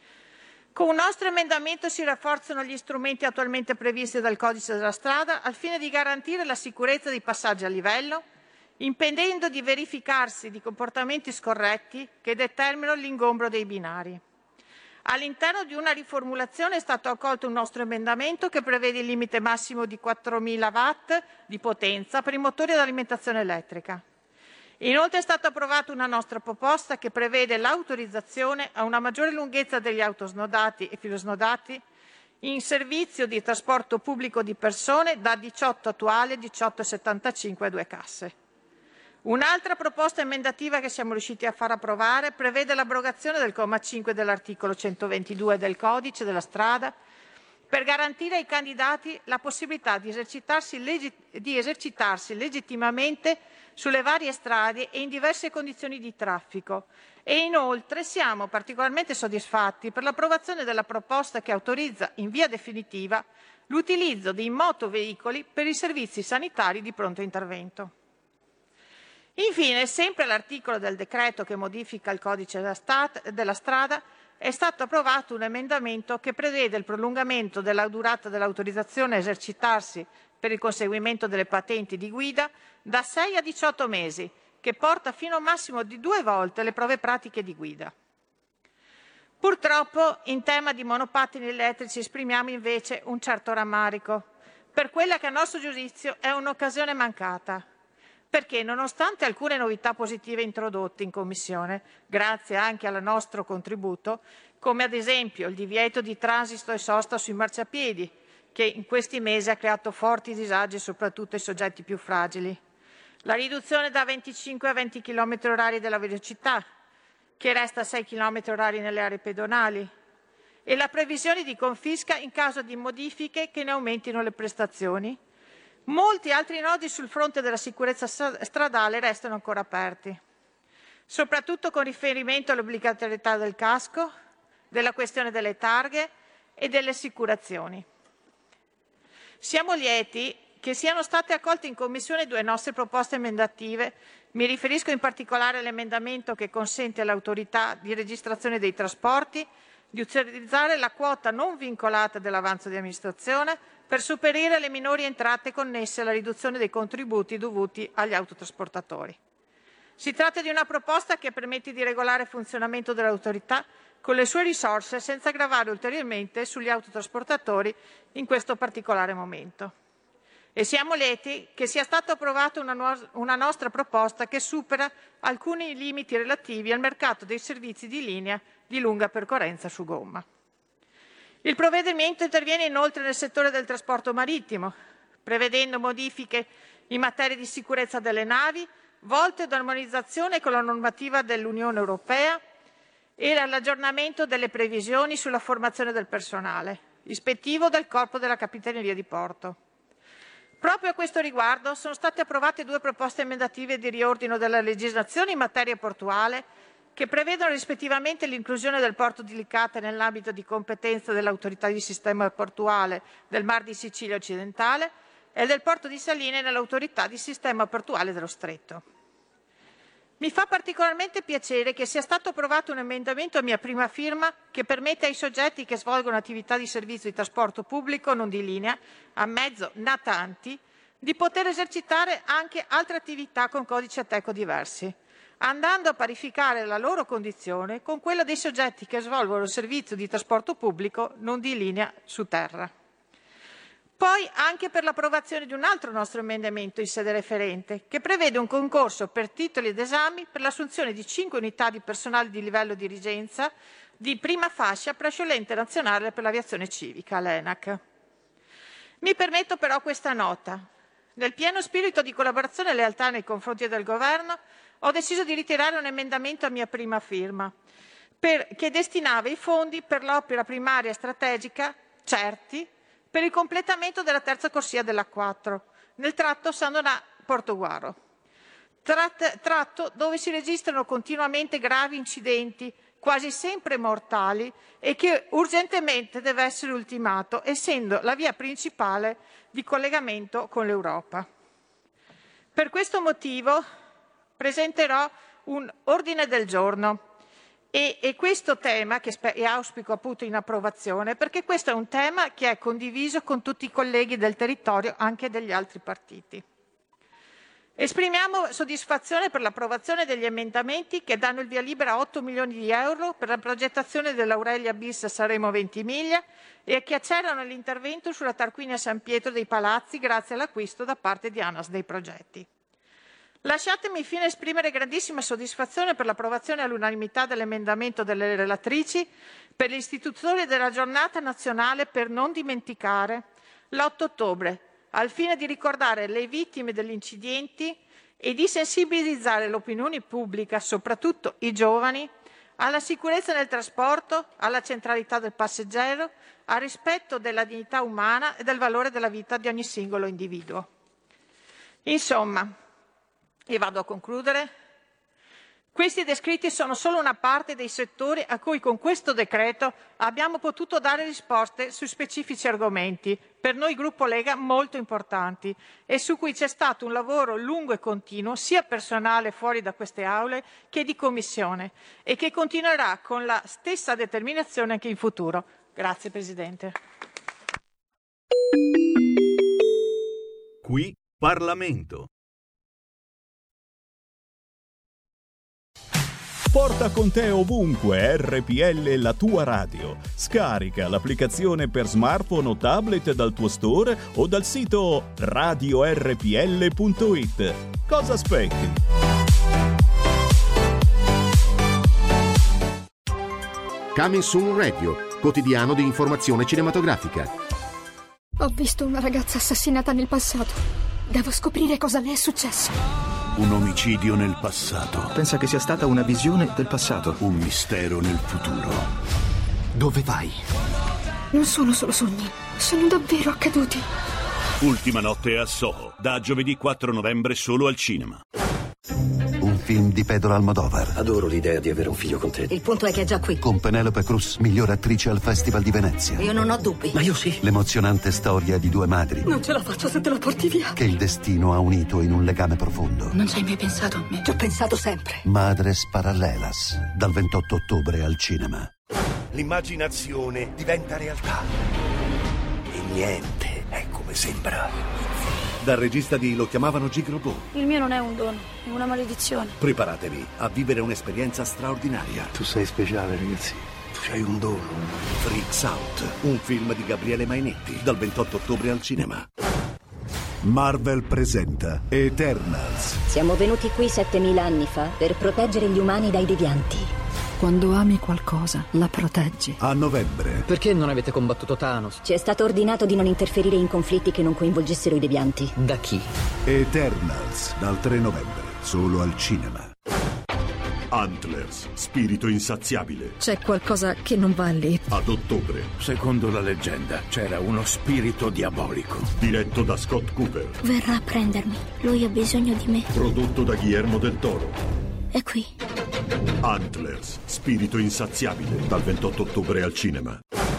Con un nostro emendamento si rafforzano gli strumenti attualmente previsti dal Codice della strada al fine di garantire la sicurezza dei passaggi a livello, impedendo di verificarsi di comportamenti scorretti che determinano l'ingombro dei binari. All'interno di una riformulazione è stato accolto un nostro emendamento che prevede il limite massimo di quattromila watt di potenza per i motori ad alimentazione elettrica. Inoltre è stata approvata una nostra proposta che prevede l'autorizzazione a una maggiore lunghezza degli autosnodati e filosnodati in servizio di trasporto pubblico di persone da diciotto attuali a diciotto virgola settantacinque a due casse. Un'altra proposta emendativa che siamo riusciti a far approvare prevede l'abrogazione del comma cinque dell'articolo centoventidue del Codice della strada per garantire ai candidati la possibilità di esercitarsi, legit- di esercitarsi legittimamente sulle varie strade e in diverse condizioni di traffico. E inoltre siamo particolarmente soddisfatti per l'approvazione della proposta che autorizza in via definitiva l'utilizzo di motoveicoli per i servizi sanitari di pronto intervento. Infine, sempre l'articolo del decreto che modifica il codice della, stat- della strada, è stato approvato un emendamento che prevede il prolungamento della durata dell'autorizzazione a esercitarsi per il conseguimento delle patenti di guida da sei a diciotto mesi, che porta fino a un massimo di due volte le prove pratiche di guida. Purtroppo, in tema di monopattini elettrici esprimiamo invece un certo rammarico per quella che a nostro giudizio è un'occasione mancata, perché nonostante alcune novità positive introdotte in Commissione, grazie anche al nostro contributo, come ad esempio il divieto di transito e sosta sui marciapiedi, che in questi mesi ha creato forti disagi soprattutto ai soggetti più fragili, la riduzione da venticinque a venti chilometri orari della velocità, che resta a sei chilometri orari nelle aree pedonali, e la previsione di confisca in caso di modifiche che ne aumentino le prestazioni. Molti altri nodi sul fronte della sicurezza stradale restano ancora aperti, soprattutto con riferimento all'obbligatorietà del casco, della questione delle targhe e delle assicurazioni. Siamo lieti che siano state accolte in Commissione due nostre proposte emendative. Mi riferisco in particolare all'emendamento che consente all'autorità di registrazione dei trasporti di utilizzare la quota non vincolata dell'avanzo di amministrazione per superare le minori entrate connesse alla riduzione dei contributi dovuti agli autotrasportatori. Si tratta di una proposta che permette di regolare il funzionamento dell'autorità con le sue risorse senza gravare ulteriormente sugli autotrasportatori in questo particolare momento. E siamo lieti che sia stata approvata una, nu- una nostra proposta che supera alcuni limiti relativi al mercato dei servizi di linea di lunga percorrenza su gomma. Il provvedimento interviene inoltre nel settore del trasporto marittimo, prevedendo modifiche in materia di sicurezza delle navi, volte ad armonizzazione con la normativa dell'Unione Europea e all'aggiornamento delle previsioni sulla formazione del personale, ispettivo del Corpo della Capitaneria di Porto. Proprio a questo riguardo sono state approvate due proposte emendative di riordino della legislazione in materia portuale che prevedono rispettivamente l'inclusione del porto di Licata nell'ambito di competenza dell'autorità di sistema portuale del Mar di Sicilia occidentale e del porto di Saline nell'autorità di sistema portuale dello Stretto. Mi fa particolarmente piacere che sia stato approvato un emendamento a mia prima firma che permette ai soggetti che svolgono attività di servizio di trasporto pubblico non di linea, a mezzo natanti, di poter esercitare anche altre attività con codici Ateco diversi, andando a parificare la loro condizione con quella dei soggetti che svolgono il servizio di trasporto pubblico non di linea su terra. Poi anche per l'approvazione di un altro nostro emendamento in sede referente, che prevede un concorso per titoli ed esami per l'assunzione di cinque unità di personale di livello dirigenza di prima fascia presso l'Ente Nazionale per l'Aviazione Civica, l'ENAC. Mi permetto però questa nota. Nel pieno spirito di collaborazione e lealtà nei confronti del Governo, ho deciso di ritirare un emendamento a mia prima firma, per, che destinava i fondi per l'opera primaria strategica, certi, per il completamento della terza corsia dell'A quattro, nel tratto Sandonà-Portoguaro, Trat, tratto dove si registrano continuamente gravi incidenti, quasi sempre mortali, e che urgentemente deve essere ultimato, essendo la via principale di collegamento con l'Europa. Per questo motivo presenterò un ordine del giorno e, e questo tema, che spe- e auspico appunto in approvazione, perché questo è un tema che è condiviso con tutti i colleghi del territorio, anche degli altri partiti. Esprimiamo soddisfazione per l'approvazione degli emendamenti che danno il via libera a otto milioni di euro per la progettazione dell'Aurelia bis Sanremo Ventimiglia e che accelerano l'intervento sulla Tarquinia San Pietro dei Palazzi grazie all'acquisto da parte di ANAS dei progetti. Lasciatemi infine esprimere grandissima soddisfazione per l'approvazione all'unanimità dell'emendamento delle relatrici per l'istituzione della giornata nazionale per non dimenticare l'otto ottobre, al fine di ricordare le vittime degli incidenti e di sensibilizzare l'opinione pubblica, soprattutto i giovani, alla sicurezza nel trasporto, alla centralità del passeggero, al rispetto della dignità umana e del valore della vita di ogni singolo individuo. Insomma, e vado a concludere, questi descritti sono solo una parte dei settori a cui con questo decreto abbiamo potuto dare risposte su specifici argomenti, per noi gruppo Lega molto importanti, e su cui c'è stato un lavoro lungo e continuo, sia personale fuori da queste aule che di commissione, e che continuerà con la stessa determinazione anche in futuro. Grazie Presidente. Qui Parlamento. Porta con te ovunque R P L la tua radio. Scarica l'applicazione per smartphone o tablet dal tuo store o dal sito radio R P L punto it. Cosa aspetti? Coming Soon Radio, quotidiano di informazione cinematografica. Ho visto una ragazza assassinata nel passato. Devo scoprire cosa le è successo. Un omicidio nel passato. Pensa che sia stata una visione del passato. Un mistero nel futuro. Dove vai? Non sono solo sogni, sono davvero accaduti. Ultima notte a Soho, da giovedì quattro novembre solo al cinema. Un film di Pedro Almodovar. Adoro l'idea di avere un figlio con te. Il punto è che è già qui. Con Penelope Cruz, miglior attrice al Festival di Venezia. Io non ho dubbi. Ma io sì. L'emozionante storia di due madri. Non ce la faccio se te la porti via. Che il destino ha unito in un legame profondo. Non ci hai mai pensato a me? Ci ho pensato sempre. Madres Paralelas, dal ventotto ottobre al cinema. L'immaginazione diventa realtà. E niente è come sembra. Dal regista di Lo chiamavano Gigrobo. Il mio non è un dono, è una maledizione. Preparatevi a vivere un'esperienza straordinaria. Tu sei speciale, ragazzi. Tu hai un dono. Freaks Out, un film di Gabriele Mainetti, dal ventotto ottobre al cinema. Marvel presenta Eternals. Siamo venuti qui settemila anni fa per proteggere gli umani dai devianti. Quando ami qualcosa, la proteggi. A novembre. Perché non avete combattuto Thanos? Ci è stato ordinato di non interferire in conflitti che non coinvolgessero i devianti. Da chi? Eternals, dal tre novembre, solo al cinema. Antlers, spirito insaziabile. C'è qualcosa che non va lì. Ad ottobre. Secondo la leggenda c'era uno spirito diabolico. Diretto da Scott Cooper. Verrà a prendermi. Lui ha bisogno di me. Prodotto da Guillermo del Toro. È qui. Antlers, spirito insaziabile. Dal ventotto ottobre al cinema.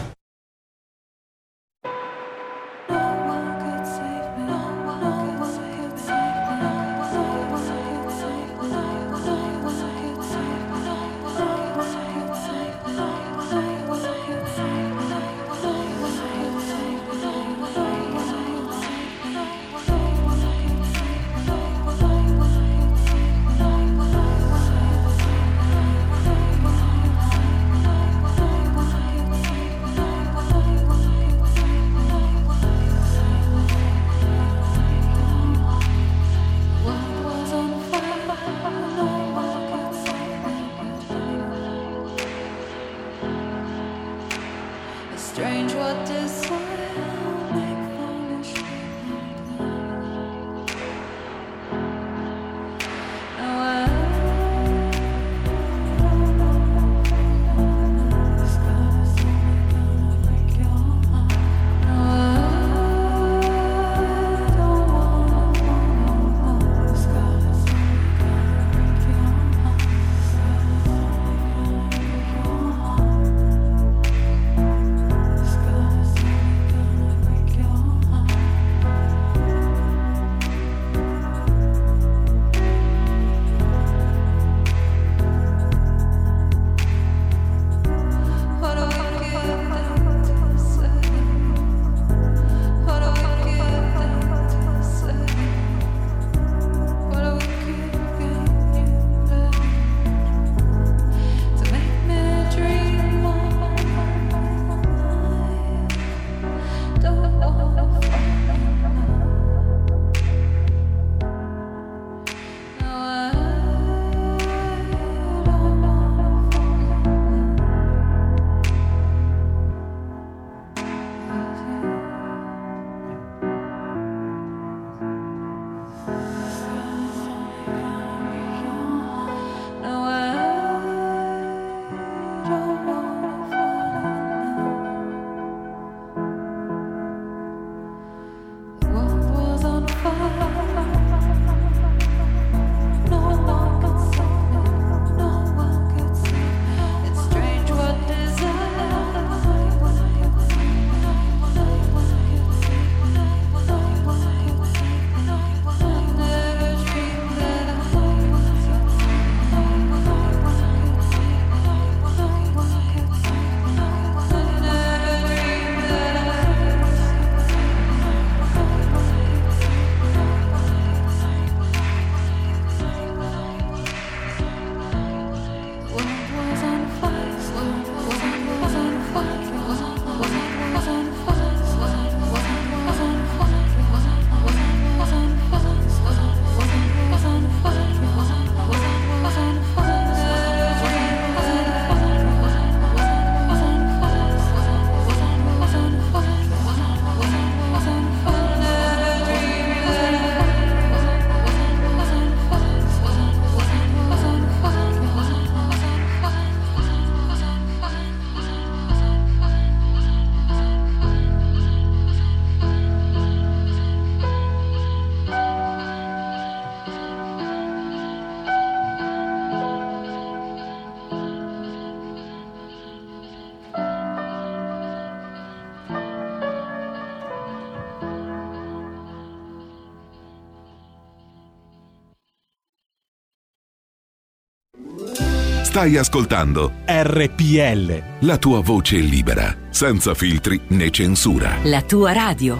Stai ascoltando R P L, la tua voce libera, senza filtri né censura. La tua radio.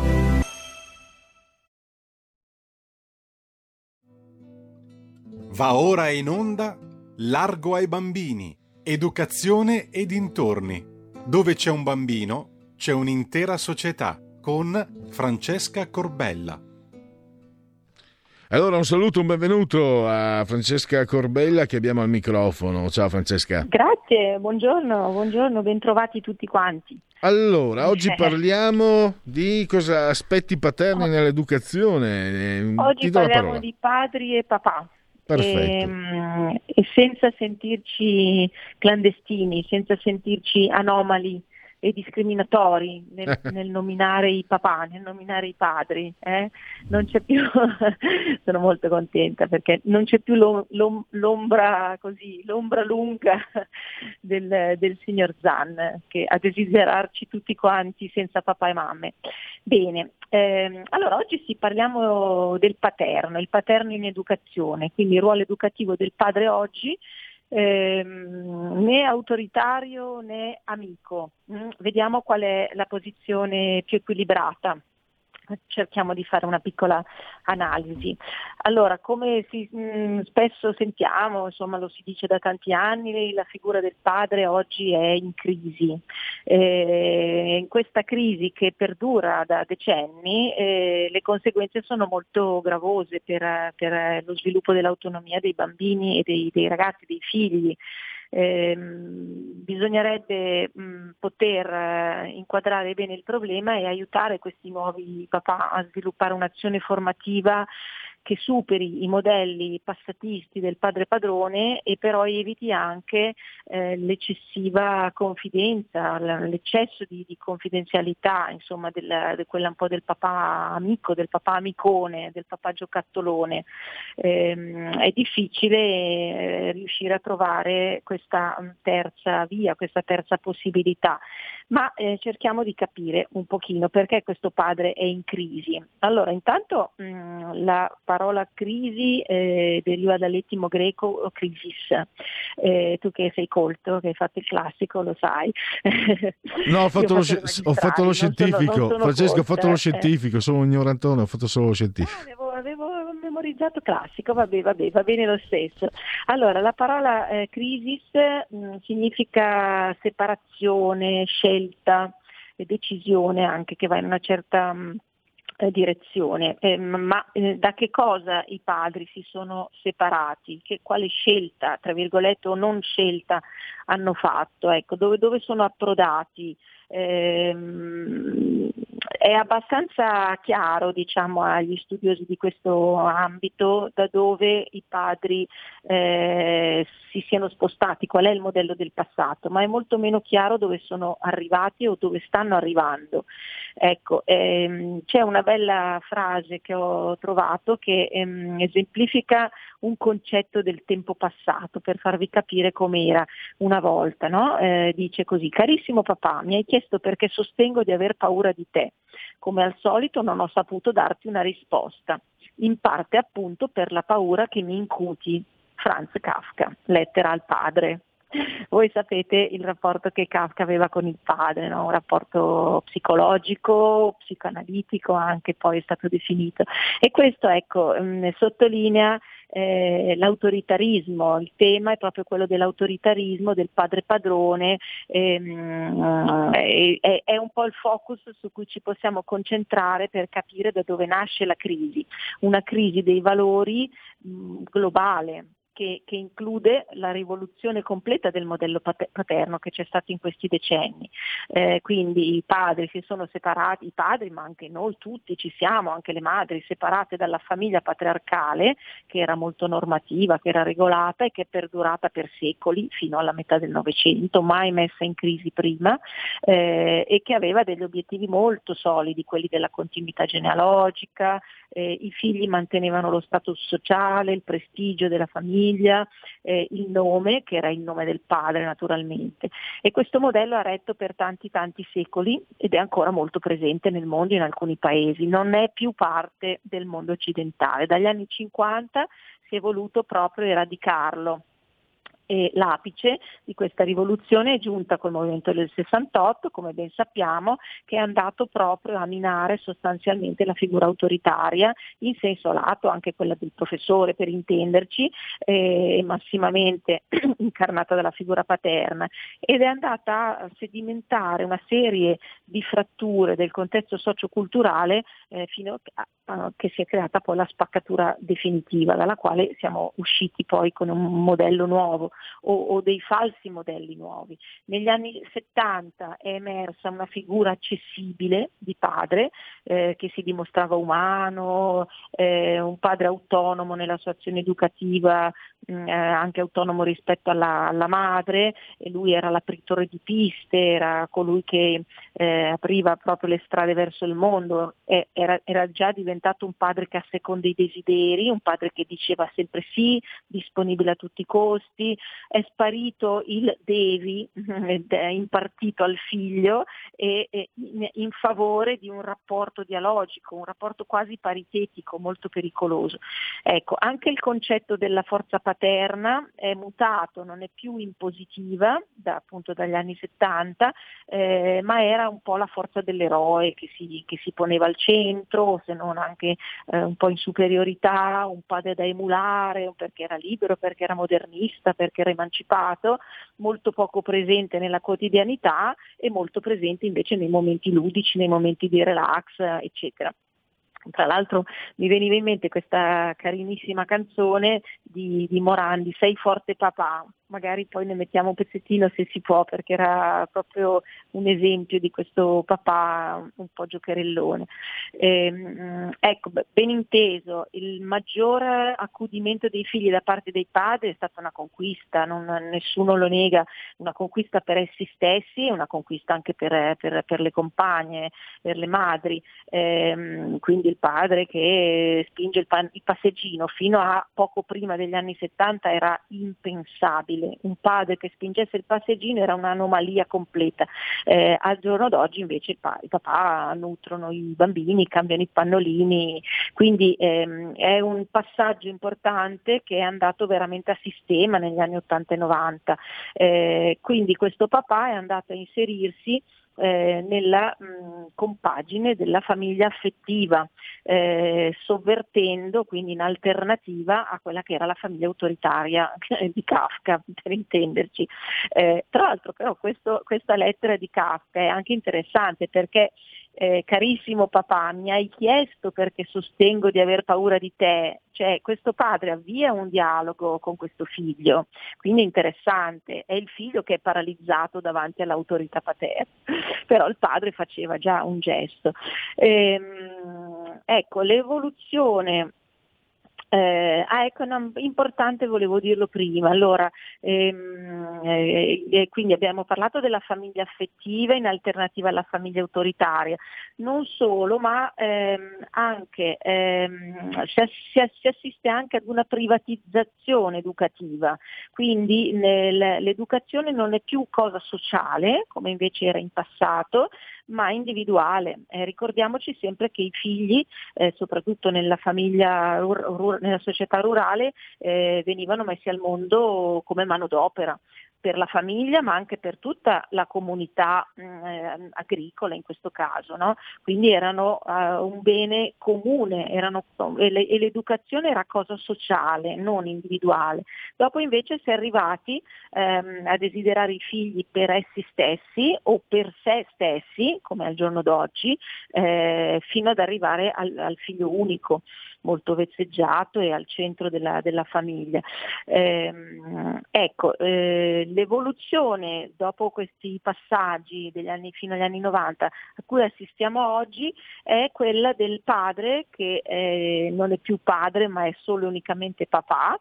Va ora in onda Largo ai bambini, educazione e dintorni. Dove c'è un bambino, c'è un'intera società, con Francesca Corbella. Allora un saluto, un benvenuto a Francesca Corbella che abbiamo al microfono. Ciao Francesca. Grazie, buongiorno, buongiorno, bentrovati tutti quanti. Allora, oggi parliamo di cosa aspetti paterni nell'educazione. Oggi Ti do la parliamo parola. di padri e papà. e, e senza sentirci clandestini, senza sentirci anomali e discriminatori nel, nel nominare i papà, nel nominare i padri, eh? Non c'è più, sono molto contenta perché non c'è più l'om- l'om- l'ombra così, l'ombra lunga del, del signor Zan, che a desiderarci tutti quanti senza papà e mamme. Bene, ehm, allora oggi sì, parliamo del paterno, il paterno in educazione, quindi il ruolo educativo del padre oggi. Ehm, né autoritario né amico. Mm, vediamo qual è la posizione più equilibrata. Cerchiamo di fare una piccola analisi. Allora, come si, mh, spesso sentiamo, insomma lo si dice da tanti anni, la figura del padre oggi è in crisi. Eh, in questa crisi che perdura da decenni, eh, le conseguenze sono molto gravose per, per lo sviluppo dell'autonomia dei bambini e dei, dei ragazzi, dei figli. Eh, bisognerebbe mh, poter eh, inquadrare bene il problema e aiutare questi nuovi papà a sviluppare un'azione formativa che superi i modelli passatisti del padre padrone e però eviti anche eh, l'eccessiva confidenza, l'eccesso di, di confidenzialità, insomma, del, de quella un po' del papà amico, del papà amicone, del papà giocattolone. Eh, è difficile eh, riuscire a trovare questa terza via, questa terza possibilità, ma eh, cerchiamo di capire un pochino perché questo padre è in crisi. Allora, intanto mh, la parola crisi eh, deriva dall'ettimo greco crisis. Eh, tu che sei colto, che hai fatto il classico, lo sai. No, ho fatto, ho lo, fatto, sci- ho fatto lo scientifico. non sono, non sono Francesco, colta, ho fatto lo eh. scientifico, sono un ignorantone, ho fatto solo lo scientifico. Ah, avevo, avevo memorizzato classico, vabbè, vabbè, va bene lo stesso. Allora, la parola eh, crisis mh, significa separazione, scelta e decisione anche che va in una certa mh, eh, direzione. Eh, ma eh, da che cosa i padri si sono separati? Che, quale scelta, tra virgolette, o non scelta hanno fatto? Ecco, dove, dove sono approdati? Ehm, è abbastanza chiaro, diciamo, agli studiosi di questo ambito da dove i padri eh, si siano spostati, qual è il modello del passato, ma è molto meno chiaro dove sono arrivati o dove stanno arrivando. Ecco, ehm, c'è una bella frase che ho trovato che ehm, esemplifica un concetto del tempo passato per farvi capire com'era una volta, no? Eh, dice così: carissimo papà, mi hai chiesto perché sostengo di aver paura di te. Come al solito non ho saputo darti una risposta, in parte appunto per la paura che mi incuti. Franz Kafka, lettera al padre. Voi sapete il rapporto che Kafka aveva con il padre, no? Un rapporto psicologico, psicoanalitico anche, poi è stato definito. E questo, ecco, mh, sottolinea eh, l'autoritarismo. Il tema è proprio quello dell'autoritarismo, del padre padrone, ehm, è, è un po' il focus su cui ci possiamo concentrare per capire da dove nasce la crisi. Una crisi dei valori mh, globale. Che, che include la rivoluzione completa del modello paterno che c'è stato in questi decenni. Eh, quindi i padri si sono separati, i padri ma anche noi tutti ci siamo, anche le madri, separate dalla famiglia patriarcale che era molto normativa, che era regolata e che è perdurata per secoli fino alla metà del Novecento, mai messa in crisi prima, eh, e che aveva degli obiettivi molto solidi, quelli della continuità genealogica, eh, i figli mantenevano lo status sociale, il prestigio della famiglia, Eh, il nome, che era il nome del padre naturalmente, e questo modello ha retto per tanti tanti secoli ed è ancora molto presente nel mondo in alcuni paesi, non è più parte del mondo occidentale. Dagli anni cinquanta si è voluto proprio eradicarlo. E l'apice di questa rivoluzione è giunta col movimento del sessantotto, come ben sappiamo, che è andato proprio a minare sostanzialmente la figura autoritaria, in senso lato anche quella del professore per intenderci, eh, massimamente incarnata dalla figura paterna, ed è andata a sedimentare una serie di fratture del contesto socioculturale eh, fino a, a che si è creata poi la spaccatura definitiva, dalla quale siamo usciti poi con un modello nuovo. o, o dei falsi modelli nuovi. Negli anni settanta è emersa una figura accessibile di padre eh, che si dimostrava umano, eh, un padre autonomo nella sua azione educativa, mh, anche autonomo rispetto alla, alla madre, e lui era l'apritore di piste, era colui che eh, apriva proprio le strade verso il mondo, e era, era già diventato un padre che asseconda i desideri, un padre che diceva sempre sì, disponibile a tutti i costi. È sparito il devi impartito al figlio e, e in favore di un rapporto dialogico, un rapporto quasi paritetico, molto pericoloso. Ecco, anche il concetto della forza paterna è mutato, non è più impositiva da, appunto dagli anni settanta, eh, ma era un po' la forza dell'eroe che si, che si poneva al centro, se non anche eh, un po' in superiorità, un padre da emulare, perché era libero, perché era modernista, perché era emancipato, molto poco presente nella quotidianità e molto presente invece nei momenti ludici, nei momenti di relax, eccetera. Tra l'altro mi veniva in mente questa carinissima canzone di, di Morandi, Sei forte papà, magari poi ne mettiamo un pezzettino se si può, perché era proprio un esempio di questo papà un po' giocherellone. Eh, ecco, ben inteso, il maggior accudimento dei figli da parte dei padri è stata una conquista, non, nessuno lo nega, una conquista per essi stessi, una conquista anche per, per, per le compagne, per le madri, eh, quindi il padre che spinge il, pan, il passeggino fino a poco prima degli anni settanta era impensabile. Un padre che spingesse il passeggino era un'anomalia completa. Eh, al giorno d'oggi invece i, pa- i papà nutrono i bambini, cambiano i pannolini, quindi ehm, è un passaggio importante che è andato veramente a sistema negli anni ottanta e novanta. Eh, quindi questo papà è andato a inserirsi Eh, nella mh, compagine della famiglia affettiva, eh, sovvertendo quindi in alternativa a quella che era la famiglia autoritaria di Kafka, per intenderci. Eh, tra l'altro però questo, questa lettera di Kafka è anche interessante perché Eh, carissimo papà, mi hai chiesto perché sostengo di aver paura di te, cioè questo padre avvia un dialogo con questo figlio, quindi interessante, è il figlio che è paralizzato davanti all'autorità paterna, però il padre faceva già un gesto. Ehm, ecco, l'evoluzione. Eh, ah, ecco, no, importante, volevo dirlo prima. Allora, ehm, eh, quindi abbiamo parlato della famiglia affettiva in alternativa alla famiglia autoritaria. Non solo, ma ehm, anche ehm, si, si, si assiste anche ad una privatizzazione educativa. Quindi nel, l'educazione non è più cosa sociale, come invece era in passato, ma individuale. Eh, ricordiamoci sempre che i figli, eh, soprattutto nella famiglia, rur, rur, nella società rurale, eh, venivano messi al mondo come manodopera per la famiglia, ma anche per tutta la comunità mh, agricola in questo caso, no? Quindi erano uh, un bene comune, erano, e, le, e l'educazione era cosa sociale, non individuale. Dopo invece si è arrivati um, a desiderare i figli per essi stessi o per se stessi, come al giorno d'oggi, eh, fino ad arrivare al, al figlio unico, molto vezzeggiato e al centro della, della famiglia. Eh, ecco, eh, l'evoluzione dopo questi passaggi degli anni, fino agli anni novanta a cui assistiamo oggi è quella del padre che eh, non è più padre ma è solo e unicamente papà,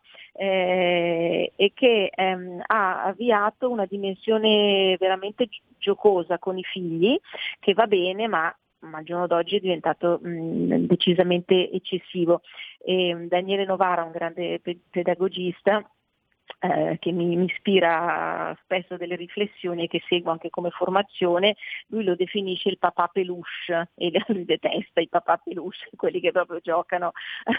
eh, e che ehm, ha avviato una dimensione veramente giocosa con i figli, che va bene, ma ma al giorno d'oggi è diventato mh, decisamente eccessivo. E Daniele Novara, un grande pe- pedagogista, Eh, che mi, mi ispira spesso delle riflessioni e che seguo anche come formazione, lui lo definisce il papà peluche e lui detesta i papà peluche, quelli che proprio giocano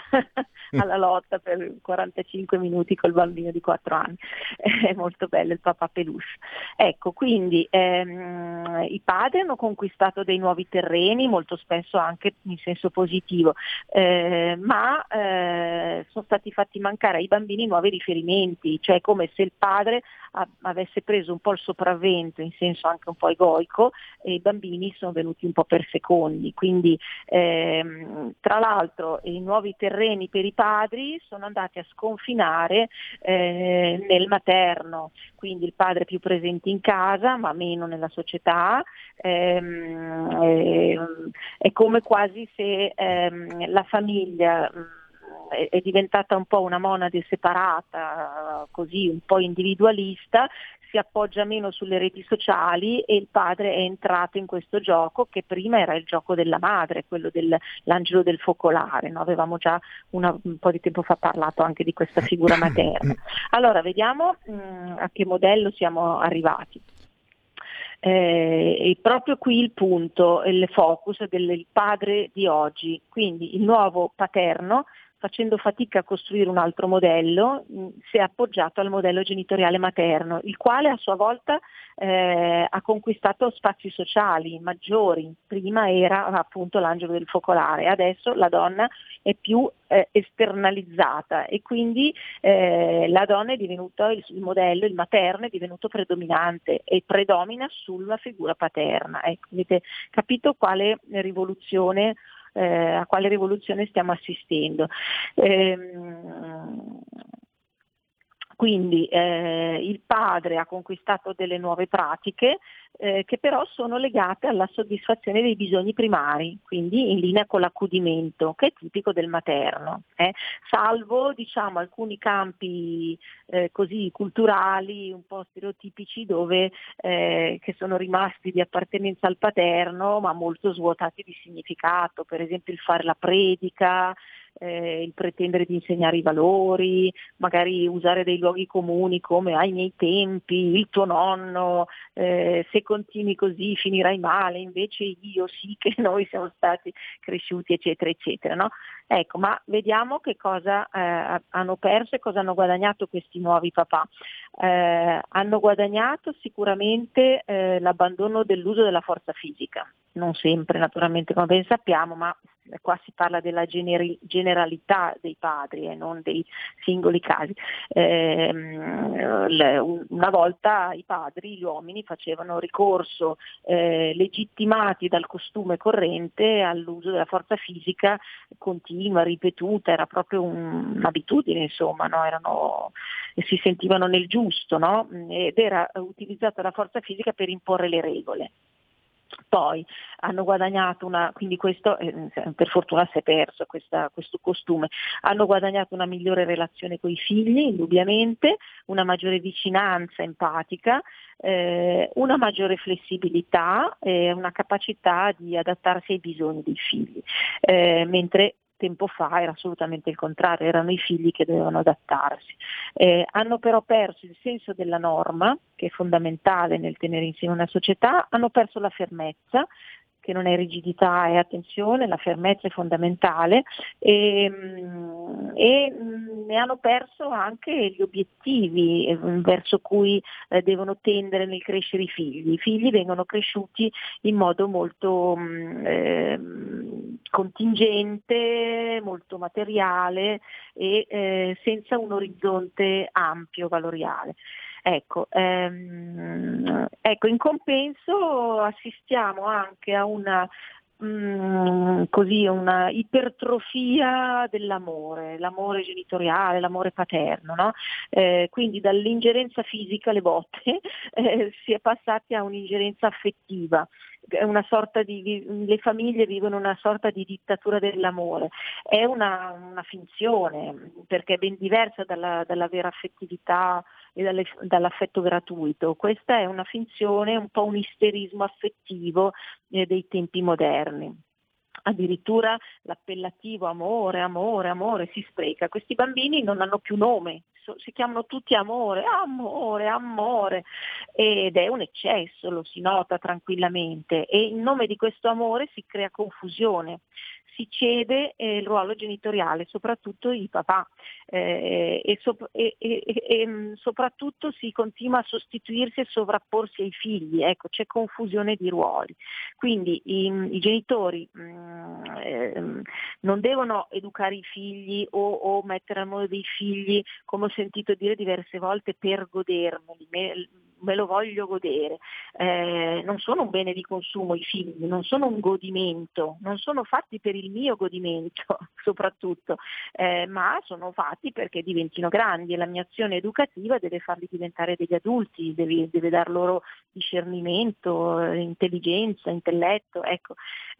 alla lotta per quarantacinque minuti col bambino di quattro anni. È molto bello il papà peluche. Ecco, quindi ehm, i padri hanno conquistato dei nuovi terreni, molto spesso anche in senso positivo, eh, ma eh, sono stati fatti mancare ai bambini nuovi riferimenti. figli, cioè come se il padre a- avesse preso un po' il sopravvento, in senso anche un po' egoico, e i bambini sono venuti un po' per secondi. Quindi ehm, tra l'altro i nuovi terreni per i padri sono andati a sconfinare eh, nel materno, quindi il padre più presente in casa ma meno nella società. ehm, ehm, è come quasi se ehm, la famiglia mh, è, è diventata un po' una monade separata, così un po' individualista, si appoggia meno sulle reti sociali e il padre è entrato in questo gioco che prima era il gioco della madre, quello dell'angelo del focolare, no? Avevamo già una, un po' di tempo fa parlato anche di questa figura materna. Allora vediamo mh, a che modello siamo arrivati. Eh, e proprio qui il punto, il focus del padre di oggi, quindi il nuovo paterno, facendo fatica a costruire un altro modello, mh, si è appoggiato al modello genitoriale materno, il quale a sua volta eh, ha conquistato spazi sociali maggiori. Prima era appunto l'angelo del focolare, adesso la donna è più eh, esternalizzata e quindi eh, la donna è divenuta, il, il modello, il materno è divenuto predominante e predomina sulla figura paterna. Ecco, avete capito quale rivoluzione Eh, a quale rivoluzione stiamo assistendo. Ehm, quindi eh, il padre ha conquistato delle nuove pratiche eh, che però sono legate alla soddisfazione dei bisogni primari, quindi in linea con l'accudimento, che è tipico del materno, eh? salvo diciamo alcuni campi eh, così culturali, un po' stereotipici, dove eh, che sono rimasti di appartenenza al paterno, ma molto svuotati di significato, per esempio il fare la predica, Eh, il pretendere di insegnare i valori, magari usare dei luoghi comuni come ai miei tempi, il tuo nonno, eh, se continui così finirai male, invece io sì che noi siamo stati cresciuti, eccetera, eccetera. No? Ecco, ma vediamo che cosa eh, hanno perso e cosa hanno guadagnato questi nuovi papà. Eh, hanno guadagnato sicuramente eh, l'abbandono dell'uso della forza fisica, non sempre naturalmente come ben sappiamo, ma qua si parla della generi- generalità dei padri e eh, non dei singoli casi. Eh, una volta i padri, gli uomini, facevano ricorso eh, legittimati dal costume corrente all'uso della forza fisica continua, ripetuta, era proprio un, un'abitudine, insomma, no? Erano, si sentivano nel giusto, no? Ed era utilizzata la forza fisica per imporre le regole. Poi hanno guadagnato una, quindi questo eh, per fortuna si è perso questa, questo costume, hanno guadagnato una migliore relazione con i figli, indubbiamente, una maggiore vicinanza empatica, eh, una maggiore flessibilità e una capacità di adattarsi ai bisogni dei figli, eh, mentre tempo fa era assolutamente il contrario, erano i figli che dovevano adattarsi. Eh, hanno però perso il senso della norma, che è fondamentale nel tenere insieme una società, hanno perso la fermezza, che non è rigidità, è attenzione, la fermezza è fondamentale, e, e ne hanno perso anche gli obiettivi verso cui eh, devono tendere nel crescere i figli. I figli vengono cresciuti in modo molto eh, contingente, molto materiale e eh, senza un orizzonte ampio, valoriale. Ecco, ehm, ecco, in compenso assistiamo anche a una mh, così una ipertrofia dell'amore, l'amore genitoriale, l'amore paterno, no? Eh, quindi dall'ingerenza fisica, le botte, eh, si è passati a un'ingerenza affettiva. Una sorta di, le famiglie vivono una sorta di dittatura dell'amore, è una, una finzione perché è ben diversa dalla, dalla vera affettività e dalle, dall'affetto gratuito. Questa è una finzione, un po' un isterismo affettivo eh, dei tempi moderni. Addirittura l'appellativo amore, amore, amore si spreca. Questi bambini non hanno più nome, si chiamano tutti amore, amore, amore, ed è un eccesso, lo si nota tranquillamente, e in nome di questo amore si crea confusione, si cede eh, il ruolo genitoriale, soprattutto i papà, eh, e, sop- e, e, e, e soprattutto si continua a sostituirsi e sovrapporsi ai figli, ecco, c'è confusione di ruoli. Quindi i, i genitori mh, eh, non devono educare i figli o, o mettere al mondo dei figli, come ho sentito dire diverse volte, per godermeli, me, me lo voglio godere. Eh, non sono un bene di consumo i figli, non sono un godimento, non sono fatti per il mio godimento soprattutto, eh, ma sono fatti perché diventino grandi e la mia azione educativa deve farli diventare degli adulti, deve, deve dar loro discernimento, intelligenza, intelletto, ecco.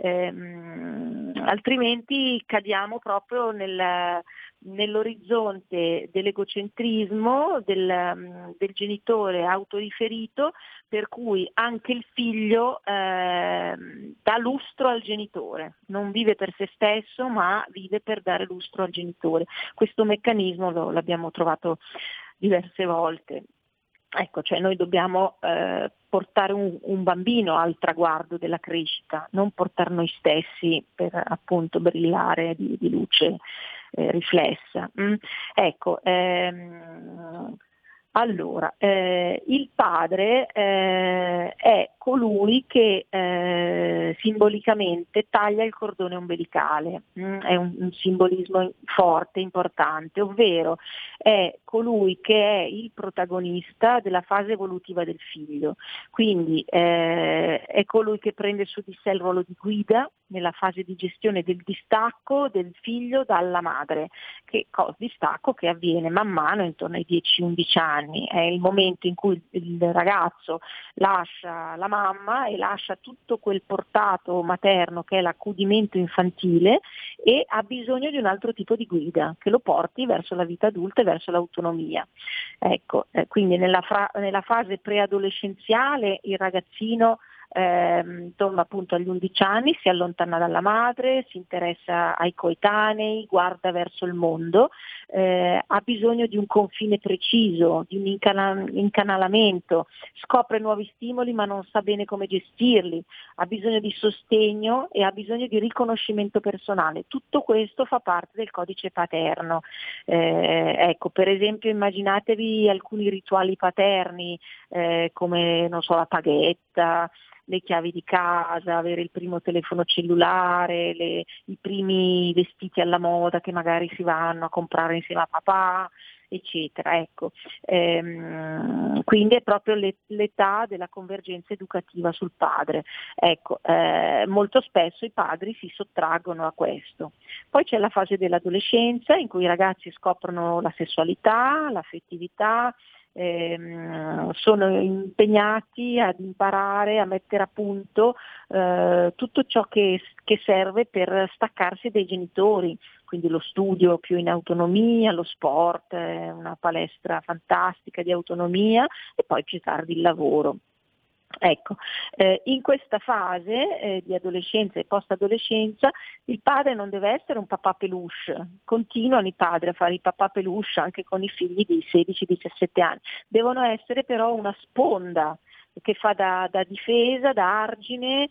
Eh, altrimenti cadiamo proprio nel, nell'orizzonte dell'egocentrismo, del, del genitore autoriferito, per cui anche il figlio eh, dà lustro al genitore, non vive per se stesso ma vive per dare lustro al genitore. Questo meccanismo lo, l'abbiamo trovato diverse volte. Ecco, cioè noi dobbiamo eh, portare un, un bambino al traguardo della crescita, non portare noi stessi per appunto brillare di, di luce eh, riflessa. Mm? Ecco, ehm, allora, eh, il padre eh, è colui che eh, simbolicamente taglia il cordone ombelicale, mm? È un, un simbolismo forte, importante, ovvero è colui che è il protagonista della fase evolutiva del figlio, quindi eh, è colui che prende su di sé il ruolo di guida nella fase di gestione del distacco del figlio dalla madre, che distacco che avviene man mano intorno ai dieci undici anni, è il momento in cui il ragazzo lascia la mamma e lascia tutto quel portato materno che è l'accudimento infantile e ha bisogno di un altro tipo di guida che lo porti verso la vita adulta e verso l'autonomia. Ecco, eh, quindi nella, fra- nella fase preadolescenziale il ragazzino Eh, intorno appunto agli undici anni si allontana dalla madre, si interessa ai coetanei, guarda verso il mondo, eh, ha bisogno di un confine preciso, di un incana- incanalamento, scopre nuovi stimoli ma non sa bene come gestirli, ha bisogno di sostegno e ha bisogno di riconoscimento personale. Tutto questo fa parte del codice paterno. Eh, ecco, per esempio immaginatevi alcuni rituali paterni eh, come non so la paghetta, le chiavi di casa, avere il primo telefono cellulare, le, i primi vestiti alla moda che magari si vanno a comprare insieme a papà, eccetera. Ecco. Ehm, quindi è proprio l'età della convergenza educativa sul padre. Ecco, eh, molto spesso i padri si sottraggono a questo. Poi c'è la fase dell'adolescenza in cui i ragazzi scoprono la sessualità, l'affettività, Ehm, sono impegnati ad imparare a mettere a punto eh, tutto ciò che, che serve per staccarsi dai genitori, quindi lo studio più in autonomia, lo sport, eh, una palestra fantastica di autonomia e poi più tardi il lavoro. Ecco, eh, in questa fase eh, di adolescenza e post-adolescenza il padre non deve essere un papà peluche, continuano i padri a fare i papà peluche anche con i figli di sedici diciassette anni, devono essere però una sponda che fa da, da difesa, da argine,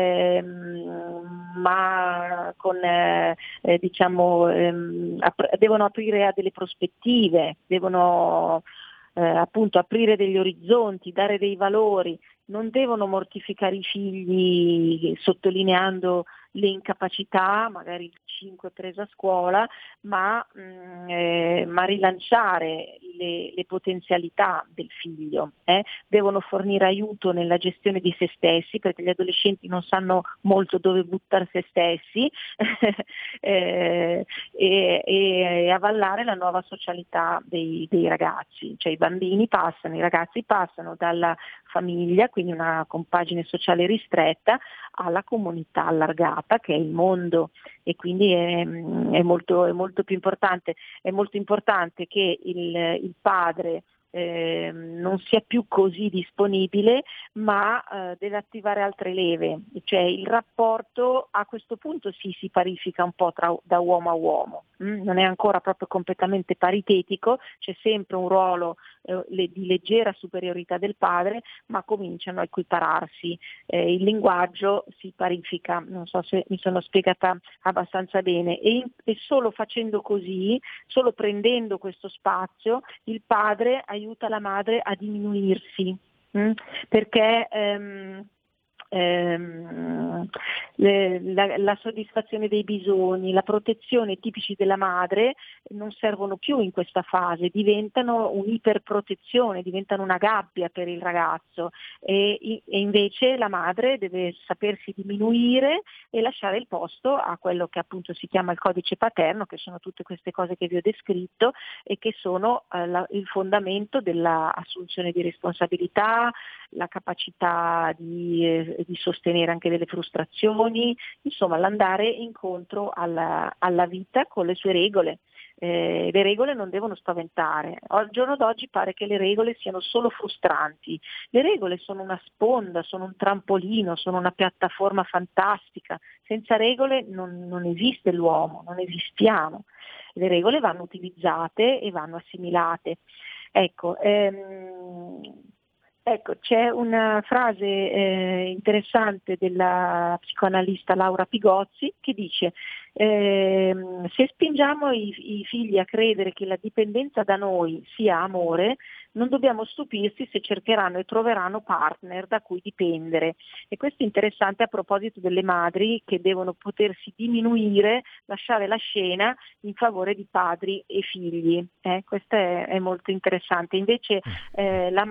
ehm, ma con, eh, eh, diciamo, ehm, ap- devono aprire a delle prospettive, devono eh, appunto aprire degli orizzonti, dare dei valori, non devono mortificare i figli sottolineando le incapacità, magari il cinque preso a scuola, ma, mh, eh, ma rilanciare le, le potenzialità del figlio. Eh? Devono fornire aiuto nella gestione di se stessi, perché gli adolescenti non sanno molto dove buttare se stessi, eh, e, e avallare la nuova socialità dei, dei ragazzi. Cioè i bambini passano, i ragazzi passano dalla famiglia, quindi una compagine sociale ristretta, alla comunità allargata che è il mondo, e quindi è, è, molto, è molto più importante, è molto importante che il, il padre eh, non sia più così disponibile, ma eh, deve attivare altre leve, cioè il rapporto a questo punto sì, si parifica un po' tra, da uomo a uomo, mm? non è ancora proprio completamente paritetico, c'è sempre un ruolo eh, di leggera superiorità del padre, ma cominciano a equipararsi, eh, il linguaggio si parifica, non so se mi sono spiegata abbastanza bene, e, in, e solo facendo così, solo prendendo questo spazio, il padre aiuta la madre a diminuirsi, mh? perché ehm, ehm, le, la, la soddisfazione dei bisogni, la protezione tipici della madre non servono più in questa fase, diventano un'iperprotezione, diventano una gabbia per il ragazzo e, e invece la madre deve sapersi diminuire e lasciare il posto a quello che appunto si chiama il codice paterno, che sono tutte queste cose che vi ho descritto e che sono eh, la, il fondamento dell'assunzione di responsabilità, la capacità di, eh, di sostenere anche delle frustrazioni, insomma l'andare incontro alla, alla vita con le sue regole. Eh, le regole non devono spaventare. Al giorno d'oggi pare che le regole siano solo frustranti. Le regole sono una sponda, sono un trampolino, sono una piattaforma fantastica. Senza regole non, non esiste l'uomo, non esistiamo. Le regole vanno utilizzate e vanno assimilate. Ecco, ehm, Ecco, c'è una frase eh, interessante della psicoanalista Laura Pigozzi che dice eh, se spingiamo i, i figli a credere che la dipendenza da noi sia amore, non dobbiamo stupirsi se cercheranno e troveranno partner da cui dipendere. E questo è interessante a proposito delle madri che devono potersi diminuire, lasciare la scena in favore di padri e figli. Eh, questo è, è molto interessante. Invece eh, la,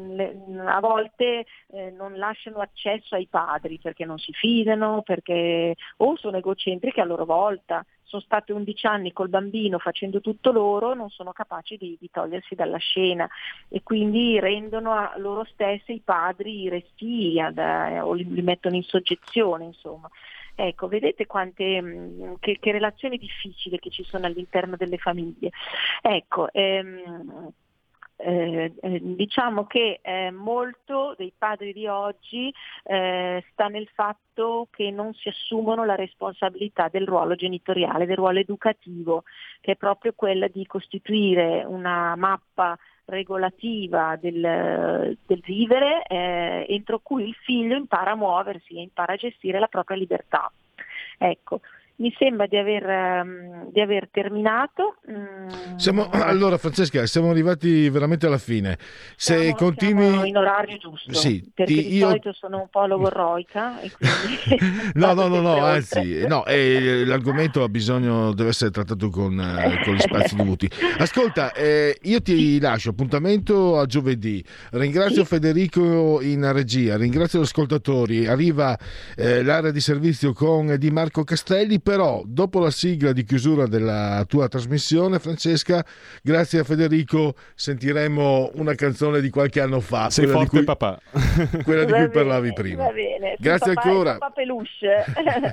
a volte eh, non lasciano accesso ai padri perché non si fidano, perché o sono egocentriche a loro volta. Sono state undici anni col bambino facendo tutto loro, non sono capaci di, di togliersi dalla scena e quindi rendono a loro stesse i padri restii eh, o li, li mettono in soggezione, insomma. Ecco, vedete quante che, che relazioni difficili che ci sono all'interno delle famiglie. Ecco, ehm, Eh, eh, diciamo che eh, molto dei padri di oggi eh, sta nel fatto che non si assumono la responsabilità del ruolo genitoriale, del ruolo educativo, che è proprio quella di costituire una mappa regolativa del, del vivere eh, entro cui il figlio impara a muoversi e impara a gestire la propria libertà. Ecco. Mi sembra di aver, um, di aver terminato. Mm. Siamo, allora Francesca, siamo arrivati veramente alla fine. Se siamo, continui siamo in orario giusto, sì, perché ti, di io... solito sono un po' logorroica e quindi no, no, no, no, anzi, no, eh, l'argomento ha bisogno, deve essere trattato con, eh, con gli spazi dovuti. Ascolta, eh, io ti lascio appuntamento a giovedì. Ringrazio sì. Federico in regia, ringrazio gli ascoltatori. Arriva eh, l'area di servizio con Di Marco Castelli. Però dopo la sigla di chiusura della tua trasmissione, Francesca, grazie a Federico sentiremo una canzone di qualche anno fa. Sei quella forte di cui, papà. Quella di va cui bene, parlavi prima. Va bene. Grazie papà ancora. Papà peluche.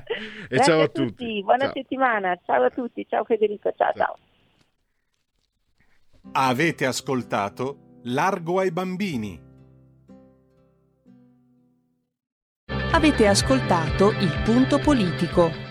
E ciao a tutti. tutti. Buona ciao. settimana. Ciao a tutti. Ciao Federico. Ciao ciao. Avete ascoltato Largo ai bambini. Avete ascoltato Il Punto Politico.